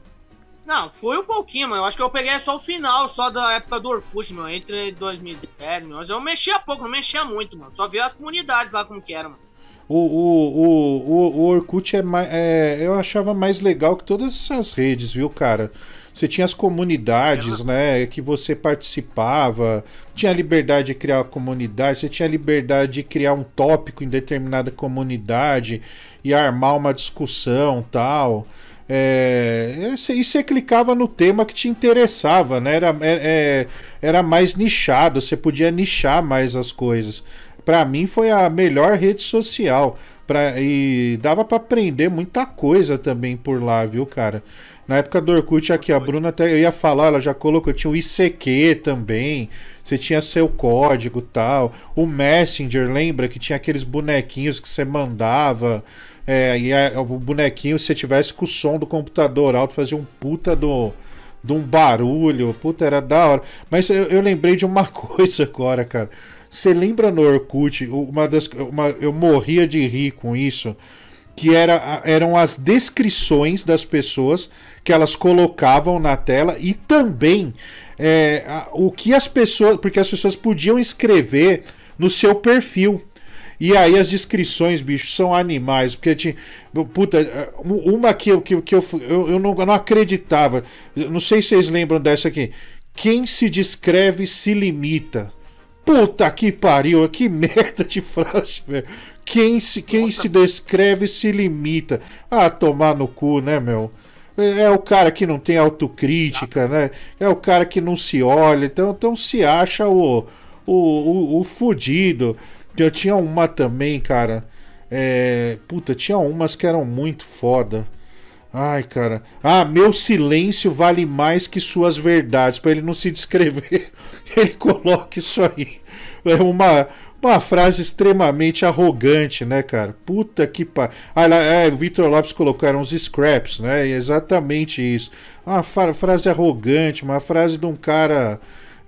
Não, foi um pouquinho, mano. Eu acho que eu peguei só o final, só da época do Orkut, mano. Entre dois mil e dez, mano. Eu mexia pouco, não mexia muito, mano. Só via as comunidades lá como que era, mano. O, o, o, o, o Orkut é mais. É, eu achava mais legal que todas essas redes, viu, cara? Você tinha as comunidades, né? Que você participava. Tinha a liberdade de criar uma comunidade. Você tinha a liberdade de criar um tópico em determinada comunidade e armar uma discussão tal. É, e você clicava no tema que te interessava, né? Era, é, era mais nichado, você podia nichar mais as coisas. Pra mim foi a melhor rede social. Pra, e dava pra aprender muita coisa também por lá, viu, cara? Na época do Orkut aqui, a Bruna até eu ia falar, ela já colocou, tinha o I C Q também. Você tinha seu código e tal. O Messenger, lembra que tinha aqueles bonequinhos que você mandava. É, e a, o bonequinho, se você tivesse com o som do computador alto, fazia um puta do, de um barulho. Puta, era da hora. Mas eu, eu lembrei de uma coisa agora, cara. Você lembra no Orkut, uma das, uma, eu morria de rir com isso, que era, eram as descrições das pessoas que elas colocavam na tela e também é, o que as pessoas, porque as pessoas podiam escrever no seu perfil. E aí as descrições, bicho, são animais. Porque tinha. Puta, uma que, eu, que, que eu, eu, eu, não, eu não acreditava. Eu não sei se vocês lembram dessa aqui. Quem se descreve se limita. Puta que pariu, que merda de frase, velho. Quem se, quem se descreve se limita. Ah, tomar no cu, né, meu? É, é o cara que não tem autocrítica, né? É o cara que não se olha, então, então se acha o, o, o, o fudido. Eu tinha uma também, cara. É, puta, tinha umas que eram muito foda. Ai, cara. Ah, meu silêncio vale mais que suas verdades. Pra ele não se descrever, ele coloca isso aí. É uma, uma frase extremamente arrogante, né, cara? Puta que pariu. Ah, lá, é, o Vitor Lopes colocou, eram uns scraps, né? Exatamente isso. Uma fra frase arrogante, uma frase de um cara.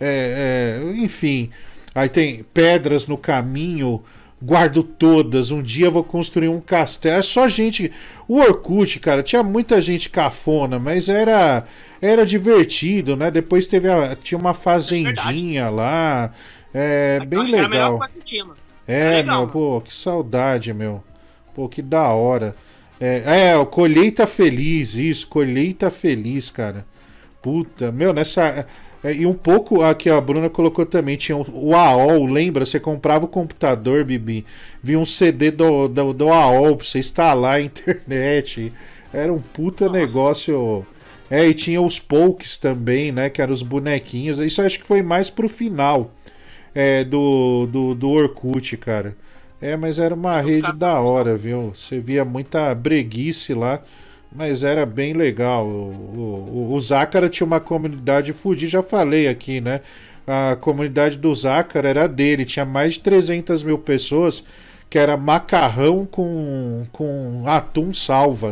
É, é, enfim. Aí tem pedras no caminho. Guardo todas, um dia vou construir um castelo. É só gente. O Orkut, cara, tinha muita gente cafona, mas era era divertido, né? Depois teve a, tinha uma fazendinha é lá. É bem legal. É, legal, meu, pô, que saudade, meu. Pô, que da hora. É, é, colheita feliz, isso, colheita feliz, cara. Puta, meu, nessa. É, e um pouco aqui a Bruna colocou também, tinha o A O L, lembra? Você comprava o computador, Bibi, vinha um C D do, do, do A O L pra você instalar a internet. Era um puta Nossa. negócio. É, e tinha os pokes também, né? Que eram os bonequinhos. Isso acho que foi mais pro final é, do, do, do Orkut, cara. É, mas era uma rede da hora, viu? Você via muita breguice lá. Mas era bem legal. O, o, o Zácara tinha uma comunidade fudida, já falei aqui, né? A comunidade do Zácara era dele, tinha mais de trezentas mil pessoas, que era macarrão com, com atum salva.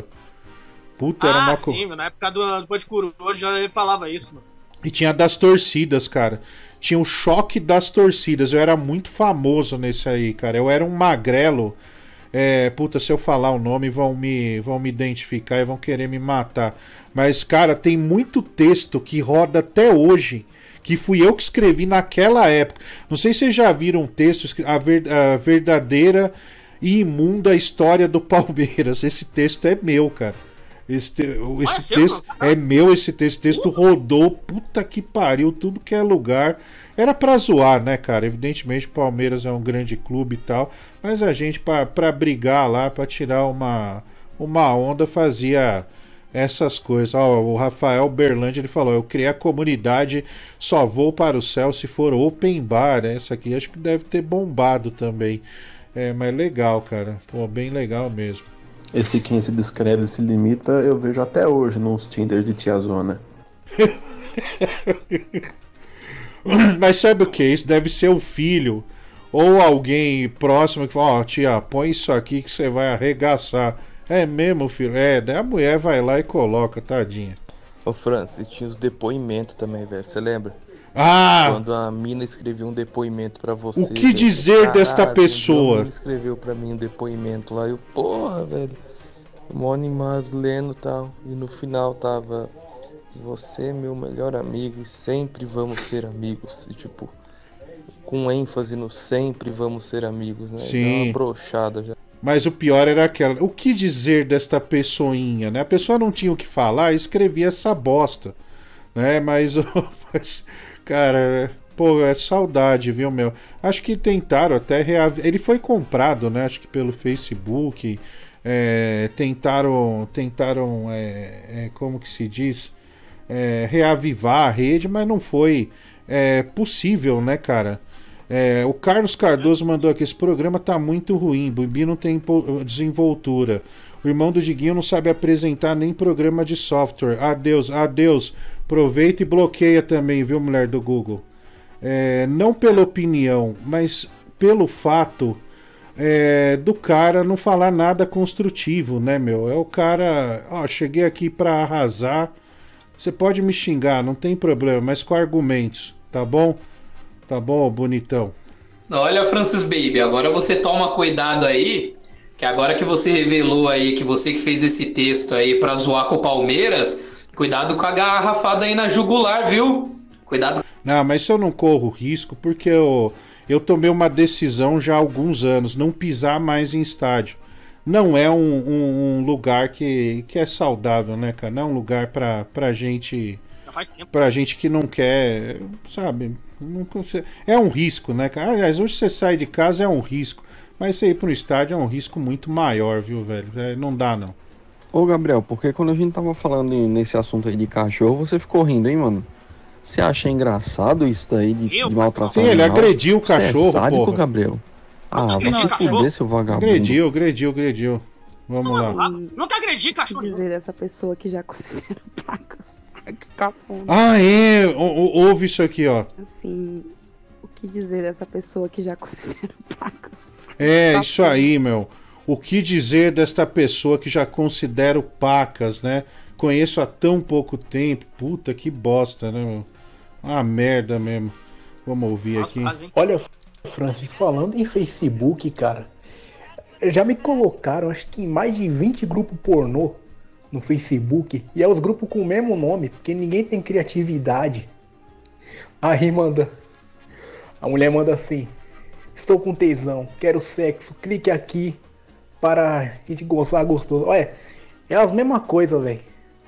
Puta, ah, era uma sim, na época do, do Pode Curu, já ele falava isso, mano. E tinha das torcidas, cara. Tinha o choque das torcidas. Eu era muito famoso nesse aí, cara. Eu era um magrelo. É, puta, se eu falar o nome vão me, vão me identificar e vão querer me matar. Mas, cara, tem muito texto que roda até hoje, que fui eu que escrevi naquela época. Não sei se vocês já viram um texto, a, ver, a verdadeira e imunda história do Palmeiras. Esse texto é meu, cara. Esse, te, esse texto é meu, esse texto, esse texto rodou, puta que pariu, tudo que é lugar. Era pra zoar, né, cara? Evidentemente o Palmeiras é um grande clube e tal, mas a gente pra, pra brigar lá, pra tirar uma, uma onda, fazia essas coisas. Ó, o Rafael Berlandi, ele falou, eu criei a comunidade Só Vou para o Céu se for open bar. Essa aqui acho que deve ter bombado também. É, mas legal, cara. Pô, bem legal mesmo. Esse quem se descreve e se limita, eu vejo até hoje nos Tinder de tiazona. Mas sabe o que? Isso deve ser o filho ou alguém próximo que fala, ó, oh, tia, põe isso aqui que você vai arregaçar. É mesmo, filho? É, daí a mulher vai lá e coloca, tadinha. Ô, Francis, tinha os depoimentos também, velho, você lembra? Ah! Quando a mina escreveu um depoimento pra você. O que dizer velho, desta caralho, pessoa? A mina escreveu pra mim um depoimento lá. Eu, porra, velho. Mó animado lendo e tal. E no final tava. Você é meu melhor amigo e sempre vamos ser amigos. E tipo, com ênfase no sempre vamos ser amigos, né? Sim. Dá uma broxada já. Mas o pior era aquela. O que dizer desta pessoinha, né? A pessoa não tinha o que falar e escrevia essa bosta. Né? Mas. mas cara, pô, é saudade, viu, meu? Acho que tentaram até reavivar. Ele foi comprado, né? Acho que pelo Facebook. É, tentaram, tentaram, é, é, como que se diz? É, reavivar a rede, mas não foi é, possível, né, cara? É, o Carlos Cardoso mandou aqui, esse programa tá muito ruim, Bibi não tem desenvoltura. O irmão do Diguinho não sabe apresentar nem programa de software. Adeus, adeus. Aproveita e bloqueia também, viu, mulher do Google? É, não pela opinião, mas pelo fato é, do cara não falar nada construtivo, né, meu? É o cara, ó, cheguei aqui pra arrasar. Você pode me xingar, não tem problema, mas com argumentos, tá bom? Tá bom, bonitão? Olha, Francis Baby, agora você toma cuidado aí, que agora que você revelou aí, que você que fez esse texto aí pra zoar com o Palmeiras, cuidado com a garrafada aí na jugular, viu? Cuidado. Não, mas isso eu não corro risco, porque eu, eu tomei uma decisão já há alguns anos, não pisar mais em estádio. Não é um, um, um lugar que, que é saudável, né, cara? Não é um lugar pra, pra gente pra gente que não quer, sabe? Não consegue. É um risco, né, cara? Aliás, hoje você sai de casa é um risco. Mas você ir pro estádio é um risco muito maior, viu, velho? É, não dá, não. Ô, Gabriel, porque quando a gente tava falando nesse assunto aí de cachorro, você ficou rindo, hein, mano? Você acha engraçado isso daí de, de maltratar? Sim, ele animal? agrediu o cachorro, Você é sádico, porra. Gabriel. Ah, vai se fuder, seu vagabundo. Agrediu, agrediu, agrediu. Vamos lá. Nunca agredi cachorro. O que dizer dessa pessoa que já considera pacas? Ai, que cafona. Ah, é. O, o, ouve isso aqui, ó. Assim, o que dizer dessa pessoa que já considera pacas? É, isso aí, meu. O que dizer desta pessoa que já considero pacas, né? Conheço há tão pouco tempo. Puta, que bosta, né, meu? Ah, merda mesmo. Vamos ouvir aqui. Olha, Francis, falando em Facebook, cara, já me colocaram, acho que em mais de vinte grupos pornô no Facebook. E é os grupos com o mesmo nome, porque ninguém tem criatividade. Aí manda... A mulher manda assim: estou com tesão, quero sexo, clique aqui para a gente gozar gostoso. Olha, é as mesmas coisas, velho.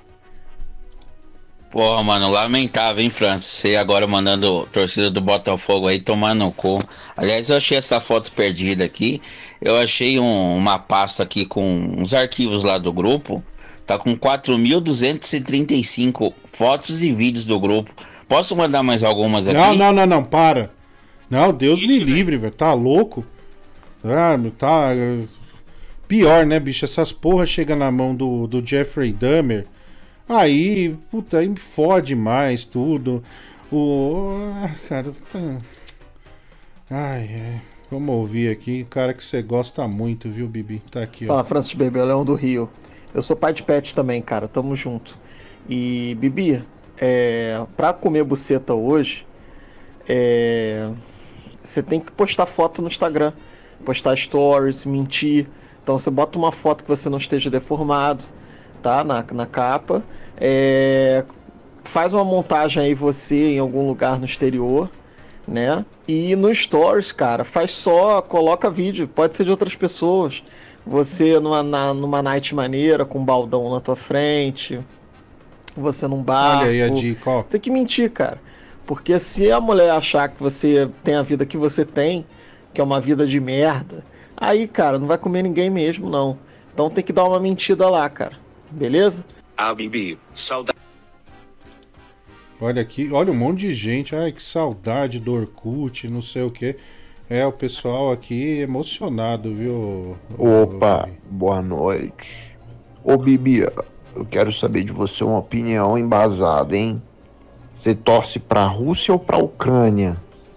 Porra, mano, lamentável, hein, Francis? Você agora mandando torcida do Botafogo aí tomar no cu. Aliás, eu achei essa foto perdida aqui. Eu achei um, uma pasta aqui com uns arquivos lá do grupo. Tá com quatro mil duzentos e trinta e cinco fotos e vídeos do grupo. Posso mandar mais algumas aqui? Não, não, não, não, para. Não, Deus Ixi, me livre, velho. Tá louco? Ah, tá... Pior, né, bicho? Essas porra chegam na mão do, do Jeffrey Dahmer. Aí, puta, aí me fode mais tudo. O... Ah, cara... Tá... Ai, é... Vamos ouvir aqui. Cara que você gosta muito, viu, Bibi? Tá aqui, ó. Fala, Francis Baby, é o Leão do Rio. Eu sou pai de pet também, cara. Tamo junto. E, Bibi, é... pra comer buceta hoje, é... você tem que postar foto no Instagram. Postar stories, mentir. Então você bota uma foto que você não esteja deformado, tá? Na, na capa. É... Faz uma montagem aí você em algum lugar no exterior, né? E no stories, cara, faz só, coloca vídeo, pode ser de outras pessoas. Você numa, na, numa night maneira, com um baldão na tua frente. Você num bar. Olha aí a dica, ó. Tem que mentir, cara. Porque se a mulher achar que você tem a vida que você tem, que é uma vida de merda, aí, cara, não vai comer ninguém mesmo, não. Então tem que dar uma mentira lá, cara. Beleza? Ah, Bibi, saudade. Olha aqui, olha um monte de gente. Ai, que saudade do Orkut, não sei o que. É, o pessoal aqui emocionado, viu? Opa, boa noite. Ô, Bibi, eu quero saber de você uma opinião embasada, hein? Você torce pra Rússia ou pra Ucrânia?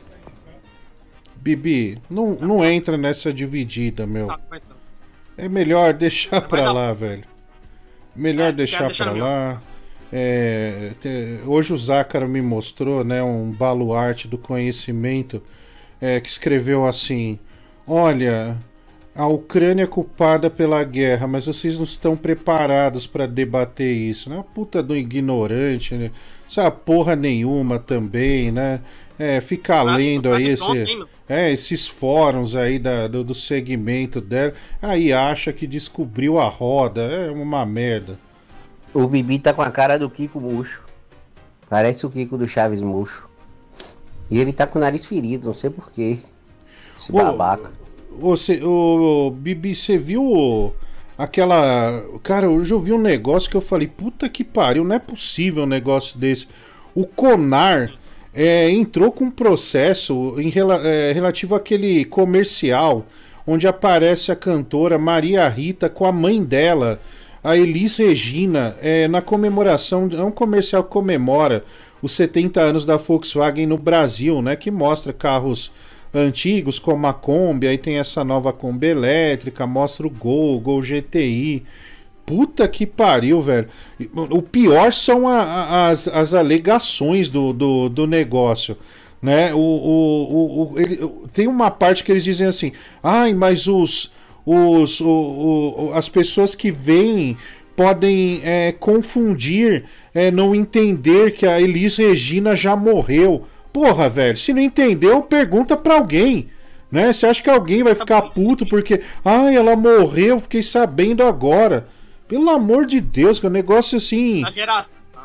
Bibi, não, não entra nessa dividida, meu. É melhor deixar pra lá, velho. Melhor deixar pra lá. É, te, hoje o Zácaro me mostrou, né, um baluarte do conhecimento, é, que escreveu assim: olha, a Ucrânia é culpada pela guerra, mas vocês não estão preparados para debater isso, né? Puta do ignorante, né? Sabe porra nenhuma também, né? É, ficar lendo aí esse, é, esses fóruns aí da, do, do segmento dela, aí acha que descobriu a roda, é uma merda. O Bibi tá com a cara do Kiko Murcho. Parece o Kiko do Chaves Murcho. E ele tá com o nariz ferido, não sei porquê. Esse ô, babaca. Ô, cê, ô, Bibi, você viu aquela... Cara, hoje eu vi um negócio que eu falei, puta que pariu, não é possível um negócio desse. O Conar é, entrou com um processo em rela, é, relativo àquele comercial onde aparece a cantora Maria Rita com a mãe dela, a Elis Regina, é, na comemoração, é um comercial que comemora os setenta anos da Volkswagen no Brasil, né, que mostra carros antigos como a Kombi, aí tem essa nova Kombi elétrica, mostra o Gol, o Gol G T I. Puta que pariu, velho. O pior são a, a, as, as alegações do, do, do negócio, né? O, o, o, ele, tem uma parte que eles dizem assim: ai, mas os... Os, o, o, as pessoas que veem podem é, confundir, é, não entender que a Elis Regina já morreu. Porra, velho, se não entendeu, pergunta pra alguém, né? Você acha que alguém vai ficar puto porque, ai, ela morreu, fiquei sabendo agora. Pelo amor de Deus, que é um negócio assim...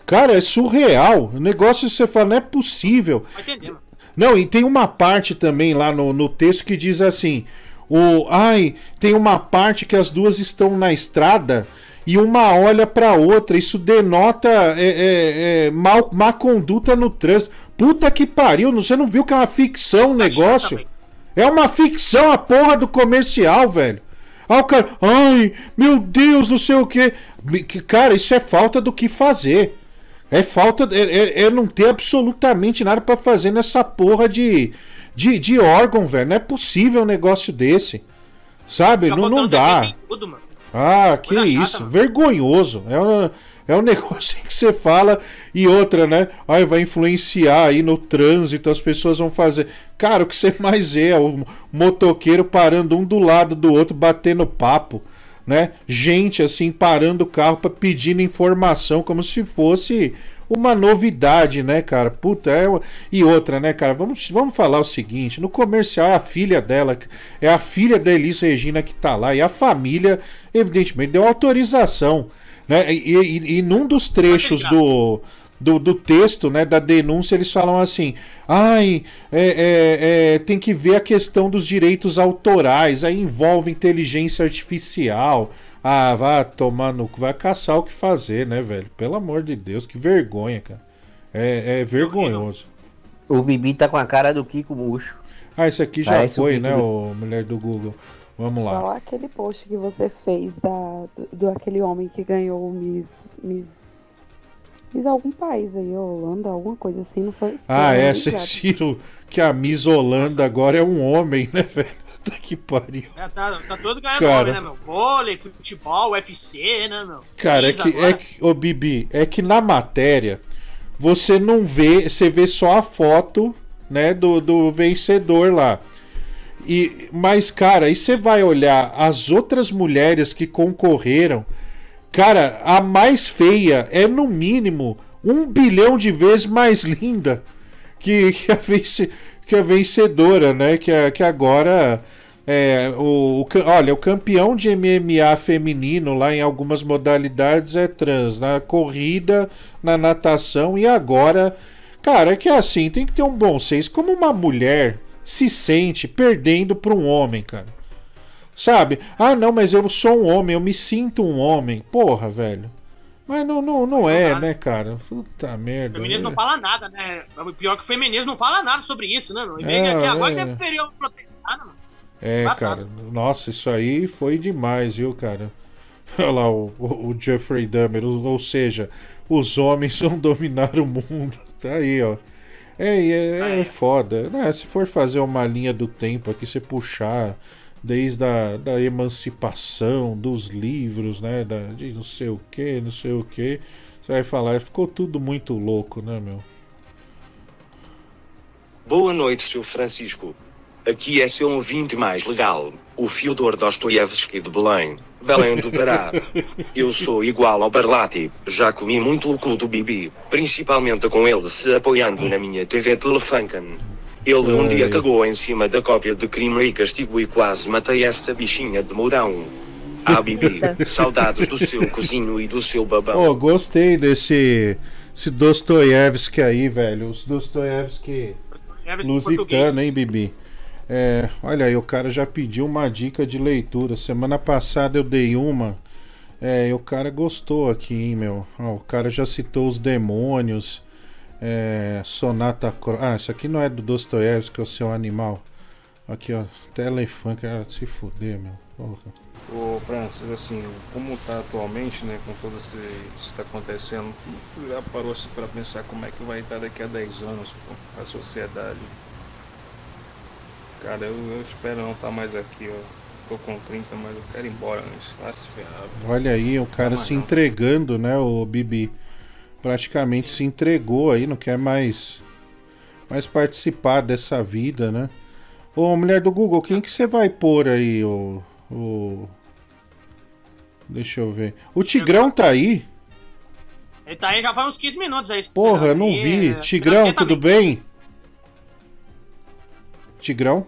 Cara, é surreal. O negócio que você fala, não é possível. Vai entender, mano. Não, e tem uma parte também lá no, no texto que diz assim: o, ai, tem uma parte que as duas estão na estrada e uma olha pra outra. Isso denota é, é, é, mal, má conduta no trânsito. Puta que pariu, você não viu que é uma ficção o negócio? É uma ficção a porra do comercial, velho. Ah, o cara, ai, meu Deus, não sei o que. Cara, isso é falta do que fazer. É falta, é, é, é não ter absolutamente nada pra fazer nessa porra de, de, de órgão, velho. Não é possível um negócio desse. Sabe? Não, não dá. Tudo, mano. Ah, que Coisa isso. chata, mano. Vergonhoso. É um, é um negócio que você fala e outra, né? Ai, vai influenciar aí no trânsito, as pessoas vão fazer. Cara, o que você mais vê é o motoqueiro parando um do lado do outro, batendo papo, né? Gente assim parando o carro para pedindo informação como se fosse uma novidade, né, cara? Puta, é... E outra, né, cara? Vamos, vamos falar o seguinte: no comercial é a filha dela, é a filha da Elis Regina que tá lá, e a família, evidentemente, deu autorização, né? E, e, e num dos trechos do, do, do texto, né, da denúncia, eles falam assim: ai, é, é, é, tem que ver a questão dos direitos autorais, aí envolve inteligência artificial. Ah, vai tomar no... Vai caçar o que fazer, né, velho? Pelo amor de Deus, que vergonha, cara. É, é vergonhoso. O Bibi tá com a cara do Kiko Murcho. Ah, isso aqui já Parece foi, o né, Kiko o mulher do Google. Vamos lá. Igual aquele post que você fez da, do, do aquele homem que ganhou o Miss, Miss... Miss algum país aí, Holanda, alguma coisa assim, não foi? Ah, foi é, ligado. vocês viram que a Miss Holanda agora é um homem, né, velho? Puta que pariu. É, tá, tá todo ganhando Cara. nome, né, meu? Vôlei, futebol, U F C, né, meu? Cara, é Fiz que, agora. é que, ô Bibi, é que na matéria você não vê, você vê só a foto, né, do, do vencedor lá. E, mas, cara, aí você vai olhar as outras mulheres que concorreram, cara, a mais feia é no mínimo um bilhão de vezes mais linda que, que, a, vence, que a vencedora, né, que, a, que agora... É, o, o, olha, o campeão de M M A feminino lá em algumas modalidades é trans, na corrida, na natação, e agora, cara, é que assim, tem que ter um bom senso. Como uma mulher se sente perdendo para um homem, cara? Sabe? Ah, não, mas eu sou um homem, eu me sinto um homem. Porra, velho. Mas não, não, não é, né, cara? Puta O merda. feminismo né? não fala nada, né? O pior que o feminismo não fala nada sobre isso, né, meu? E vem É, aqui agora é. deveriam protestar, né, meu? É, Embaçado. cara, nossa, isso aí foi demais, viu, cara? Olha lá o, o, o Jeffrey Dahmer, ou, ou seja, os homens vão dominar o mundo. Tá aí, ó. É, é, é foda. Né? Se for fazer uma linha do tempo aqui, você puxar desde a da emancipação, dos livros, né? Da, de não sei o que, não sei o que. Você vai falar, ficou tudo muito louco, né, meu? Boa noite, seu Francisco. Aqui é seu ouvinte mais legal, o Fyodor Dostoiévski de Belém, Belém do Pará. Eu sou igual ao Barlatti, já comi muito o cu do Bibi, principalmente com ele se apoiando na minha T V Telefunken. Ele um dia cagou em cima da cópia de Crime e Castigo e quase matei essa bichinha de Mourão. Ah, Bibi, saudades do seu cozinho e do seu babão. Oh, gostei desse esse Dostoiévski aí, velho. Os Dostoiévski lusitano, hein, Bibi? É, olha aí, o cara já pediu uma dica de leitura. Semana passada eu dei uma. É, e o cara gostou aqui, hein, meu. Ó, o cara já citou Os Demônios. É, Sonata Cro... Ah, isso aqui não é do Dostoiévski, é o Seu Animal. Aqui, ó. Telefunk, cara, se fuder, meu. Porra. Ô Francis, assim, como tá atualmente, né, com tudo isso que está acontecendo, tu já parou assim para pensar como é que vai estar daqui a dez anos pô, a sociedade? Cara, eu, eu espero não estar mais aqui, ó. Tô com trinta, mas eu quero ir embora antes. Vai se ferrar. Olha aí, o cara se entregando, né, o Bibi? Praticamente se entregou aí, não quer mais, mais participar dessa vida, né? Ô, mulher do Google, quem que você vai pôr aí, o... o... Deixa eu ver. O Tigrão tá aí? Ele tá aí já faz uns quinze minutos aí. Porra, eu não aí, vi. é, Tigrão, tá tudo bem? Tigrão?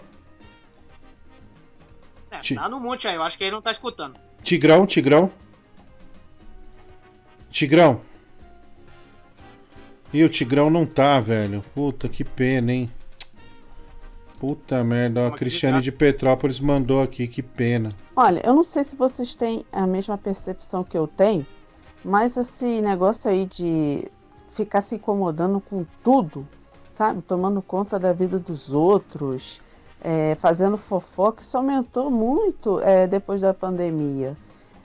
É, Ti- tá no monte aí, eu acho que ele não tá escutando. Tigrão, Tigrão? Tigrão? E o Tigrão não tá, velho. Puta, que pena, hein? Puta merda, a Cristiane de Petrópolis mandou aqui, que pena. Olha, eu não sei se vocês têm a mesma percepção que eu tenho, mas esse negócio aí de ficar se incomodando com tudo, sabe? Tomando conta da vida dos outros, é, fazendo fofoca, isso aumentou muito é, depois da pandemia.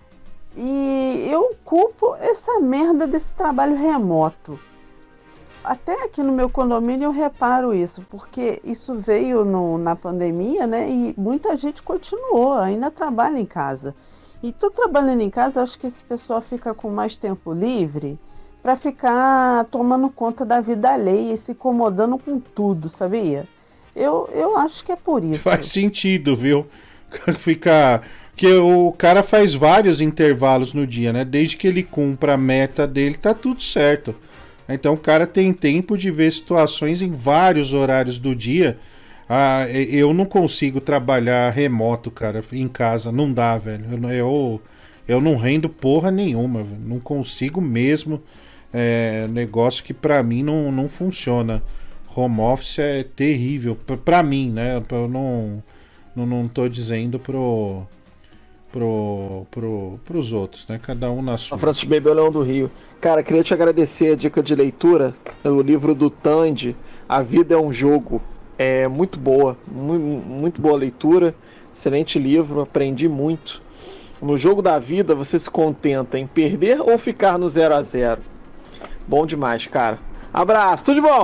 E eu culpo essa merda desse trabalho remoto. Até aqui no meu condomínio eu reparo isso, porque isso veio no, na pandemia, né? E muita gente continuou, ainda trabalha em casa. E tô trabalhando em casa, acho que esse pessoal fica com mais tempo livre para ficar tomando conta da vida alheia e se incomodando com tudo, sabia? Eu, eu acho que é por isso. Faz sentido, viu? Ficar... Porque o cara faz vários intervalos no dia, né? Desde que ele cumpra a meta dele, tá tudo certo. Então o cara tem tempo de ver situações em vários horários do dia. Ah, eu não consigo trabalhar remoto, cara, em casa. Não dá, velho. Eu, eu, eu não rendo porra nenhuma, velho. Não consigo mesmo. É negócio que pra mim não, não funciona. Home office é terrível. Pra, pra mim, né? Eu não, não, não tô dizendo pro... Pro, pro, pros outros, né? Cada um na sua. Francis Baby é o Leão do Rio. Cara, queria te agradecer a dica de leitura. O livro do Tandy, A Vida é um Jogo. É muito boa, muito, muito boa leitura. Excelente livro, aprendi muito. No jogo da vida, você se contenta em perder ou ficar no zero a zero? Bom demais, cara. Abraço, tudo de bom!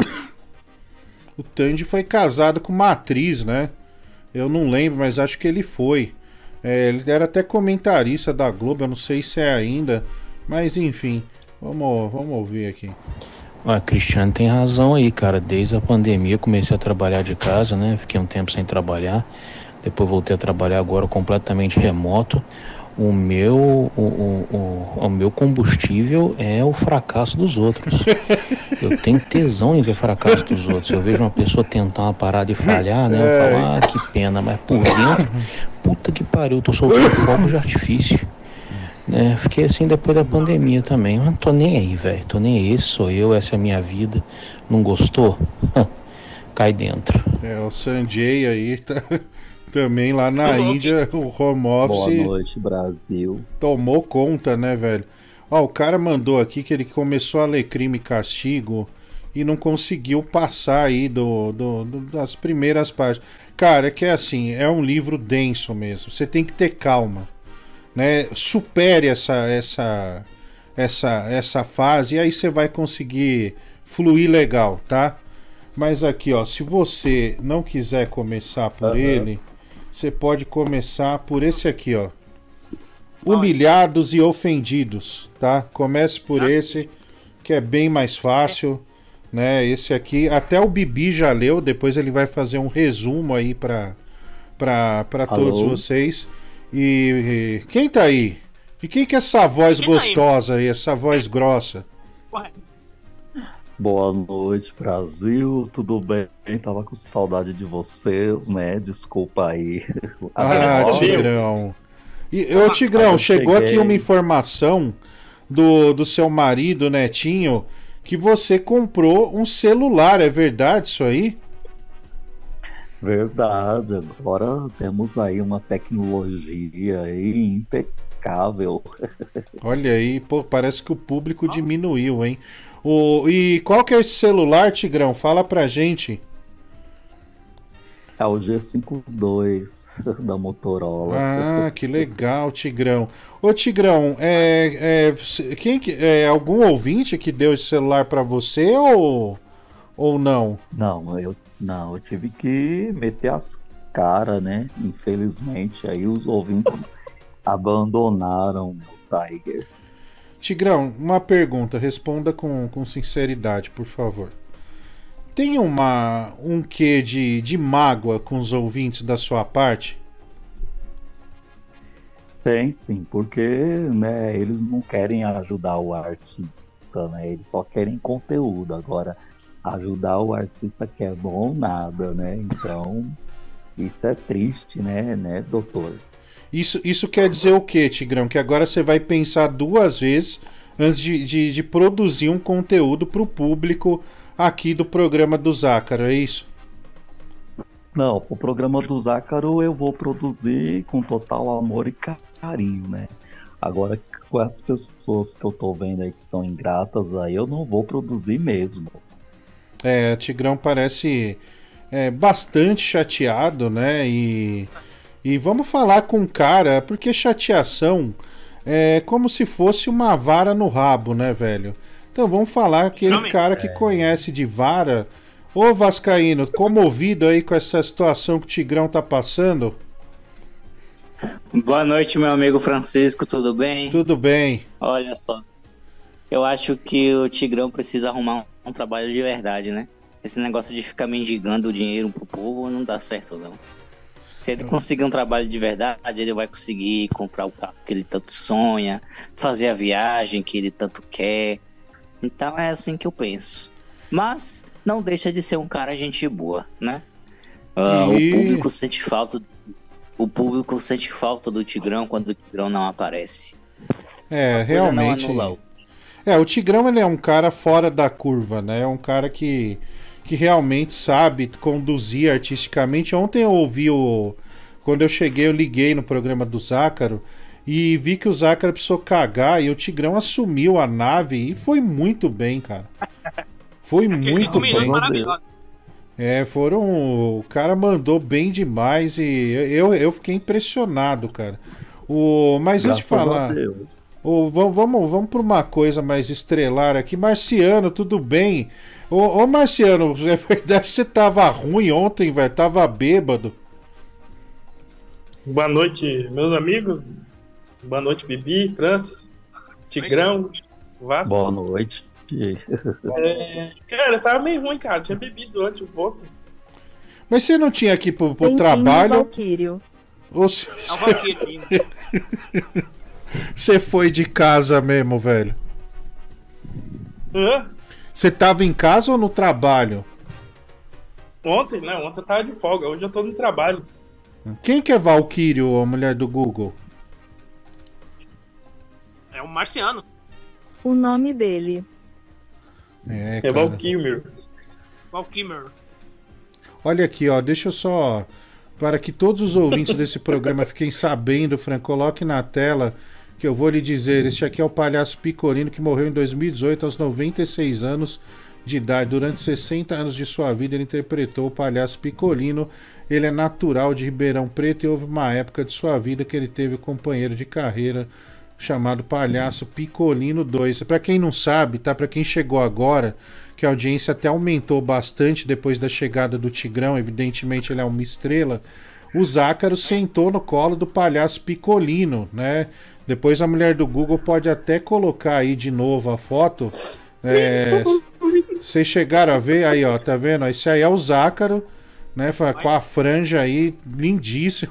O Tandy foi casado com uma atriz, né? Eu não lembro, mas acho que ele foi. É, ele era até comentarista da Globo, eu não sei se é ainda, mas enfim, vamos, vamos ouvir aqui. Ah, Cristiano tem razão aí, cara. Desde a pandemia eu comecei a trabalhar de casa, né? Fiquei um tempo sem trabalhar, depois voltei a trabalhar agora completamente remoto. O meu, o, o, o, o meu combustível é o fracasso dos outros. Eu tenho tesão em ver fracasso dos outros. Eu vejo uma pessoa tentar uma parada e falhar, né? Eu falo, ah, que pena, mas por dentro, puta que pariu, eu tô soltando fogo de artifício. Né? Fiquei assim depois da pandemia também. Mas não tô nem aí, velho. Tô nem aí, esse sou eu, essa é a minha vida. Não gostou? Cai dentro. É, o Sanjay aí tá... Também lá na Índia, o home office... Boa noite, Brasil. Tomou conta, né, velho? Ó, o cara mandou aqui que ele começou a ler Crime e Castigo e não conseguiu passar aí do, do, do, das primeiras páginas. Cara, é que é assim, é um livro denso mesmo. Você tem que ter calma, né? Supere essa, essa, essa, essa fase e aí você vai conseguir fluir legal, tá? Mas aqui, ó, se você não quiser começar por uhum. ele... Você pode começar por esse aqui, ó. Humilhados e ofendidos, tá? Comece por esse, que é bem mais fácil, né? Esse aqui, até o Bibi já leu, depois ele vai fazer um resumo aí pra, pra, pra todos vocês. E, e quem tá aí? E quem que é essa voz quem gostosa tá aí? aí, essa voz grossa? Ué. Boa noite, Brasil, tudo bem? Tava com saudade de vocês, né? Desculpa aí. Ah, Tigrão. E, ô, Tigrão, chegou cheguei... aqui uma informação do, do seu marido, Netinho, que você comprou um celular, é verdade isso aí? Verdade, agora temos aí uma tecnologia aí impecável. Olha aí, pô, parece que o público diminuiu, hein? O, e qual que é esse celular, Tigrão? Fala pra gente. É o G cinquenta e dois da Motorola. Ah, que legal, Tigrão. Ô, Tigrão, é, é, quem, é algum ouvinte que deu esse celular pra você ou, ou não? Não, eu, não, eu tive que meter as caras, né? Infelizmente, aí os ouvintes abandonaram o Tiger. Tigrão, uma pergunta, responda com, com sinceridade, por favor. Tem uma, um quê de, de mágoa com os ouvintes da sua parte? Tem sim, porque né, eles não querem ajudar o artista, né? Eles só querem conteúdo. Agora, ajudar o artista que é bom, nada, né? Então, isso é triste, né, né, doutor? Isso, isso quer dizer o quê, Tigrão? Que agora você vai pensar duas vezes antes de, de, de produzir um conteúdo pro público aqui do programa do Zácaro, é isso? Não, o programa do Zácaro eu vou produzir com total amor e carinho, né? Agora, com as pessoas que eu tô vendo aí que estão ingratas, aí eu não vou produzir mesmo. É, o Tigrão parece é, bastante chateado, né? E, e vamos falar com o cara, porque chateação é como se fosse uma vara no rabo, né, velho? Então vamos falar aquele cara que conhece de vara. Ô Vascaíno, comovido aí com essa situação que o Tigrão tá passando? Boa noite, meu amigo Francisco, tudo bem? Tudo bem. Olha só, eu acho que o Tigrão precisa arrumar um, um trabalho de verdade, né? Esse negócio de ficar mendigando o dinheiro pro povo não dá certo, não. Se ele conseguir um trabalho de verdade, ele vai conseguir comprar o carro que ele tanto sonha, fazer a viagem que ele tanto quer. Então é assim que eu penso. Mas não deixa de ser um cara gente boa, né? Uh, E- O público sente falta, o público sente falta do Tigrão quando o Tigrão não aparece. É, coisa não realmente. anula o- É, o Tigrão ele é um cara fora da curva, né? É um cara que, que realmente sabe conduzir artisticamente. Ontem eu ouvi o. Quando eu cheguei, eu liguei no programa do Zácaro e vi que o Zácaro precisou cagar e o Tigrão assumiu a nave e foi muito bem, cara. Foi muito Cinco minutos bem. maravilhosos. É, foram. O cara mandou bem demais e eu, eu fiquei impressionado, cara. O, mas antes de Graças a falar. Deus. O, vamos, vamos, vamos para uma coisa mais estrelar aqui. Marciano, tudo bem? Ô, ô Marciano, é verdade que você tava ruim ontem, velho? Tava bêbado. Boa noite, meus amigos. Boa noite, Bibi, Francis, Tigrão, Vasco. Boa noite. É, cara, eu tava meio ruim, cara. Tinha bebido durante um pouco. Mas você não tinha aqui pro, pro Bem-vindo, trabalho? Valquírio. Ou se- É o Valkyrie. Você foi de casa mesmo, velho? Hã? Você tava em casa ou no trabalho? Ontem, não, ontem eu tava de folga. Hoje eu tô no trabalho. Quem que é Valkyrio, a mulher do Google? É um marciano. O nome dele. É, É cara. Valkyrie. Valkymer. Olha aqui, ó, deixa eu só. Para que todos os ouvintes desse programa fiquem sabendo, Fran, coloque na tela que eu vou lhe dizer. Este aqui é o palhaço Picolino que morreu em dois mil e dezoito, aos noventa e seis anos de idade. Durante sessenta anos de sua vida, ele interpretou o palhaço Picolino. Ele é natural de Ribeirão Preto e houve uma época de sua vida que ele teve um companheiro de carreira chamado Palhaço Picolino dois. Para quem não sabe, tá? Para quem chegou agora, que a audiência até aumentou bastante depois da chegada do Tigrão, evidentemente ele é uma estrela. O Zácaro sentou no colo do Palhaço Picolino, né? Depois a mulher do Google pode até colocar aí de novo a foto. É, vocês chegaram a ver aí, ó, tá vendo? Esse aí é o Zácaro, né? Com a franja aí, lindíssimo.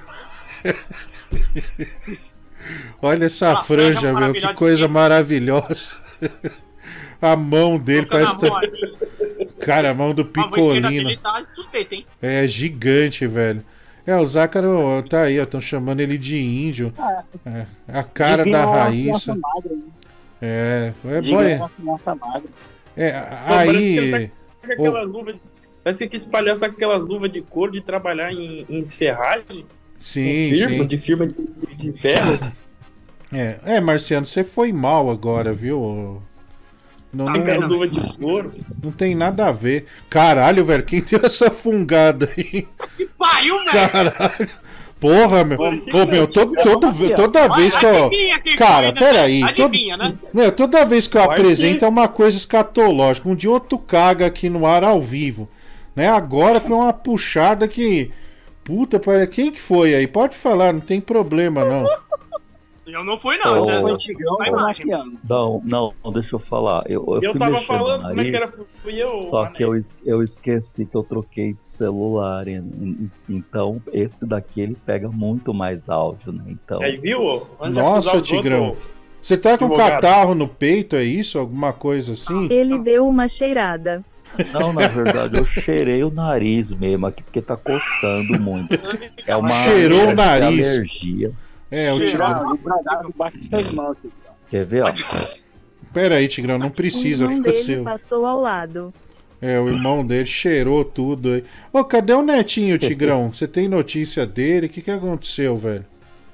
Olha essa Uma franja franja, meu, que maravilhosa. coisa maravilhosa. A mão dele parece. Na mão tá- ali. Cara, a mão do A mão esquerda Picolino. dele tá suspeita, hein? É gigante, velho. É, o Zácaro tá aí, ó. Estão chamando ele de índio. É, a cara Diguinho da é uma Raíssa. criança magra, hein? É, é Diguinho bom. é é- uma criança magra. É, Pô, parece que ele aí. tá com aquelas luvas. Parece que esse palhaço tá com aquelas luvas de couro de trabalhar em, em serragem. Sim, em firma, sim. de firma de, de ferro. É, é, Marciano, você foi mal agora, viu? Não, Tá não, com as luvas de couro. não tem nada a ver. Caralho, velho, quem deu essa fungada aí? Que pariu, velho! Caralho. Porra, meu. Ô, meu, todo, todo, Olha, toda vez que eu. adivinha quem Cara, foi, né? peraí. todo- Adivinha, né? Meu, toda vez que eu Vai apresento que- é uma coisa escatológica. Um dia outro caga aqui no ar ao vivo. Né? Agora foi uma puxada que. Puta, para quem que foi aí? Pode falar, não tem problema não. Eu não fui, não. Ô, Zé, Foi não Tigrão vai ou mais. Marciano? Não, não, deixa eu falar. Eu, eu, Eu fui tava mexendo falando no como é que nariz, era. Fui eu. Só que eu, es- eu esqueci que eu troquei de celular. e- e- Então, esse daqui ele pega muito mais áudio, né? Então. Aí, viu? Antes de Nossa, acusar os Tigrão. outros, Você tá com advogado. catarro no peito, é isso? Alguma coisa assim? Ele deu uma cheirada. Não, na verdade, eu cheirei o nariz mesmo aqui, porque tá coçando muito. É uma Cheirou o é nariz. alergia. É, o Tigrão, Tigrão. o bradado bate seu irmão, Tigrão. Quer ver, ó? Pera aí, Tigrão, não O precisa irmão ficar dele seu. passou ao lado. É, o irmão dele cheirou tudo aí. Ô, cadê o netinho, Tigrão? Você tem notícia dele? O que, que aconteceu, velho?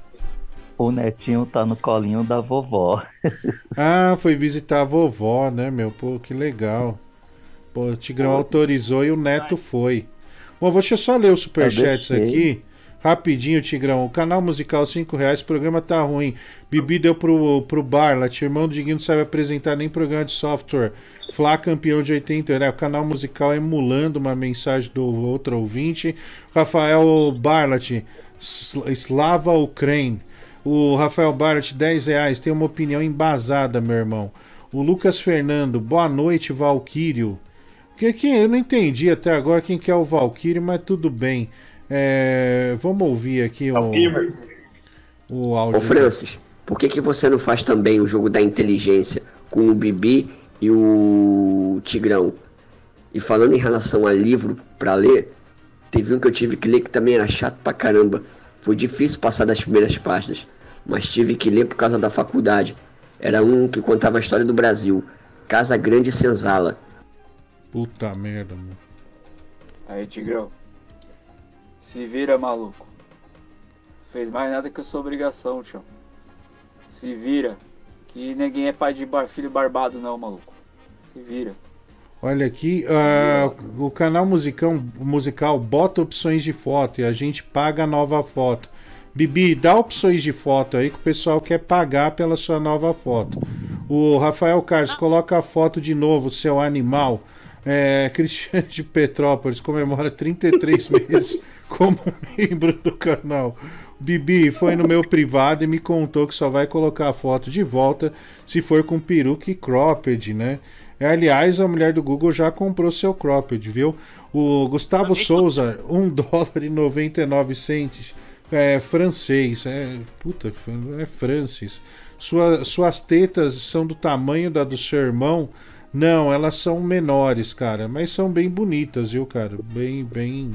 O netinho tá no colinho da vovó. Ah, foi visitar a vovó, né, meu? Pô, que legal. Pô, o Tigrão autorizou e o neto foi. Bom, deixa eu só ler os superchats aqui. Rapidinho, Tigrão. O canal musical cinco reais, o programa tá ruim. Bibi deu pro, pro Barlat. Irmão do Diguinho não sabe apresentar nem programa de software. Flá campeão de oitenta. É, o canal musical emulando uma mensagem do outro ouvinte. Rafael Barlat. Slava Ukraine. O Rafael Barlat, dez reais. Tem uma opinião embasada, meu irmão. O Lucas Fernando. Boa noite, Valquírio. Que, que, eu não entendi até agora quem que é o Valquírio, mas tudo bem. É, vamos ouvir aqui o, o áudio. Ô Francis, por que, que você não faz também o jogo da inteligência com o Bibi e o Tigrão? E falando em relação a livro pra ler, teve um que eu tive que ler que também era chato pra caramba. Foi difícil passar das primeiras páginas, mas tive que ler por causa da faculdade. Era um que contava a história do Brasil. Casa Grande e Senzala. Puta merda, mano. Aí, Tigrão. Se vira, maluco. Fez mais nada que a sua obrigação, tio. Se vira. Que ninguém é pai de bar, filho barbado, não, maluco. Se vira. Olha aqui, uh, o canal musicão, musical bota opções de foto e a gente paga a nova foto. Bibi, dá opções de foto aí que o pessoal quer pagar pela sua nova foto. O Rafael Carlos, coloca a foto de novo, seu animal. É, Cristiano de Petrópolis comemora trinta e três meses como membro do canal. Bibi foi no meu privado e me contou que só vai colocar a foto de volta se for com peruca e cropped, né? Aliás, a mulher do Google já comprou seu cropped, viu? O Gustavo Souza, um dólar e noventa e nove centos. É francês, é. Puta, é Francis. Sua, suas tetas são do tamanho da do seu irmão? Não, elas são menores, cara, mas são bem bonitas, viu, cara? Bem, bem,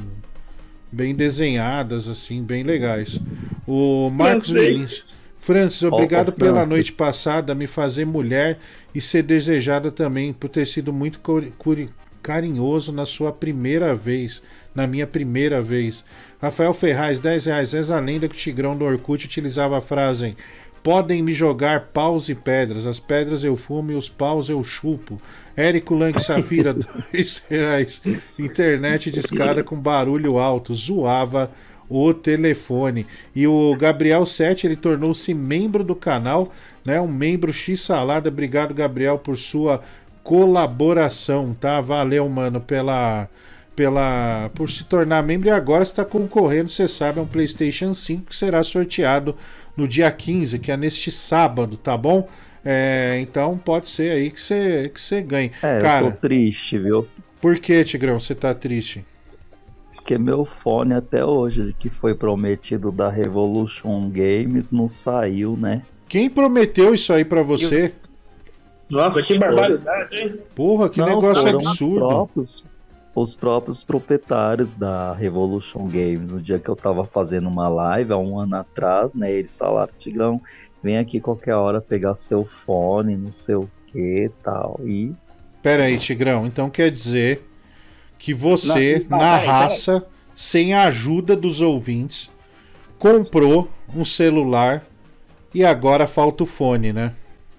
bem desenhadas, assim, bem legais. O Marcos Lins. Francis, obrigado oh, oh, pela Francis. noite passada a me fazer mulher e ser desejada também por ter sido muito carinhoso na sua primeira vez, na minha primeira vez. Rafael Ferraz, dez reais. Essa lenda que o Tigrão do Orkut utilizava a frase: podem me jogar paus e pedras, as pedras eu fumo e os paus eu chupo. Érico Lang Safira, dois reais. Internet de escada com barulho alto, zoava o telefone. E o Gabriel sete, ele tornou-se membro do canal, né? Um membro X-Salada. Obrigado, Gabriel, por sua colaboração, tá? Valeu, mano, pela... Pela, por se tornar membro. E agora está concorrendo, você sabe, a um PlayStation cinco que será sorteado no dia quinze, que é neste sábado, tá bom? É, então pode ser aí que você que você ganhe. É, cara, eu tô triste, viu? Por que, Tigrão, você tá triste? Porque meu fone até hoje, que foi prometido da Revolution Games, não saiu, né? Quem prometeu isso aí pra você? Nossa, que barbaridade, hein? Porra, que não, negócio absurdo. Os próprios, os próprios proprietários da Revolution Games, no dia que eu tava fazendo uma live, há um ano atrás, né? Eles falaram: Tigrão, vem aqui qualquer hora pegar seu fone, não sei o que tal. E. Pera aí, Tigrão, então quer dizer que você, não, não, na peraí, raça, peraí. sem a ajuda dos ouvintes, comprou um celular e agora falta o fone, né?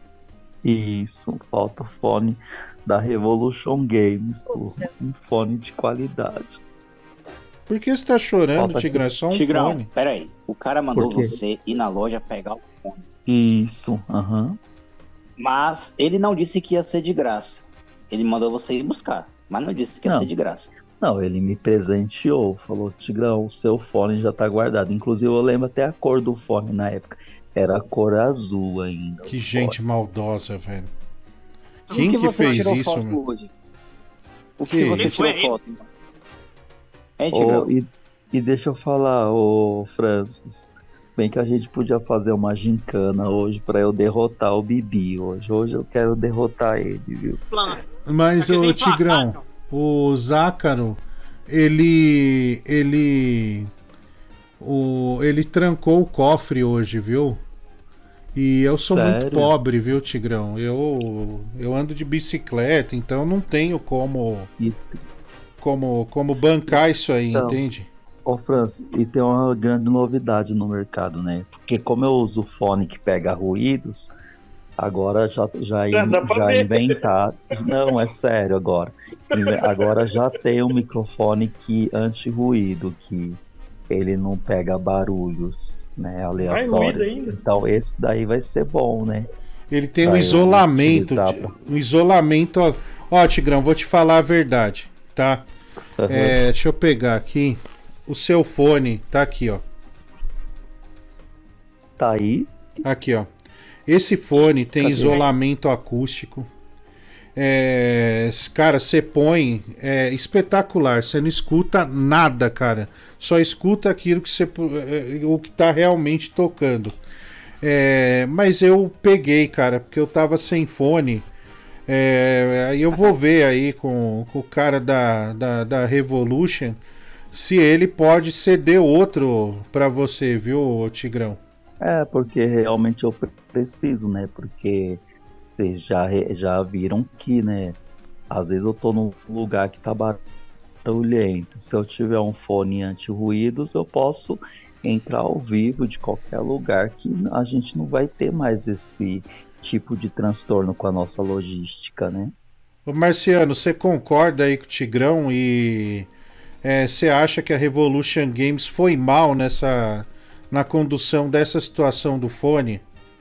Isso, falta o fone da Revolution Games, um fone de qualidade. Por que você tá chorando, falta Tigrão? É só um Tigrão, fone. Peraí, o cara mandou você ir na loja pegar o fone. Isso, aham. Uhum. Mas ele não disse que ia ser de graça. Ele mandou você ir buscar, mas não disse que ia não. ser de graça. Não, ele me presenteou, falou: Tigrão, o seu fone já tá guardado. Inclusive eu lembro até a cor do fone na época. Era a cor azul ainda. Que gente fone. maldosa, velho. Quem que, que fez isso, meu? Hoje? O que, que você tirou foi? foto? Então? É, oh, e, e deixa eu falar, ô oh, Francis, bem que a gente podia fazer uma gincana hoje pra eu derrotar o Bibi hoje. Hoje eu quero derrotar ele, viu? Mas, ô Tigrão, o Zácaro, ele... Ele... O, ele trancou o cofre hoje, viu? E eu sou muito Sério? pobre, viu, Tigrão? Eu, eu ando de bicicleta, então não tenho como, como, como bancar isso aí, Então, entende? Ô, Francis, e tem uma grande novidade no mercado, né? Porque como eu uso fone que pega ruídos, agora já, já, Já dá pra já ver. inventaram. Não, é sério agora. Inve- Agora já tem um microfone que anti-ruído, que ele não pega barulhos, né, aleatórios. ruído ainda? Então esse daí vai ser bom, né? Ele tem um Pra eu isolamento, utilizar ti- pra- um isolamento. Ó, ó, Tigrão, vou te falar a verdade, tá? Aham. É, deixa eu pegar aqui. O seu fone tá aqui, ó. Tá aí? Aqui, ó. Esse fone tem Cadê? isolamento acústico. É, cara, você põe, é espetacular. Você não escuta nada, cara. Só escuta aquilo que você, é, o que tá realmente tocando. É, mas eu peguei, cara, porque eu tava sem fone. É, aí eu vou ver aí com, com o cara da, da, da Revolution se ele pode ceder outro pra você, viu, Tigrão? É, porque realmente eu pre- preciso, né? Porque vocês já, re- já viram que, né? Às vezes eu tô num lugar que tá barulhento. Se eu tiver um fone anti-ruídos, eu posso entrar ao vivo de qualquer lugar que a gente não vai ter mais esse tipo de transtorno com a nossa logística, né? Ô Marciano, você concorda aí com o Tigrão e é, você acha que a Revolution Games foi mal nessa na condução dessa situação do fone?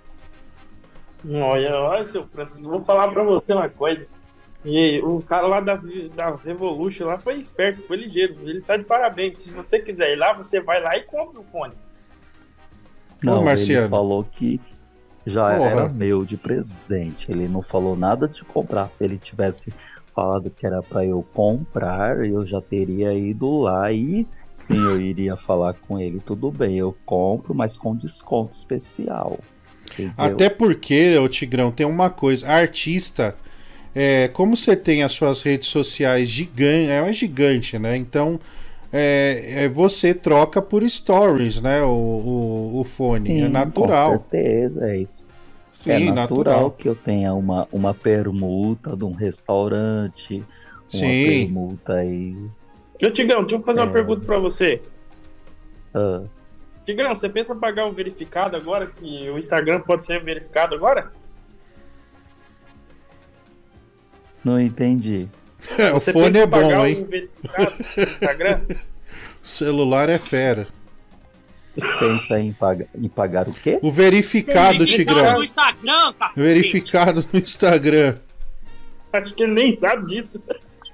Olha, olha, seu Francisco, vou falar pra você uma coisa. E o cara lá da, da Revolution lá foi esperto, foi ligeiro. Ele tá de parabéns. Se você quiser ir lá, você vai lá e compra o fone. Não, ele Marciano. falou que já Porra. era meu de presente. Ele não falou nada de comprar. Se ele tivesse falado que era pra eu comprar, eu já teria ido lá e sim, eu iria falar com ele. Tudo bem, eu compro, mas com desconto especial. Entendeu? Até porque, ô Tigrão, tem uma coisa, artista, é, como você tem as suas redes sociais gigantes, é uma gigante, né? Então, é, é, você troca por stories, né? O, o, o fone, Sim, é natural. com certeza, é isso. Sim, é natural, natural. que eu tenha uma, uma permuta de um restaurante, uma Sim. permuta aí. Ô, Tigrão, deixa eu fazer uma É. pergunta pra você. Ah, Tigrão, você pensa em pagar o verificado agora? Que o Instagram pode ser verificado agora? não entendi. É, o Você fone pensa é em pagar bom, o hein? verificado no Instagram? O celular é fera. Pensa em, pagar em pagar o quê? O verificado, Tigrão. No Instagram, cara. Verificado no Instagram. Acho que ele nem sabe disso.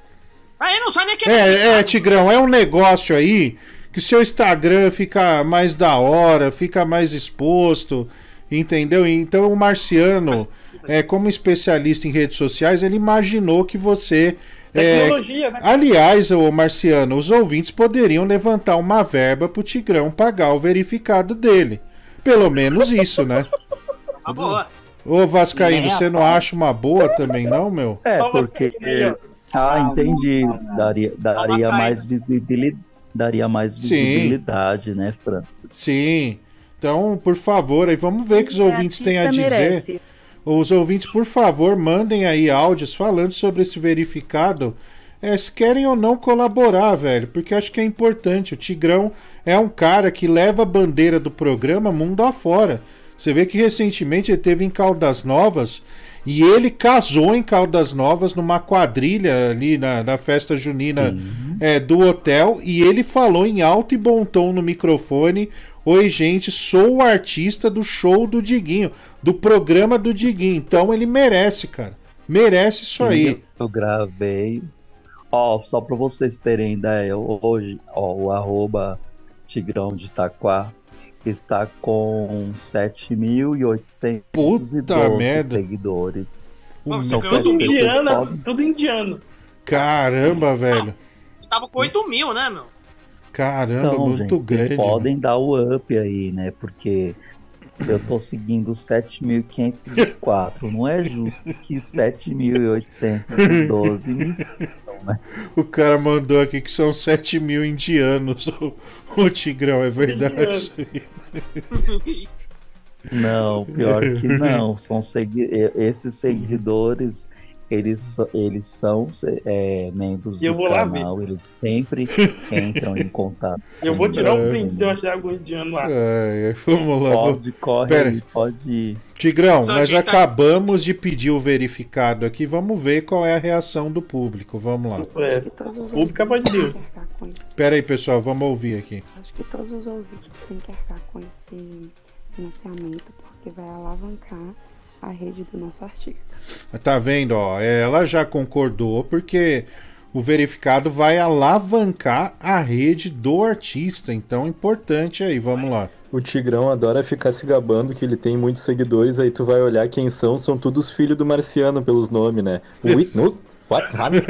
Aí não sabe nem que É, é, Tigrão, é um negócio aí que seu Instagram fica mais da hora, fica mais exposto, entendeu? Então o Marciano, é, como especialista em redes sociais, ele imaginou que você... é, Tecnologia, né? aliás, ô Marciano, os ouvintes poderiam levantar uma verba pro Tigrão pagar o verificado dele. Pelo menos isso, né? Tá boa. Ô Vascaíno, É, você não acha uma boa também não, meu? É, Só você porque. aí, ó. Ah, entendi. Daria, daria Vascaíno. mais visibilidade. Daria mais visibilidade, né, Francis? Sim. Então, por favor, aí vamos ver o que os ouvintes têm a Artista dizer. merece. Os ouvintes, por favor, mandem aí áudios falando sobre esse verificado. É, se querem ou não colaborar, velho, porque acho que é importante. O Tigrão é um cara que leva a bandeira do programa mundo afora. Você vê que recentemente ele teve em Caldas Novas e ele casou em Caldas Novas numa quadrilha ali na, na festa junina é, do hotel e ele falou em alto e bom tom no microfone: oi, gente, sou o artista do show do Diguinho, do programa do Diguinho. Então ele merece, cara. Merece isso aí. Eu gravei. Ó, só pra vocês terem ideia, hoje, ó, o arroba Tigrão de Itaquá está com sete mil e oitocentos e doze merda. seguidores. Não, Então, Tudo vocês indiano, podem- tudo indiano. Caramba, velho. Tava com oito mil, né, meu? Caramba, Então, muito gente, grande. vocês podem dar o up aí, né? Porque eu tô seguindo sete mil quinhentos e quatro. Não é justo que sete mil e oitocentos e doze me sigam, né? O cara mandou aqui que são sete mil indianos. O, o Tigrão, é verdade isso aí. Não, pior que não. São segui esses seguidores, eles, so- eles são é, membros E eu do vou lá canal, eles sempre entram em contato. Eu vou tirar um comigo. print se eu achar algum indiano lá. É, vamos lá. Pode, vamos- corre Pera aí, pode ir. Tigrão, Só nós que tá- acabamos de pedir o verificado aqui. Vamos ver qual é a reação do público. Vamos lá. É, público é de Deus. Pera aí, pessoal, vamos ouvir aqui. Acho que todos os ouvintes têm que arcar com esse financiamento porque vai alavancar a rede do nosso artista. Tá vendo, ó? Ela já concordou porque o verificado vai alavancar a rede do artista. Então, importante aí, vamos lá. O Tigrão adora ficar se gabando que ele tem muitos seguidores, aí tu vai olhar quem são, são todos filhos do Marciano pelos nomes, né? Wait, no, what's happening?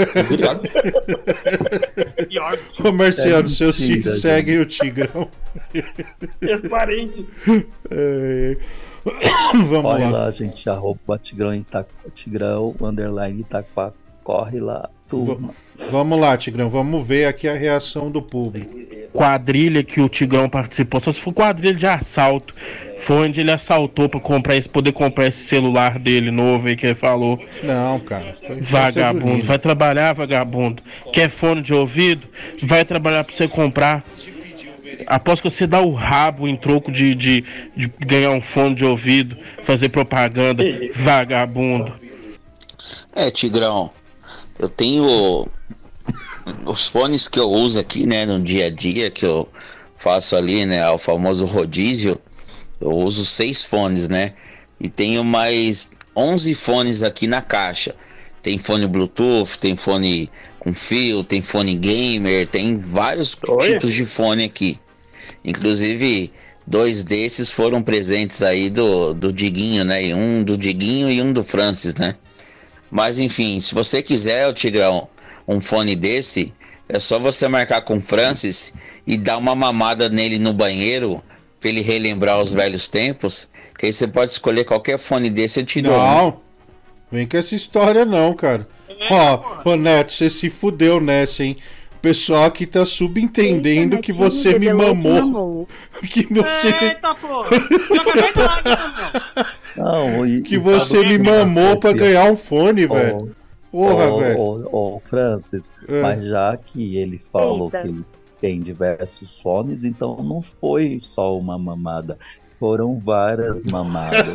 Ô, Marciano, É seus mentira, filhos gente. seguem o Tigrão. É parente. É, Vamos Corre lá. lá, gente, arroba Tigrão, Ita... Tigrão, underline Itaquá, corre lá, turma. Vamos lá, Tigrão, vamos ver aqui a reação do público. Quadrilha que o Tigrão participou, só se for quadrilha de assalto. Foi onde ele assaltou pra comprar esse, poder comprar esse celular dele novo aí que ele falou. Não, cara. Foi Vagabundo, festa vai trabalhar, vagabundo. Quer fone de ouvido? Vai trabalhar pra você comprar. Após que você dá o rabo em troco de, de, de ganhar um fone de ouvido, fazer propaganda, vagabundo. É, Tigrão, eu tenho os fones que eu uso aqui, né, no dia a dia, que eu faço ali, né, o famoso rodízio. Eu uso seis fones, né, e tenho mais onze fones aqui na caixa. Tem fone Bluetooth, tem fone com fio, tem fone gamer, tem vários Olha. tipos de fone aqui. Inclusive, dois desses foram presentes aí do, do Diguinho, né, e um do Diguinho e um do Francis, né. Mas enfim, se você quiser, ô Tigrão, um fone desse, é só você marcar com o Francis e dar uma mamada nele no banheiro, pra ele relembrar os velhos tempos, que aí você pode escolher qualquer fone desse, eu te dou. Não, vem com essa história não, cara. Ó, ô Neto, você se fudeu nessa, hein? O pessoal aqui tá subentendendo Eita, que Netinho você me revelou que mamou. mamou. Que você, Eita, porra! Eu acabei de falar aqui, meu. Não, e, que e você sabe me o que mamou pra aconteceu? ganhar um fone, Ô, velho. Porra, ô, velho. Ô, ô, Francis, É. mas já que ele falou Eita. que ele tem diversos fones, então não foi só uma mamada, foram várias mamadas.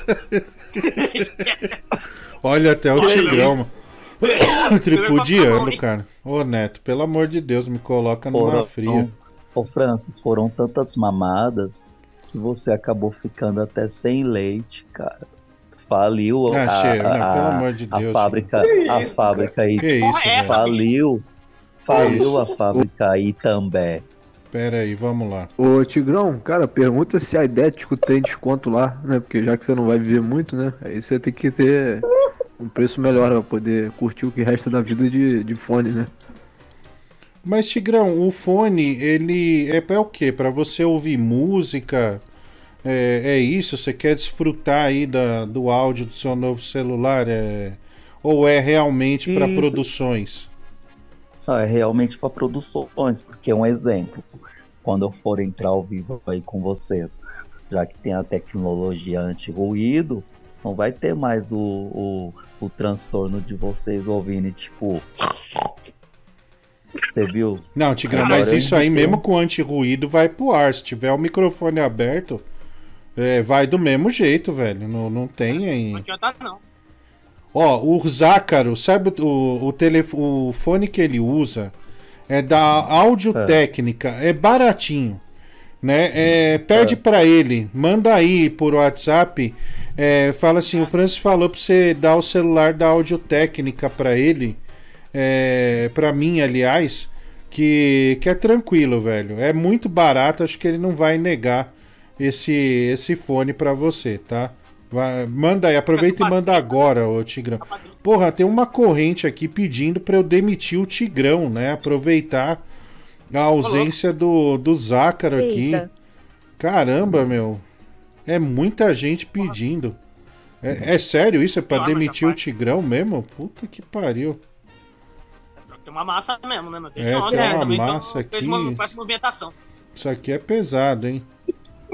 Olha até o Olha Tigrão, mano. Tripudiano, hein? cara. Ô Neto, pelo amor de Deus, me coloca numa Foram, fria. ô Francis, foram tantas mamadas que você acabou ficando até sem leite, cara. Faliu Ah, a, chega, não, a- pelo amor de a Deus, fábrica, gente. a Que isso, fábrica aí. Que isso, Porra, é essa, velho. Faliu, faliu a fábrica aí também. Pera aí, vamos lá. Ô Tigrão, cara, pergunta se a Idético tem desconto lá, né? Porque já que você não vai viver muito, né? Aí você tem que ter um preço melhor pra poder curtir o que resta da vida de, de fone, né? Mas, Tigrão, o fone, ele é pra o quê? Pra você ouvir música? É, é isso? Você quer desfrutar aí da, do áudio do seu novo celular? É... Ou é realmente pra Isso. produções? Ah, é realmente para produções, porque um exemplo, quando eu for entrar ao vivo aí com vocês, já que tem a tecnologia anti-ruído, não vai ter mais o, o, o transtorno de vocês ouvindo, tipo... Você viu? Não, Tigrão, Agora mas eu isso aí, indiquei mesmo um- com anti-ruído, vai pro ar. Se tiver o microfone aberto, é, vai do mesmo jeito, velho. Não, não tem aí. Não adianta não. Ó, o Zácaro, sabe o, o, telef... o fone que ele usa é da Áudio Técnica, é baratinho, né? É, pede pra ele, manda aí por WhatsApp, é, fala assim, o Francis falou pra você dar o celular da Áudio Técnica pra ele, é, pra mim, aliás, que, que é tranquilo, velho. É muito barato, acho que ele não vai negar esse, esse fone pra você, tá? Vai, manda aí, aproveita e manda agora, ô Tigrão. Porra, tem uma corrente aqui pedindo pra eu demitir o Tigrão, né? Aproveitar a ausência do, do Zácaro aqui. Eita. Caramba, meu. É muita gente pedindo. É, é sério isso? É pra demitir o Tigrão mesmo? Puta que pariu. Tem uma massa mesmo, né, meu? É, Deixa tem né? uma Também, massa então, fez aqui. uma, faz movimentação. Isso aqui é pesado, hein? Meu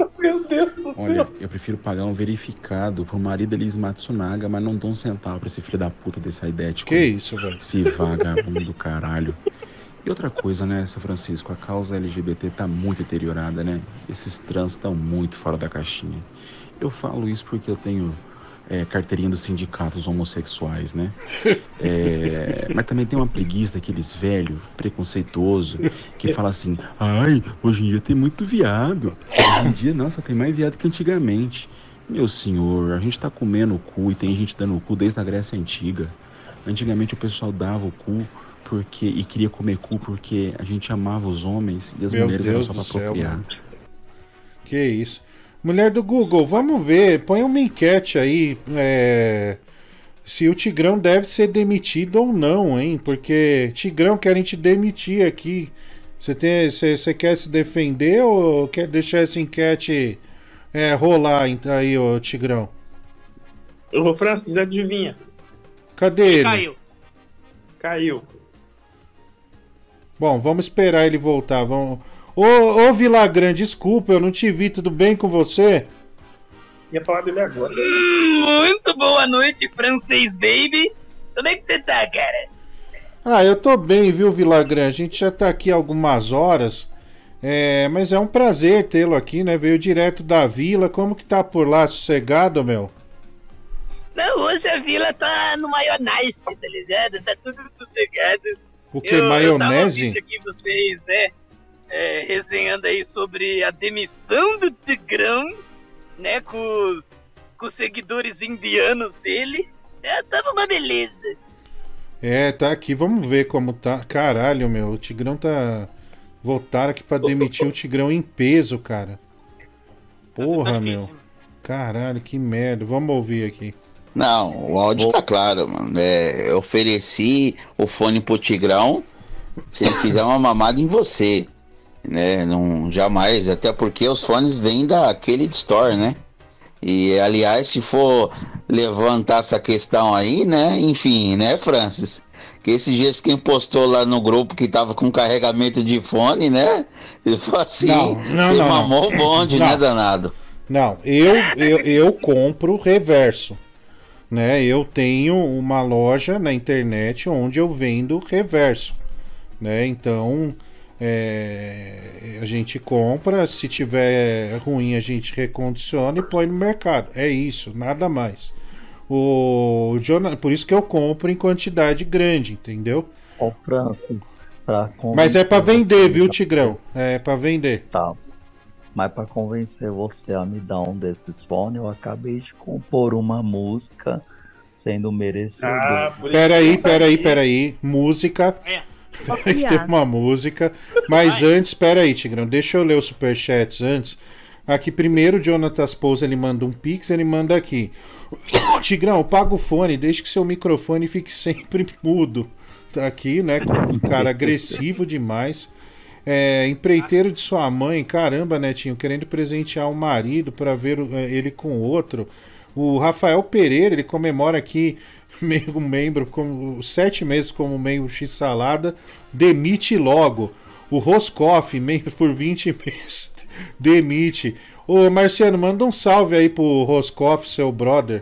Deus do Olha, céu. eu prefiro pagar um verificado pro marido Elis Matsunaga, mas não dou um centavo pra esse filho da puta desse aidético. Que isso, velho? Esse vagabundo do caralho. E outra coisa, né, São Francisco, a causa L G B T tá muito deteriorada, né? Esses trans estão muito fora da caixinha. Eu falo isso porque eu tenho é, carteirinha dos sindicatos homossexuais, né? É, mas também tem uma preguiça daqueles velhos, preconceituoso, que fala assim, ai, hoje em dia tem muito viado. Hoje em dia, nossa, tem mais viado que antigamente. Meu senhor, a gente tá comendo o cu e tem gente dando o cu desde a Grécia Antiga. Antigamente o pessoal dava o cu porque e queria comer cu porque a gente amava os homens e as Meu mulheres Deus eram só do pra céu, procriar. mano. Que isso. Mulher do Google, vamos ver, põe uma enquete aí, é, se o Tigrão deve ser demitido ou não, hein? Porque, Tigrão, querem te demitir aqui. Você tem, você, você quer se defender ou quer deixar essa enquete é, rolar aí, ô Tigrão? O Francis, adivinha? Cadê ele? Caiu. Caiu. Bom, vamos esperar ele voltar. Vamos... Ô, ô Vilagrande, desculpa, eu não te vi, tudo bem com você? Ia falar dele agora. Muito boa noite, francês baby. Como é que você tá, cara? Ah, eu tô bem, viu, Vilagrande? A gente já tá aqui há algumas horas. É, mas é um prazer tê-lo aqui, né? Veio direto da vila. Como que tá por lá, sossegado, meu? Não, hoje a vila tá no maionese, tá ligado? Tá tudo sossegado. O que, eu, maionese? Eu tava ouvindo aqui vocês, né? É, resenhando aí sobre a demissão do Tigrão, né? Com os, com os seguidores indianos dele. É, tava uma beleza. É, tá aqui, vamos ver como tá. Caralho, meu, o Tigrão tá... Voltaram aqui pra demitir o Tigrão em peso, cara. Porra, meu. Caralho, que merda. Vamos ouvir aqui. Não, o áudio tá claro, mano. É, eu ofereci o fone pro Tigrão se ele fizer uma mamada em você. Né? Não, jamais, até porque os fones vêm daquele store, né? E, aliás, se for levantar essa questão aí, né? Enfim, né, Francis? Que esses dias quem postou lá no grupo que tava com carregamento de fone, né? Ele falou assim, Não, não, você não, mamou não. o bonde, Não. né, danado? Não, eu, eu, eu compro reverso. Né? Eu tenho uma loja na internet onde eu vendo reverso. Né? Então... É, a gente compra, se tiver ruim a gente recondiciona e põe no mercado. É isso, nada mais. O Jonathan, por isso que eu compro em quantidade grande, entendeu? Ó, Francis, pra Mas é pra vender, você, viu, tá? Tigrão? É pra vender. Tá. Mas pra convencer você a me dar um desses fones, eu acabei de compor uma música sendo merecedor. Ah, Peraí, peraí, peraí. Música. Peraí, tem uma música. Mas antes, peraí, Tigrão, deixa eu ler os superchats antes. Aqui primeiro o Jonathan Pouso, ele manda um pix, ele manda aqui. Tigrão, paga o fone, deixe que seu microfone fique sempre mudo. Tá aqui, né? Um cara agressivo demais. É, empreiteiro de sua mãe, caramba, Netinho, querendo presentear o marido para ver ele com outro. O Rafael Pereira, ele comemora aqui meio membro, como sete meses como membro X-Salada, demite logo. O Roscoff, membro por vinte meses, demite. Ô Marciano, manda um salve aí pro Roscoff, seu brother.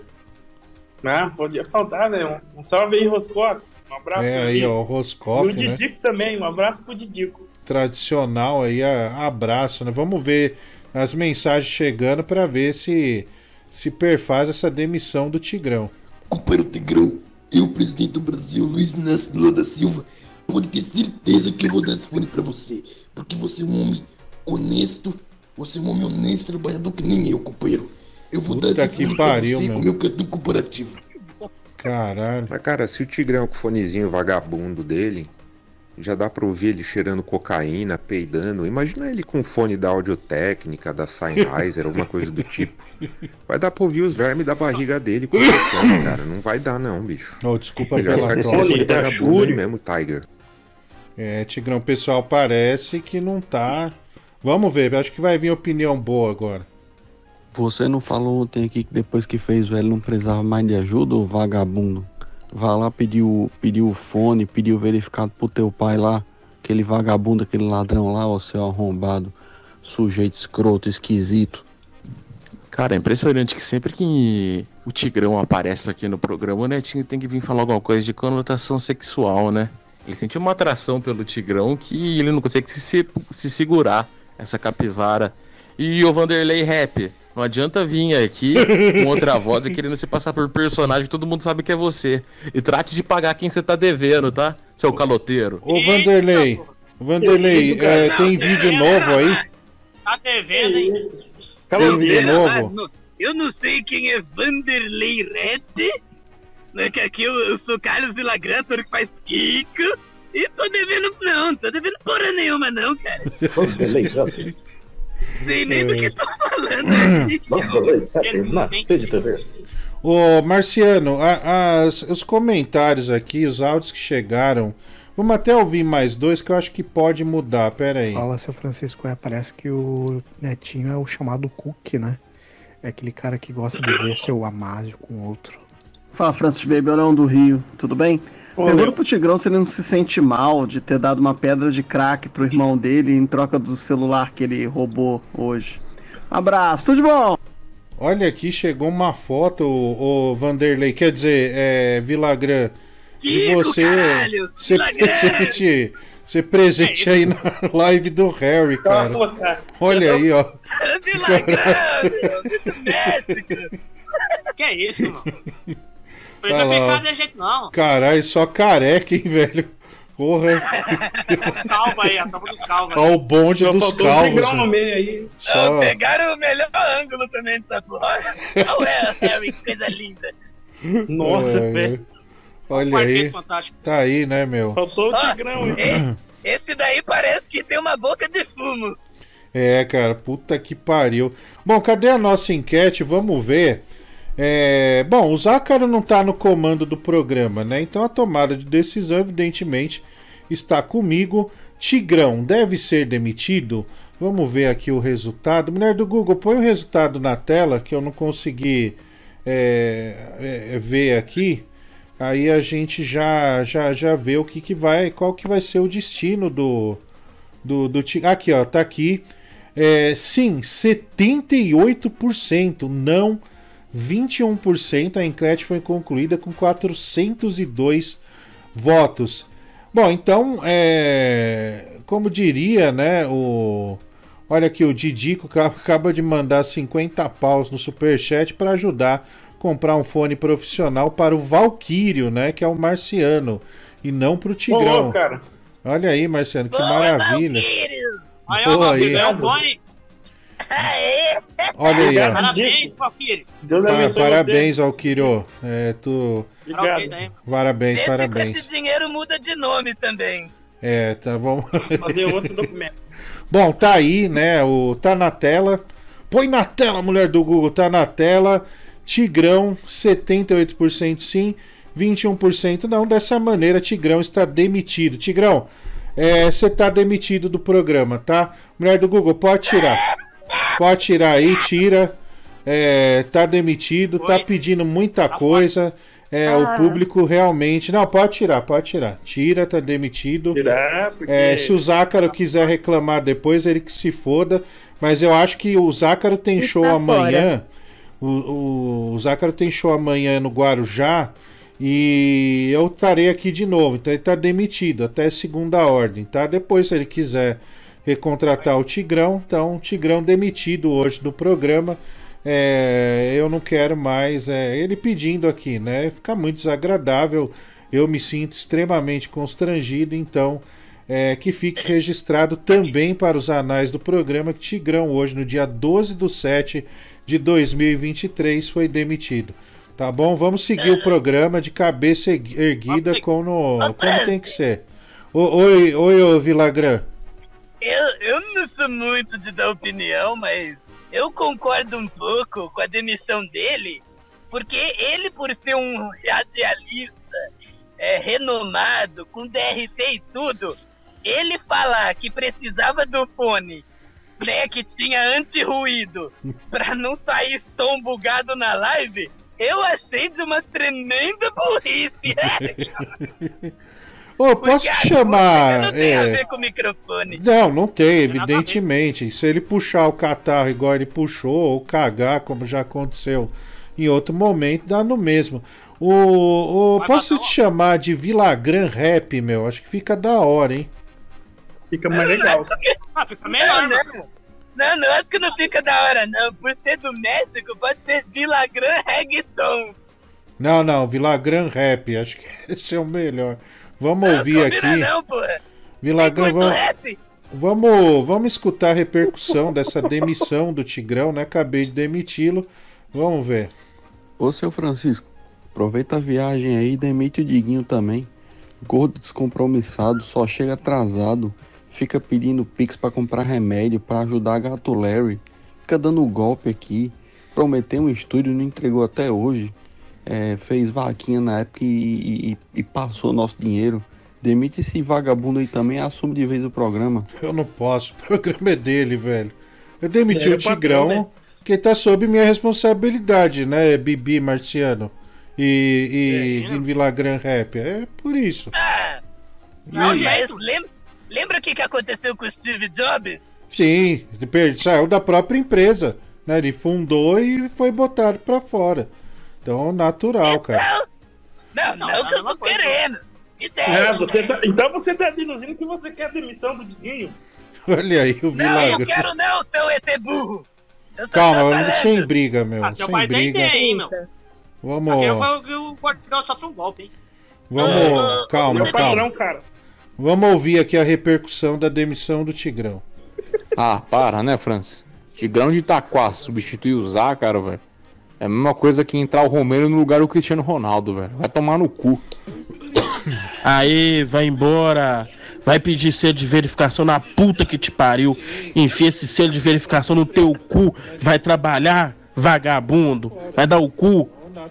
Ah, podia faltar, né? Um, um salve aí, Roscoff. Um abraço. É aí, ó, o Roscoff, E o né? Didico também, um abraço pro Didico. Tradicional aí, a- abraço, né? Vamos ver as mensagens chegando para ver se se perfaz essa demissão do Tigrão. Companheiro Tigrão, eu, presidente do Brasil, Luiz Inácio Lula da Silva, pode ter certeza que eu vou dar esse fone pra você, porque você é um homem honesto, você é um homem honesto, trabalhador que nem eu, companheiro. Eu vou Puta dar esse que fone pariu, pra você meu. com o meu cartão corporativo. Caralho. Mas, cara, se o Tigrão com o fonezinho vagabundo dele, já dá pra ouvir ele cheirando cocaína, peidando. Imagina ele com o fone da Audiotécnica, da Sennheiser, alguma coisa do tipo. Vai dar pra ouvir os vermes da barriga dele conversando, cara. Não vai dar não, bicho. Oh, desculpa Melhor pela ficar nesse tosse. fone vagabundo aí mesmo, Tiger. É, Tigrão, o pessoal parece que não tá. Vamos ver, acho que vai vir opinião boa agora. Você não falou ontem aqui que depois que fez o L não precisava mais de ajuda, ô vagabundo? Vá lá pedir o, pedir o fone, pedir o verificado pro teu pai lá. Aquele vagabundo, aquele ladrão lá, ó, seu arrombado. Sujeito escroto, esquisito. Cara, é impressionante que sempre que o Tigrão aparece aqui no programa, o Netinho tem que vir falar alguma coisa de conotação sexual, né? Ele sentiu uma atração pelo Tigrão que ele não consegue se, se, se segurar, essa capivara. E o Vanderlei Rap, não adianta vir aqui com outra voz e querendo se passar por personagem que todo mundo sabe que é você. E trate de pagar quem você tá devendo, tá, seu caloteiro? Ô Vanderlei, Vanderlei, é, tem vídeo novo aí? Tá devendo, hein? Tem vídeo Ah, novo? não- eu não sei quem é Vanderlei Red, né, que aqui eu, eu sou Carlos Villagrán, ator que faz Kiko, e tô devendo, não, tô devendo porra nenhuma não, cara. Vanderlei Red. Sei nem do que tô falando aqui. Vanderlei Red, na Rede T V. Ô Marciano, a- as- os comentários aqui, os áudios que chegaram, vamos até ouvir mais dois que eu acho que pode mudar, pera aí. Fala, seu Francisco, é, parece que o Netinho é o chamado Cook, né? É aquele cara que gosta de ver seu amásio com outro. Fala, Francis Beberão do Rio, tudo bem? Ô, Pergunta Léo. pro Tigrão se ele não se sente mal de ter dado uma pedra de crack pro irmão dele em troca do celular que ele roubou hoje. Um abraço, tudo de bom? Olha aqui, chegou uma foto, o, Vanderlei, quer dizer, é, Villagrán, de Kiko, você caralho, ser Villagrán. presente, ser presente aí na live do Harry, cara. Pô, cara. Olha aí, ó. Que é isso, mano? Não Tá precisa lá, ficar ó. de jeito, não. Caralho, só careca, hein, velho? Porra. Calma aí, a tropa dos calvos. Ó o bonde Só dos faltou um calvos. Tigrão no mano. meio aí. Só- Ah, pegaram o melhor ângulo também dessa porra. Qual é, Harry? Que coisa linda. Nossa, É, velho. Olha Quarteto aí. Fantástico. Tá aí, né, meu? Faltou o Ó, Tigrão. e- Esse daí parece que tem uma boca de fumo. É, cara, puta que pariu. Bom, cadê a nossa enquete? Vamos ver. É, bom, o Zácaro não tá no comando do programa, né? Então a tomada de decisão, evidentemente, está comigo. Tigrão deve ser demitido? Vamos ver aqui o resultado. Mulher do Google, põe o resultado na tela que eu não consegui é, é, ver aqui. Aí a gente já já já vê o que, que vai, qual que vai ser o destino do do, do Ti- aqui, ó, tá aqui. É, sim, setenta e oito por cento, não vinte e um por cento. A enquete foi concluída com quatrocentos e dois votos. Bom, então, é, como diria, né, o olha aqui, o Didico ca- acaba de mandar cinquenta paus no Superchat para ajudar a comprar um fone profissional para o Valquírio, né, que é o Marciano, e não para o Tigrão. Ô, cara. Olha aí, Marciano, que maravilha. Aí, Boa ó, aí. Valkyrie, é o fone. Olha aí, ó. Parabéns, Valkyrie. Deus Pa- abençoe parabéns, Valquírio. É, tu... Obrigado. Parabéns, Vê se com parabéns. esse dinheiro muda de nome também. É, tá bom. Fazer outro documento. Bom, tá aí, né? O, tá na tela. Põe na tela, mulher do Google, tá na tela. Tigrão, setenta e oito por cento sim, vinte e um por cento não. Dessa maneira, Tigrão está demitido. Tigrão, você tá demitido do programa, tá? Mulher do Google, pode tirar. Pode tirar aí, tira. É, tá demitido, tá pedindo muita coisa. É, Ah. o público realmente. Não, pode tirar, pode tirar. Tira, tá demitido. Tirar, porque- É, se o Zácaro quiser reclamar depois, ele que se foda. Mas eu acho que o Zácaro tem Está show fora. amanhã. O, o, o Zácaro tem show amanhã no Guarujá. E eu estarei aqui de novo. Então ele tá demitido até segunda ordem, tá? Depois, se ele quiser recontratar o Tigrão, então o Tigrão demitido hoje do programa. É, eu não quero mais. É, ele pedindo aqui, né? Fica muito desagradável. Eu me sinto extremamente constrangido. Então, é, que fique registrado também para os anais do programa que Tigrão, hoje, no dia doze de setembro de dois mil e vinte e três, foi demitido. Tá bom? Vamos seguir o programa de cabeça ergu- erguida como, como tem que ser. O- Oi, oi, ô Villagrán. Eu, eu não sou muito de dar opinião, mas eu concordo um pouco com a demissão dele, porque ele, por ser um radialista é, renomado, com D R T e tudo, ele falar que precisava do fone, né, que tinha anti-ruído, pra não sair som bugado na live, eu achei de uma tremenda burrice. Ô, Ô, posso te chamar? Não tem é... a ver com o microfone. Não, não tem, evidentemente. Se ele puxar o catarro igual ele puxou, ou cagar, como já aconteceu em outro momento, dá no mesmo. O, o, posso te chamar de Vilagran Rap, meu? Acho que fica da hora, hein? Fica mais legal. Ah, fica melhor, não, não. não, não, acho que não fica da hora, não. Por ser do México, pode ser Vilagran Reggaeton. Não, não, Vilagran Rap, acho que esse é o melhor. Vamos não, ouvir aqui. Não, porra. Vilagran, vamos, vamos, vamos escutar a repercussão dessa demissão do Tigrão, né? Acabei de demiti-lo. Vamos ver. Ô, seu Francisco, aproveita a viagem aí e demite o Diguinho também. Gordo descompromissado, só chega atrasado, fica pedindo pix pra comprar remédio, pra ajudar a Gato Larry, fica dando golpe aqui, prometeu um estúdio, não entregou até hoje, é, fez vaquinha na época e, e, e passou nosso dinheiro. Demite esse vagabundo aí também e assume de vez o programa. Eu não posso, o programa é dele, velho. Eu demiti é, o Tigrão, patrão, né? Que tá sob minha responsabilidade, né, Bibi Marciano? E, e, e Vilagran Rap. É por isso. Ah, não, mas lembra, lembra o que, que aconteceu com o Steve Jobs? Sim, ele saiu da própria empresa, né? Ele fundou e foi botado pra fora. Então, natural, cara. Não, não, não, não que eu tô coisa. querendo. É, você tá, então você tá deduzindo que você quer a demissão do Diguinho. Olha aí o Vilagran. Não, eu quero não, seu E T burro. Calma, sem briga, meu. Ah, sem pai briga. Tem, hein, meu. Vamos. Aqui eu vou sofrer um golpe, hein? Vamos. Calma, Meu calma. patrão, cara. Vamos ouvir aqui a repercussão da demissão do Tigrão. Ah, para, né, Francis? Tigrão de Itaquá substituir o Zácaro, velho. É a mesma coisa que entrar o Romero no lugar do Cristiano Ronaldo, velho. Vai tomar no cu. Aí, vai embora. Vai pedir selo de verificação na puta que te pariu. Enfia esse selo de verificação no teu cu. Vai trabalhar, vagabundo. Vai dar o cu.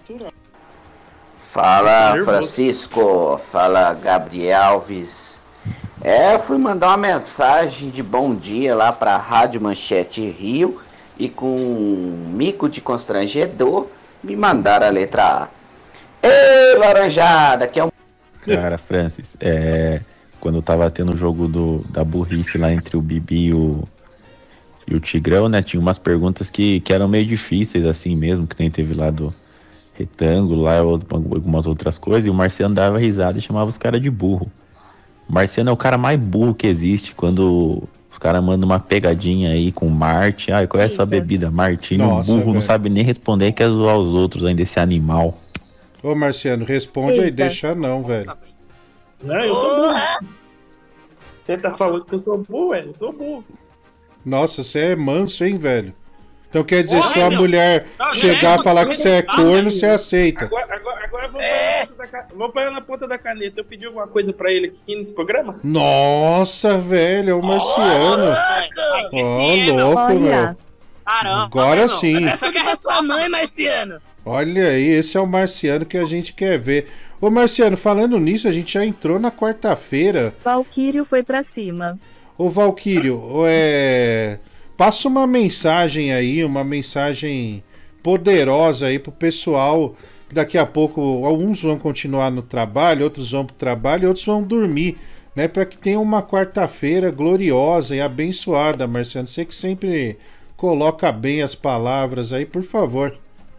Fala, Francisco. Fala, Gabriel Alves. É, fui mandar uma mensagem de bom dia lá pra Rádio Manchete Rio. E com um mico de constrangedor, me mandaram a letra A. Ei, laranjada, que é um... Cara, Francis, é... quando eu tava tendo o jogo do, da burrice lá entre o Bibi e o, e o Tigrão, né? Tinha umas perguntas que, que eram meio difíceis, assim mesmo, que nem teve lá do retângulo, lá algumas outras coisas, e o Marciano dava risada e chamava os caras de burro. O Marciano é o cara mais burro que existe, quando os caras mandam uma pegadinha aí com Marte. Ah, qual é essa bebida? Martini, o burro velho. Não sabe nem responder, quer zoar os outros ainda, esse animal. Ô, Marciano, responde Eita. aí, deixa não, velho. Não, eu sou burro. Você tá falando que eu sou burro, velho? Eu sou burro. Nossa, você é manso, hein, velho? Então quer dizer, se a mulher não, chegar e falar que você é corno, você aceita. Agora, agora, agora eu vou é. parar vou parar na ponta da caneta. Eu pedi alguma coisa pra ele aqui nesse programa? Nossa, velho, é o Marciano. Ó, oh, louco, Olha. meu. Caramba, agora sim. Essa que é a sua mãe, Marciano. Olha aí, esse é o Marciano que a gente quer ver. Ô, Marciano, falando nisso, a gente já entrou na quarta-feira. Valquírio foi pra cima. Ô, Valquírio, é... passa uma mensagem aí, uma mensagem poderosa aí pro pessoal. Daqui a pouco, alguns vão continuar no trabalho, outros vão pro trabalho, outros vão dormir, né? Para que tenha uma quarta-feira gloriosa e abençoada, Marciano. Você que sempre coloca bem as palavras aí, por favor.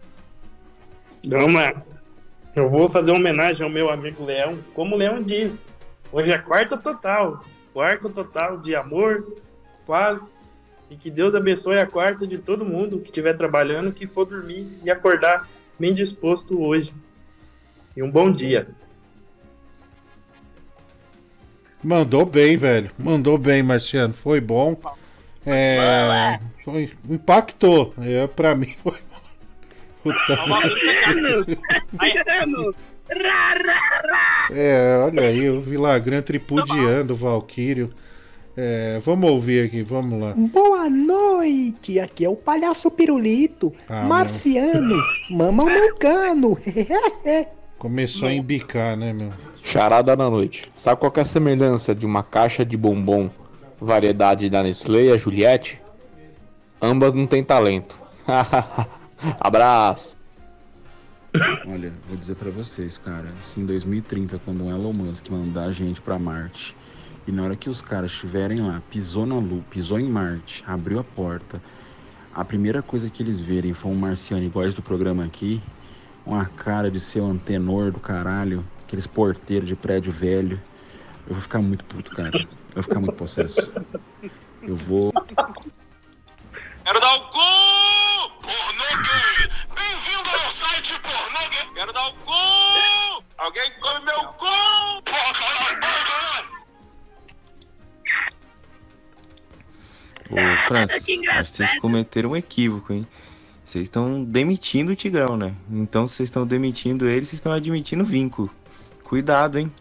Vamos lá. Eu vou fazer uma homenagem ao meu amigo Leão. Como o Leão diz, hoje é quarta total. Quarta total de amor, paz. E que Deus abençoe a quarta de todo mundo que estiver trabalhando, que for dormir e acordar bem disposto hoje. E um bom dia. Mandou bem, velho. Mandou bem, Marciano. Foi bom. É... Foi... Impactou. É, pra mim foi... Puta. É, olha aí, o Vilagran tripudiando o Valquírio. É, vamos ouvir aqui, vamos lá. Boa noite, aqui é o Palhaço Pirulito, ah, Marciano, mama o meu cano. Começou a embicar, né, meu? Charada na noite. Sabe qual que é a semelhança de uma caixa de bombom variedade da Nestlé e a Juliette? Ambas não têm talento. Abraço. Olha, vou dizer pra vocês, cara, se em dois mil e trinta, quando o Elon Musk mandar a gente pra Marte, e na hora que os caras estiverem lá, pisou na Lua, pisou em Marte, abriu a porta, a primeira coisa que eles verem for um marciano igual esse do programa aqui, uma cara de ser um antenor do caralho, aqueles porteiros de prédio velho, eu vou ficar muito puto, cara. Eu vou ficar muito possesso. Eu vou... Quero dar o cu! Pornô gay! Bem-vindo ao site pornô gay! Quero dar o cu! Alguém come meu cu! Porra, caralho, porra, caralho! Ô, Francis, acho que vocês cometeram um equívoco, hein? Vocês estão demitindo o Tigrão, né? Então, se vocês estão demitindo ele, vocês estão admitindo vínculo. Cuidado, hein?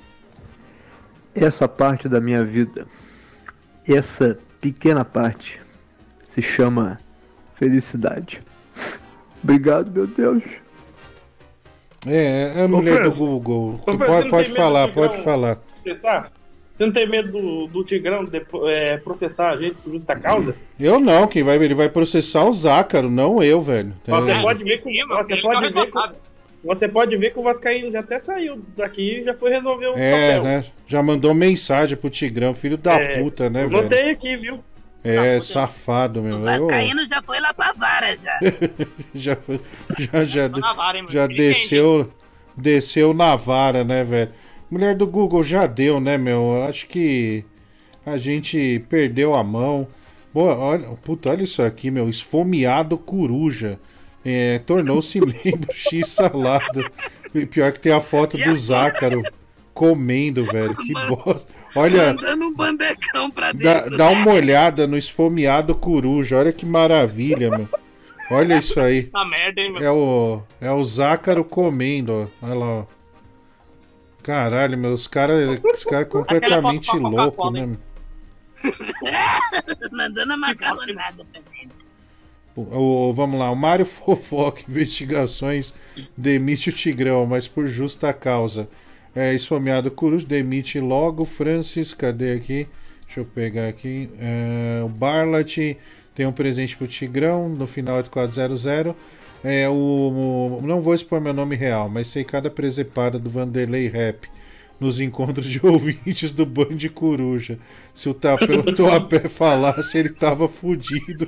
Essa parte da minha vida, essa pequena parte, se chama felicidade. Obrigado, meu Deus. É, é a mulher do Google. Ô, Fran, Pode, pode falar, pode falar. Processar? Você não tem medo do, do Tigrão de, é, processar a gente por justa causa? Eu não, quem vai, ele vai processar o Zácaro, não eu, velho. Você É. pode ver que você pode ver que, você pode ver que o Vascaíno já até saiu daqui e já foi resolver os É, papéis. né? Já mandou mensagem pro Tigrão, filho da É, puta, né, eu velho? notei aqui, viu? É, safado, meu. O Vascaíno já foi lá pra vara, já. já, foi- já, já, Tô na vara, hein, mano? já Ele desceu, desceu na vara, né, velho? Mulher do Google já deu, né, meu? Acho que a gente perdeu a mão. Boa, olha, puta, olha isso aqui, meu. Esfomeado coruja. É, tornou-se membro X salada. E pior que tem a foto do Zácaro comendo, velho. Que bosta. Olha, Mandando um bandecão pra dá, dentro. dá uma olhada no esfomeado coruja. Olha que maravilha, meu. Olha isso aí. Tá merda, hein, meu? É o, é o Zácaro comendo, ó. Olha lá, ó. Caralho, meu, os caras os cara completamente Aquela foto com a loucos, Coca-Cola, né? meu? Mandando a macarronada pra dentro. O, o- vamos lá, o Mário Fofoca, investigações, demite o Tigrão, mas por justa causa. É, esfomeado coruja, demite logo. Francis, cadê aqui? Deixa eu pegar aqui. É, o Barlat tem um presente pro Tigrão, no final oito quatro zero zero. É, o, o- não vou expor meu nome real, mas sei cada presepada do Vanderlei Rap nos encontros de ouvintes do Band Coruja. Se o Tapeu Toapé falasse, ele tava fudido.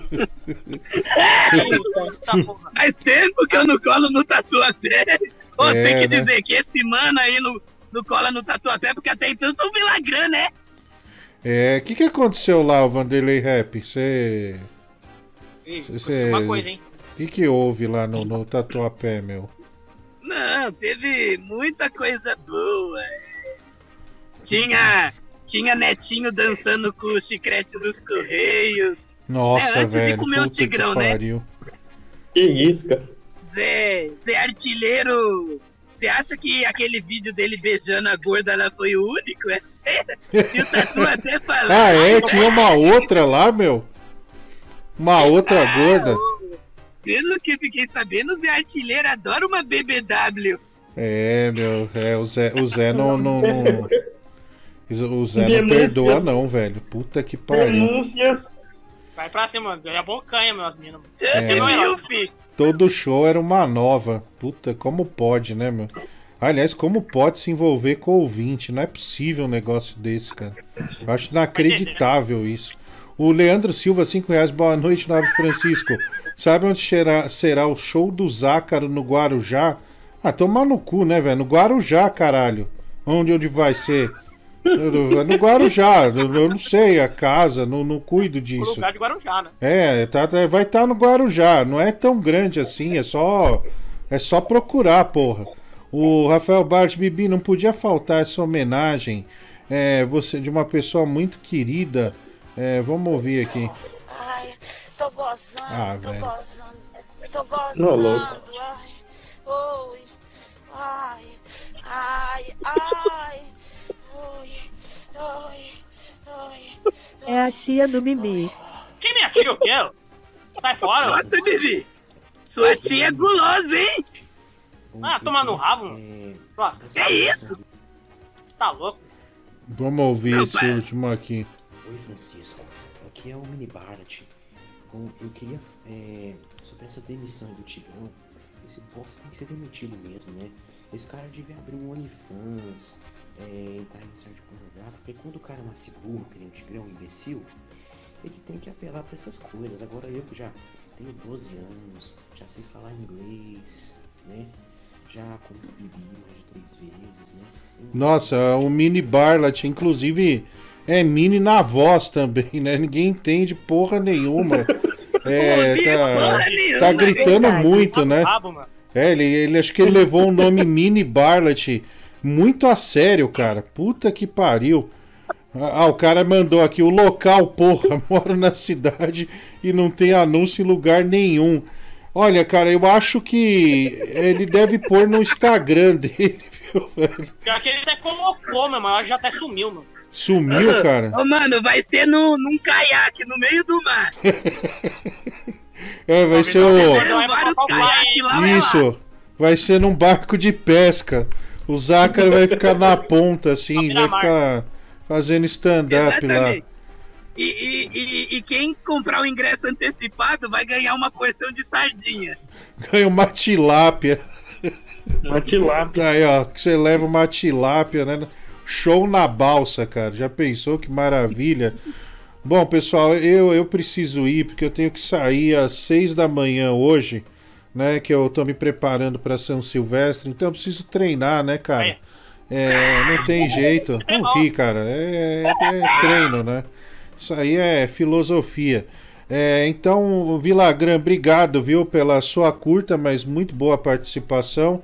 Faz tempo que eu não colo no Tatuapé. Ô, É, tem que né? dizer que esse mano aí não, não cola no Tatuapé porque até então sou milagrã, né? É, o que, que aconteceu lá, o Vanderlei Rap? Você. Ih, Você. uma coisa, hein? O que, que houve lá no, no Tatuapé, meu? Não, teve muita coisa boa. Tinha, tinha Netinho dançando com o chiclete dos Correios. Nossa, É, antes de velho. comer o puta Tigrão, que né? pariu. Que isso, cara? Zé, Zé Artilheiro. Você acha que aquele vídeo dele beijando a gorda ela foi o único? É sério? Se o Tatu até falar. Ah, é? Tinha uma outra lá, meu? Uma outra gorda. Pelo que fiquei sabendo, o Zé Artilheiro adora uma B B W. É, meu. É, o Zé, o Zé não. não, não- o Zé não Denúncia. perdoa, não, velho. Puta que pariu. Vai pra cima, ganha bocanha, meus meninos. É. Você não é, filho. Todo show era uma nova. Puta, como pode, né, meu? Aliás, como pode se envolver com o ouvinte? Não é possível um negócio desse, cara. Eu acho inacreditável isso. O Leandro Silva, cinco reais. Boa noite, Nobre Francisco. Sabe onde será, será o show do Zácaro no Guarujá? Ah, tomar no cu, né, velho? No Guarujá, caralho. Onde, onde vai ser? No no Guarujá. Eu eu não sei, a casa, não, não cuido O disso. lugar de Guarujá, né? É, tá, tá- vai estar no Guarujá. Não é tão grande assim, é só é só procurar, porra. O Rafael Bart, Bibi, não podia faltar essa homenagem é, você de uma pessoa muito querida. É, vamos ouvir aqui. Tô gozando, Ah, tô velho. gozando, tô gozando. Não, louco. Ai, oi, ai, ai, ai, oi, oi, oi. É a tia do Bibi. Quem é minha tia, o quê? Sai fora. Nossa, Bibi. Sua tia é gulosa, hein? Ah, toma no rabo. Próximo. Que isso? Tá louco? Vamos ouvir Meu esse pai. último aqui. Oi, Francisco. Aqui é o Mini Bart. Bom, eu queria, é, sobre essa demissão do Tigrão, esse bosta tem que ser demitido mesmo, né? Esse cara devia abrir um OnlyFans, é, entrar em site pornográfico, porque quando o cara nasce burro, que nem um tigrão, um imbecil, ele tem que apelar pra essas coisas. Agora eu que já tenho doze anos, já sei falar inglês, né? Já bebi mais de três vezes, né? Eu Nossa, o Mini Barlat, inclusive, é mini na voz também, né? Ninguém entende porra nenhuma. É, tá, tá gritando muito, né? É, ele, ele acho que ele levou o nome Mini Barlat muito a sério, cara. Puta que pariu. Ah, o cara mandou aqui, o local, porra, moro na cidade e não tem anúncio em lugar nenhum. Olha, cara, eu acho que ele deve pôr no Instagram dele, viu, velho? Pior que ele até colocou, meu, mas já até sumiu, mano. Sumiu, cara? Ô, mano, vai ser no, num caiaque no meio do mar. É, vai ser o... vários caiaques lá. Isso, vai ser num barco de pesca. O Zácaro vai ficar na ponta, assim, vai ficar fazendo stand-up lá. E, e, e, e quem comprar o ingresso antecipado vai ganhar uma porção de sardinha. Ganha uma tilápia. Uma tilápia. Aí, ó, que você leva uma tilápia, né? Show na balsa, cara. Já pensou? Que maravilha. Bom, pessoal, eu, eu preciso ir porque eu tenho que sair às seis da manhã hoje, né? Que eu tô me preparando para São Silvestre, então eu preciso treinar, né, cara? É, não tem jeito. Não ri, cara. É, é, é treino, né? Isso aí é filosofia. É, então, Villagrán, obrigado, viu, pela sua curta, mas muito boa participação.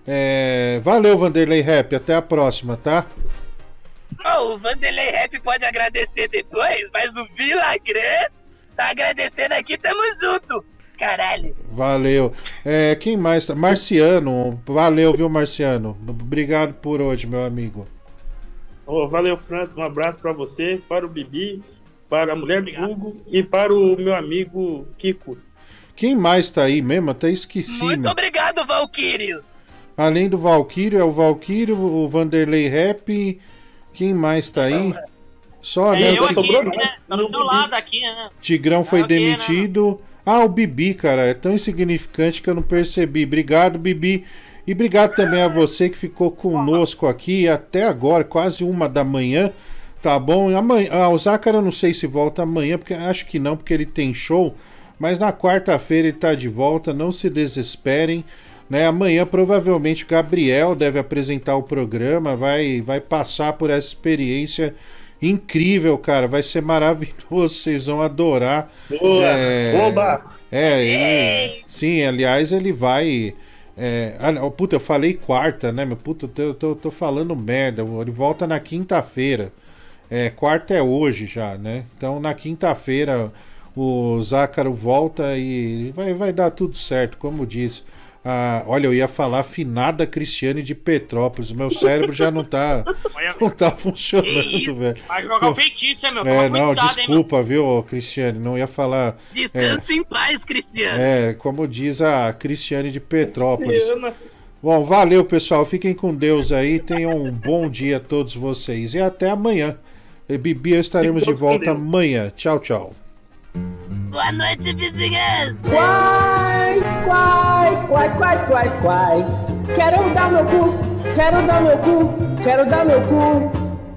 É, valeu, Vanderlei Rap. Até a próxima, tá? Oh, o Vanderlei Rap pode agradecer depois, mas o Villagrán tá agradecendo aqui, tamo junto. Caralho. Valeu. É, quem mais tá? Marciano. Valeu, viu, Marciano? Obrigado por hoje, meu amigo. Oh, valeu, Francis. Um abraço pra você, para o Bibi, para a mulher do Hugo e para o meu amigo Kiko. Quem mais tá aí mesmo? Até esqueci. Muito meu. obrigado, Valquírio. Além do Valquírio, é o Valquírio, o Vanderlei Rap. Quem mais tá aí? Só, é, né? eu aqui, né? Tá do seu lado aqui, né? Tigrão foi é okay, demitido. Né? Ah, o Bibi, cara, é tão insignificante que eu não percebi. Obrigado, Bibi. E obrigado também a você que ficou conosco aqui até agora, quase uma da manhã. Tá bom? Amanhã, ah, o Zácaro eu não sei se volta amanhã, porque acho que não, porque ele tem show. Mas na quarta-feira ele tá de volta, não se desesperem. Né? Amanhã provavelmente o Gabriel deve apresentar o programa, vai, vai passar por essa experiência incrível, cara. Vai ser maravilhoso, vocês vão adorar. Boa! É, Oba! É, ele, sim, aliás, ele vai... É, ah, puta, eu falei quarta, né? Meu puta, eu tô, eu tô falando merda. Ele volta na quinta-feira. É, quarta é hoje já, né? Então na quinta-feira o Zácaro volta e vai, vai dar tudo certo, como disse. Ah, olha, eu ia falar finada Cristiane de Petrópolis. O meu cérebro já não tá, não tá funcionando, velho. Vai jogar o feitiço, é meu? É, Toma não, cuidado, desculpa, hein, viu, Cristiane? Não ia falar. Descanse é, em paz, Cristiane. É, como diz a Cristiane de Petrópolis. Cristiana. Bom, valeu, pessoal. Fiquem com Deus aí. Tenham um bom dia a todos vocês. E até amanhã. Bibi, estaremos de volta amanhã. Tchau, tchau. Boa noite, vizinhança. Quais, quais, quais, quais, quais, quais. Quero dar meu cu, quero dar meu cu, quero dar meu cu.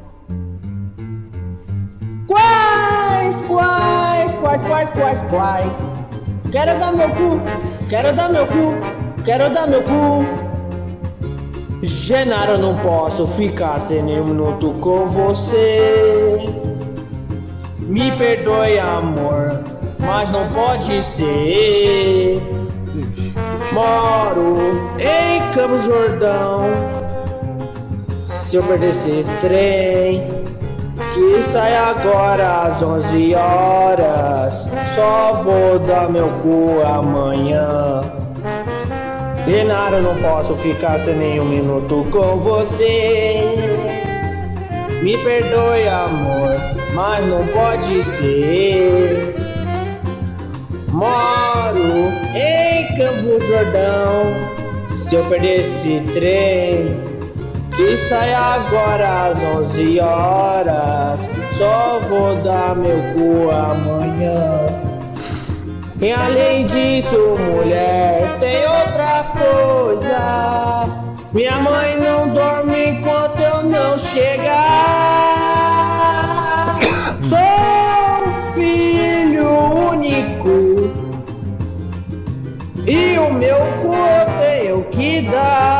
Quais, quais, quais, quais, quais, quais. Quero dar meu cu, quero dar meu cu, quero dar meu cu. Genaro, não posso ficar sem nem um minuto com você. Me perdoe, amor, mas não pode ser. Moro em Campo Jordão. Se eu perder esse trem que sai agora às onze horas, só vou dar meu cu amanhã. Genaro, não posso ficar sem nenhum minuto com você. Me perdoe, amor, mas não pode ser. Moro em Campo Jordão. Se eu perder esse trem que sai agora às onze horas, só vou dar meu cu amanhã. E além disso, mulher, tem outra outra coisa. Minha mãe não dorme enquanto eu não chegar. Sou filho único e o meu cu tenho que dar.